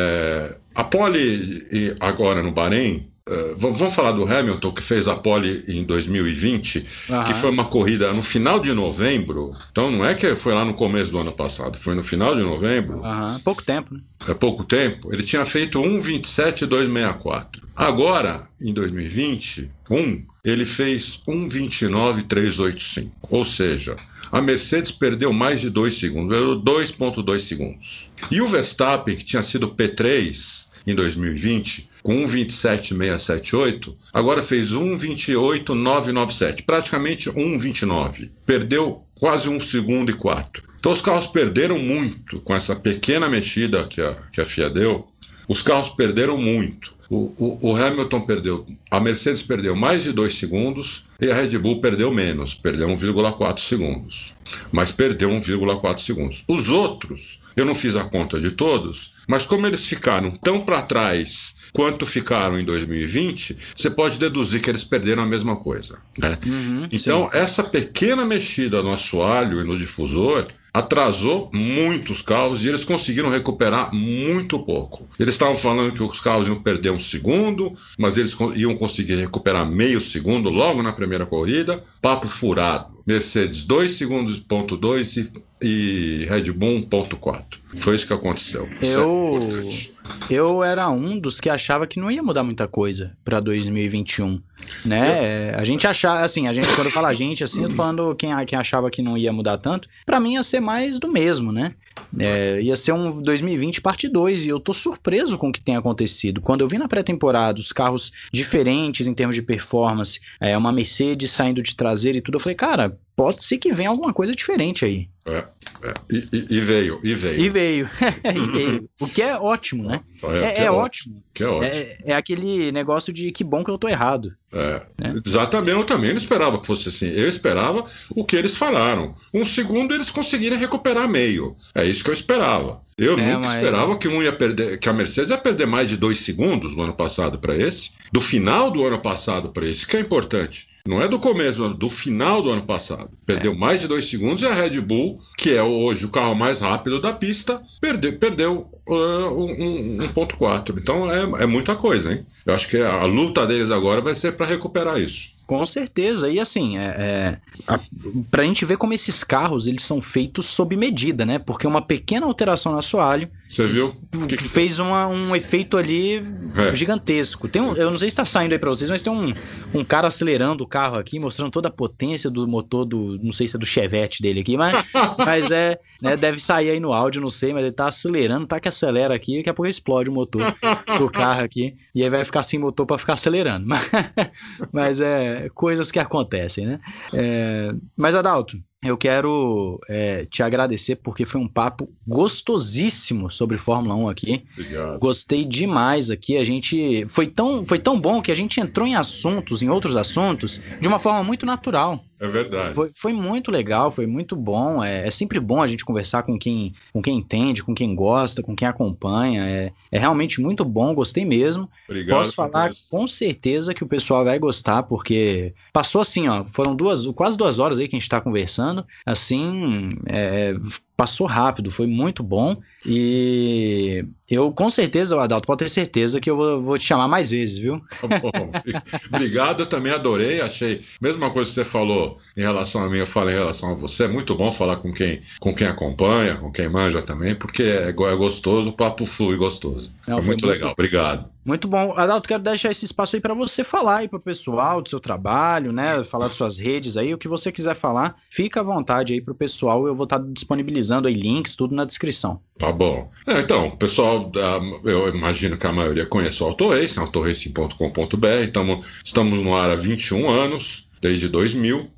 A pole agora no Bahrein, vamos falar do Hamilton, que fez a pole em 2020, que foi uma corrida no final de novembro. Então não é que foi lá no começo do ano passado, foi no final de novembro. Pouco tempo, né? Pouco tempo. Ele tinha feito 1:27.264. Agora, em 2021, ele fez 1:29.385. Ou seja, a Mercedes perdeu mais de 2 segundos, 2,2 segundos. E o Verstappen, que tinha sido P3 em 2020, com 1:27.678, agora fez 1:28.997, praticamente 1:29. Perdeu quase 1 segundo e 4. Então os carros perderam muito com essa pequena mexida que a FIA deu. Os carros perderam muito. O Hamilton perdeu, a Mercedes perdeu mais de 2 segundos e a Red Bull perdeu menos, perdeu 1,4 segundos. Mas perdeu 1,4 segundos. Os outros, eu não fiz a conta de todos, mas como eles ficaram tão para trás quanto ficaram em 2020, você pode deduzir que eles perderam a mesma coisa, né? Então, sim. Essa pequena mexida no assoalho e no difusor atrasou muitos carros e eles conseguiram recuperar muito pouco. Eles estavam falando que os carros iam perder 1 segundo, mas eles iam conseguir recuperar meio segundo logo na primeira corrida. Papo furado. Mercedes 2 segundos, ponto 2 e Red Bull 1,4. Foi isso que aconteceu. Eu era um dos que achava que não ia mudar muita coisa para 2021, né? A gente achava, assim, quando eu falo a gente, assim, eu tô falando quem achava que não ia mudar tanto, para mim ia ser mais do mesmo, né? Ia ser um 2020 parte 2, e eu tô surpreso com o que tem acontecido. Quando eu vi na pré-temporada os carros diferentes em termos de performance, uma Mercedes saindo de traseira e tudo, eu falei, cara, pode ser que venha alguma coisa diferente aí. E veio. O que é ótimo, né? Ótimo. Que é ótimo. É aquele negócio de que bom que eu tô errado. Né? Exatamente, eu também não esperava que fosse assim. Eu esperava o que eles falaram. 1 segundo eles conseguirem recuperar meio. É isso que eu esperava. Eu nunca esperava que que a Mercedes ia perder mais de 2 segundos do ano passado para esse. Do final do ano passado para esse, que é importante. Não é do começo, do final do ano passado. Perdeu mais de 2 segundos, e a Red Bull, que é hoje o carro mais rápido da pista, perdeu 1,4. Então é muita coisa, hein? Eu acho que a luta deles agora vai ser para recuperar isso. Com certeza, e assim, pra gente ver como esses carros, eles são feitos sob medida, né? Porque uma pequena alteração no assoalho, você viu? Fez um efeito ali gigantesco. Eu não sei se tá saindo aí pra vocês, mas tem um cara acelerando o carro aqui, mostrando toda a potência do motor não sei se é do Chevette dele aqui, mas né, deve sair aí no áudio, não sei, mas ele tá acelerando, tá que acelera aqui, daqui a pouco explode o motor do carro aqui, e aí vai ficar sem motor pra ficar acelerando. Mas coisas que acontecem, né? Mas, Adalto, eu quero te agradecer porque foi um papo gostosíssimo sobre Fórmula 1 aqui. Obrigado. Gostei demais aqui. A gente foi tão bom que a gente entrou em outros assuntos, de uma forma muito natural. É verdade. Foi muito legal, foi muito bom. É sempre bom a gente conversar com quem entende, com quem gosta, com quem acompanha. É realmente muito bom, gostei mesmo. Obrigado. Posso falar com certeza que o pessoal vai gostar, porque passou assim, ó, foram quase 2 horas aí que a gente está conversando. Assim, passou rápido, foi muito bom. E eu, com certeza, Adalto, pode ter certeza que eu vou te chamar mais vezes, viu? Tá bom. Obrigado, eu também adorei, achei. Mesma coisa que você falou em relação a mim, eu falei em relação a você. É muito bom falar com quem acompanha, com quem manja também, porque é gostoso, o papo flui gostoso. Foi muito legal, obrigado. Muito bom. Adalto, quero deixar esse espaço aí para você falar aí para o pessoal do seu trabalho, né? Falar de suas redes aí, o que você quiser falar, fica à vontade aí para o pessoal. Eu vou estar disponibilizando aí links, tudo na descrição. Tá bom. Então, pessoal, eu imagino que a maioria conhece o AutoRacing, autoracing.com.br. Estamos no ar há 21 anos, desde 2000.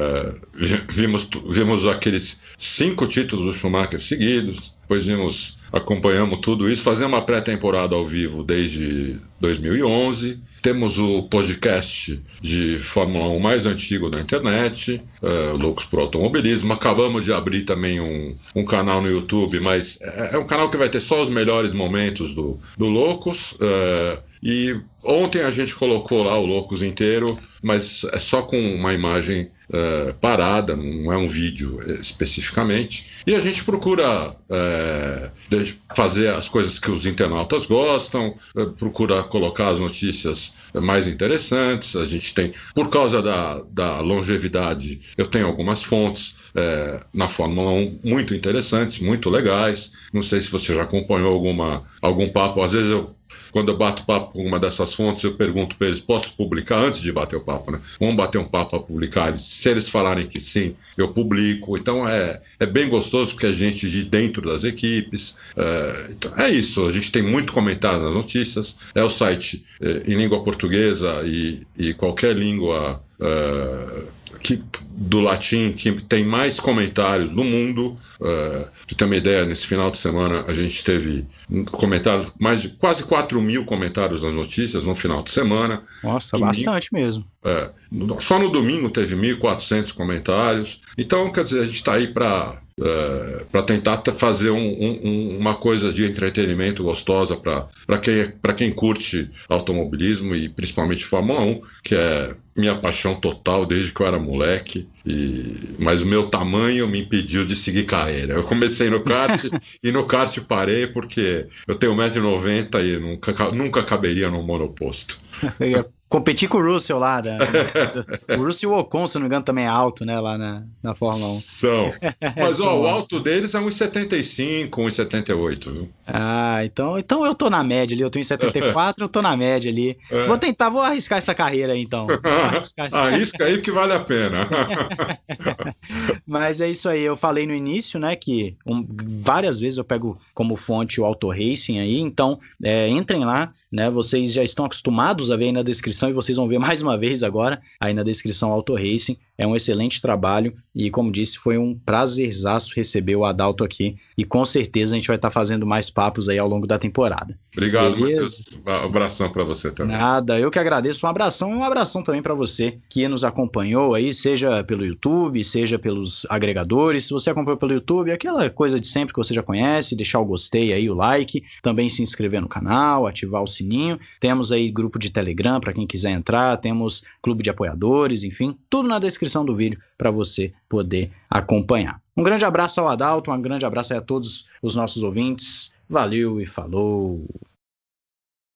Vimos aqueles 5 títulos do Schumacher seguidos, depois acompanhamos tudo isso, fazemos uma pré-temporada ao vivo desde 2011. Temos o podcast de Fórmula 1 mais antigo da internet, Loucos pro Automobilismo. Acabamos de abrir também um canal no YouTube, mas é um canal que vai ter só os melhores momentos do Loucos. E ontem a gente colocou lá o Loucos inteiro, mas é só com uma imagem parada, não é um vídeo especificamente. E a gente procura fazer as coisas que os internautas gostam, procura colocar as notícias mais interessantes. A gente tem, por causa da longevidade, eu tenho algumas fontes na Fórmula 1 muito interessantes, muito legais. Não sei se você já acompanhou algum papo. Às vezes quando eu bato papo com uma dessas fontes, eu pergunto para eles, posso publicar antes de bater o papo, né? Vamos bater um papo para publicar. Se eles falarem que sim, eu publico. Então é bem gostoso, porque a gente de dentro das equipes. Então é isso, a gente tem muito comentário nas notícias. É o site em língua portuguesa e qualquer língua do latim que tem mais comentários no mundo. Para ter uma ideia, nesse final de semana a gente teve comentários, mais de quase 4.000 comentários nas notícias no final de semana. Nossa, bastante mesmo. Só no domingo teve 1.400 comentários. Então, quer dizer, a gente está aí para tentar fazer uma coisa de entretenimento gostosa para quem curte automobilismo e principalmente Fórmula 1, que é minha paixão total desde que eu era moleque. Mas o meu tamanho me impediu de seguir carreira. Eu comecei no kart e no kart parei porque eu tenho 1,90 m e nunca caberia no monoposto. Competir com o Russell lá. O Russell e o Ocon, se não me engano, também é alto, né? Lá na Fórmula 1. São. Mas o alto deles é 1,75, 1,78, viu? Então eu tô na média ali. Eu tenho 1,74, eu tô na média ali. Vou arriscar essa carreira aí, então. Arrisca aí que vale a pena. Mas é isso aí. Eu falei no início, né, que várias vezes eu pego como fonte o AutoRacing aí. Então, entrem lá, né? Vocês já estão acostumados a ver aí na descrição e vocês vão ver mais uma vez agora aí na descrição AutoRacing. É um excelente trabalho e, como disse, foi um prazerzaço receber o Adalto aqui e com certeza a gente vai estar fazendo mais papos aí ao longo da temporada. Obrigado, Matheus. Um abração para você também. Nada, eu que agradeço. Um abração também para você que nos acompanhou aí, seja pelo YouTube, seja pelos agregadores. Se você acompanhou pelo YouTube, aquela coisa de sempre que você já conhece, deixar o gostei aí, o like, também se inscrever no canal, ativar o sininho. Temos aí grupo de Telegram para quem quiser entrar, temos clube de apoiadores, enfim, tudo na descrição do vídeo para você poder acompanhar. Um grande abraço ao Adalto, um grande abraço aí a todos os nossos ouvintes. Valeu e falou!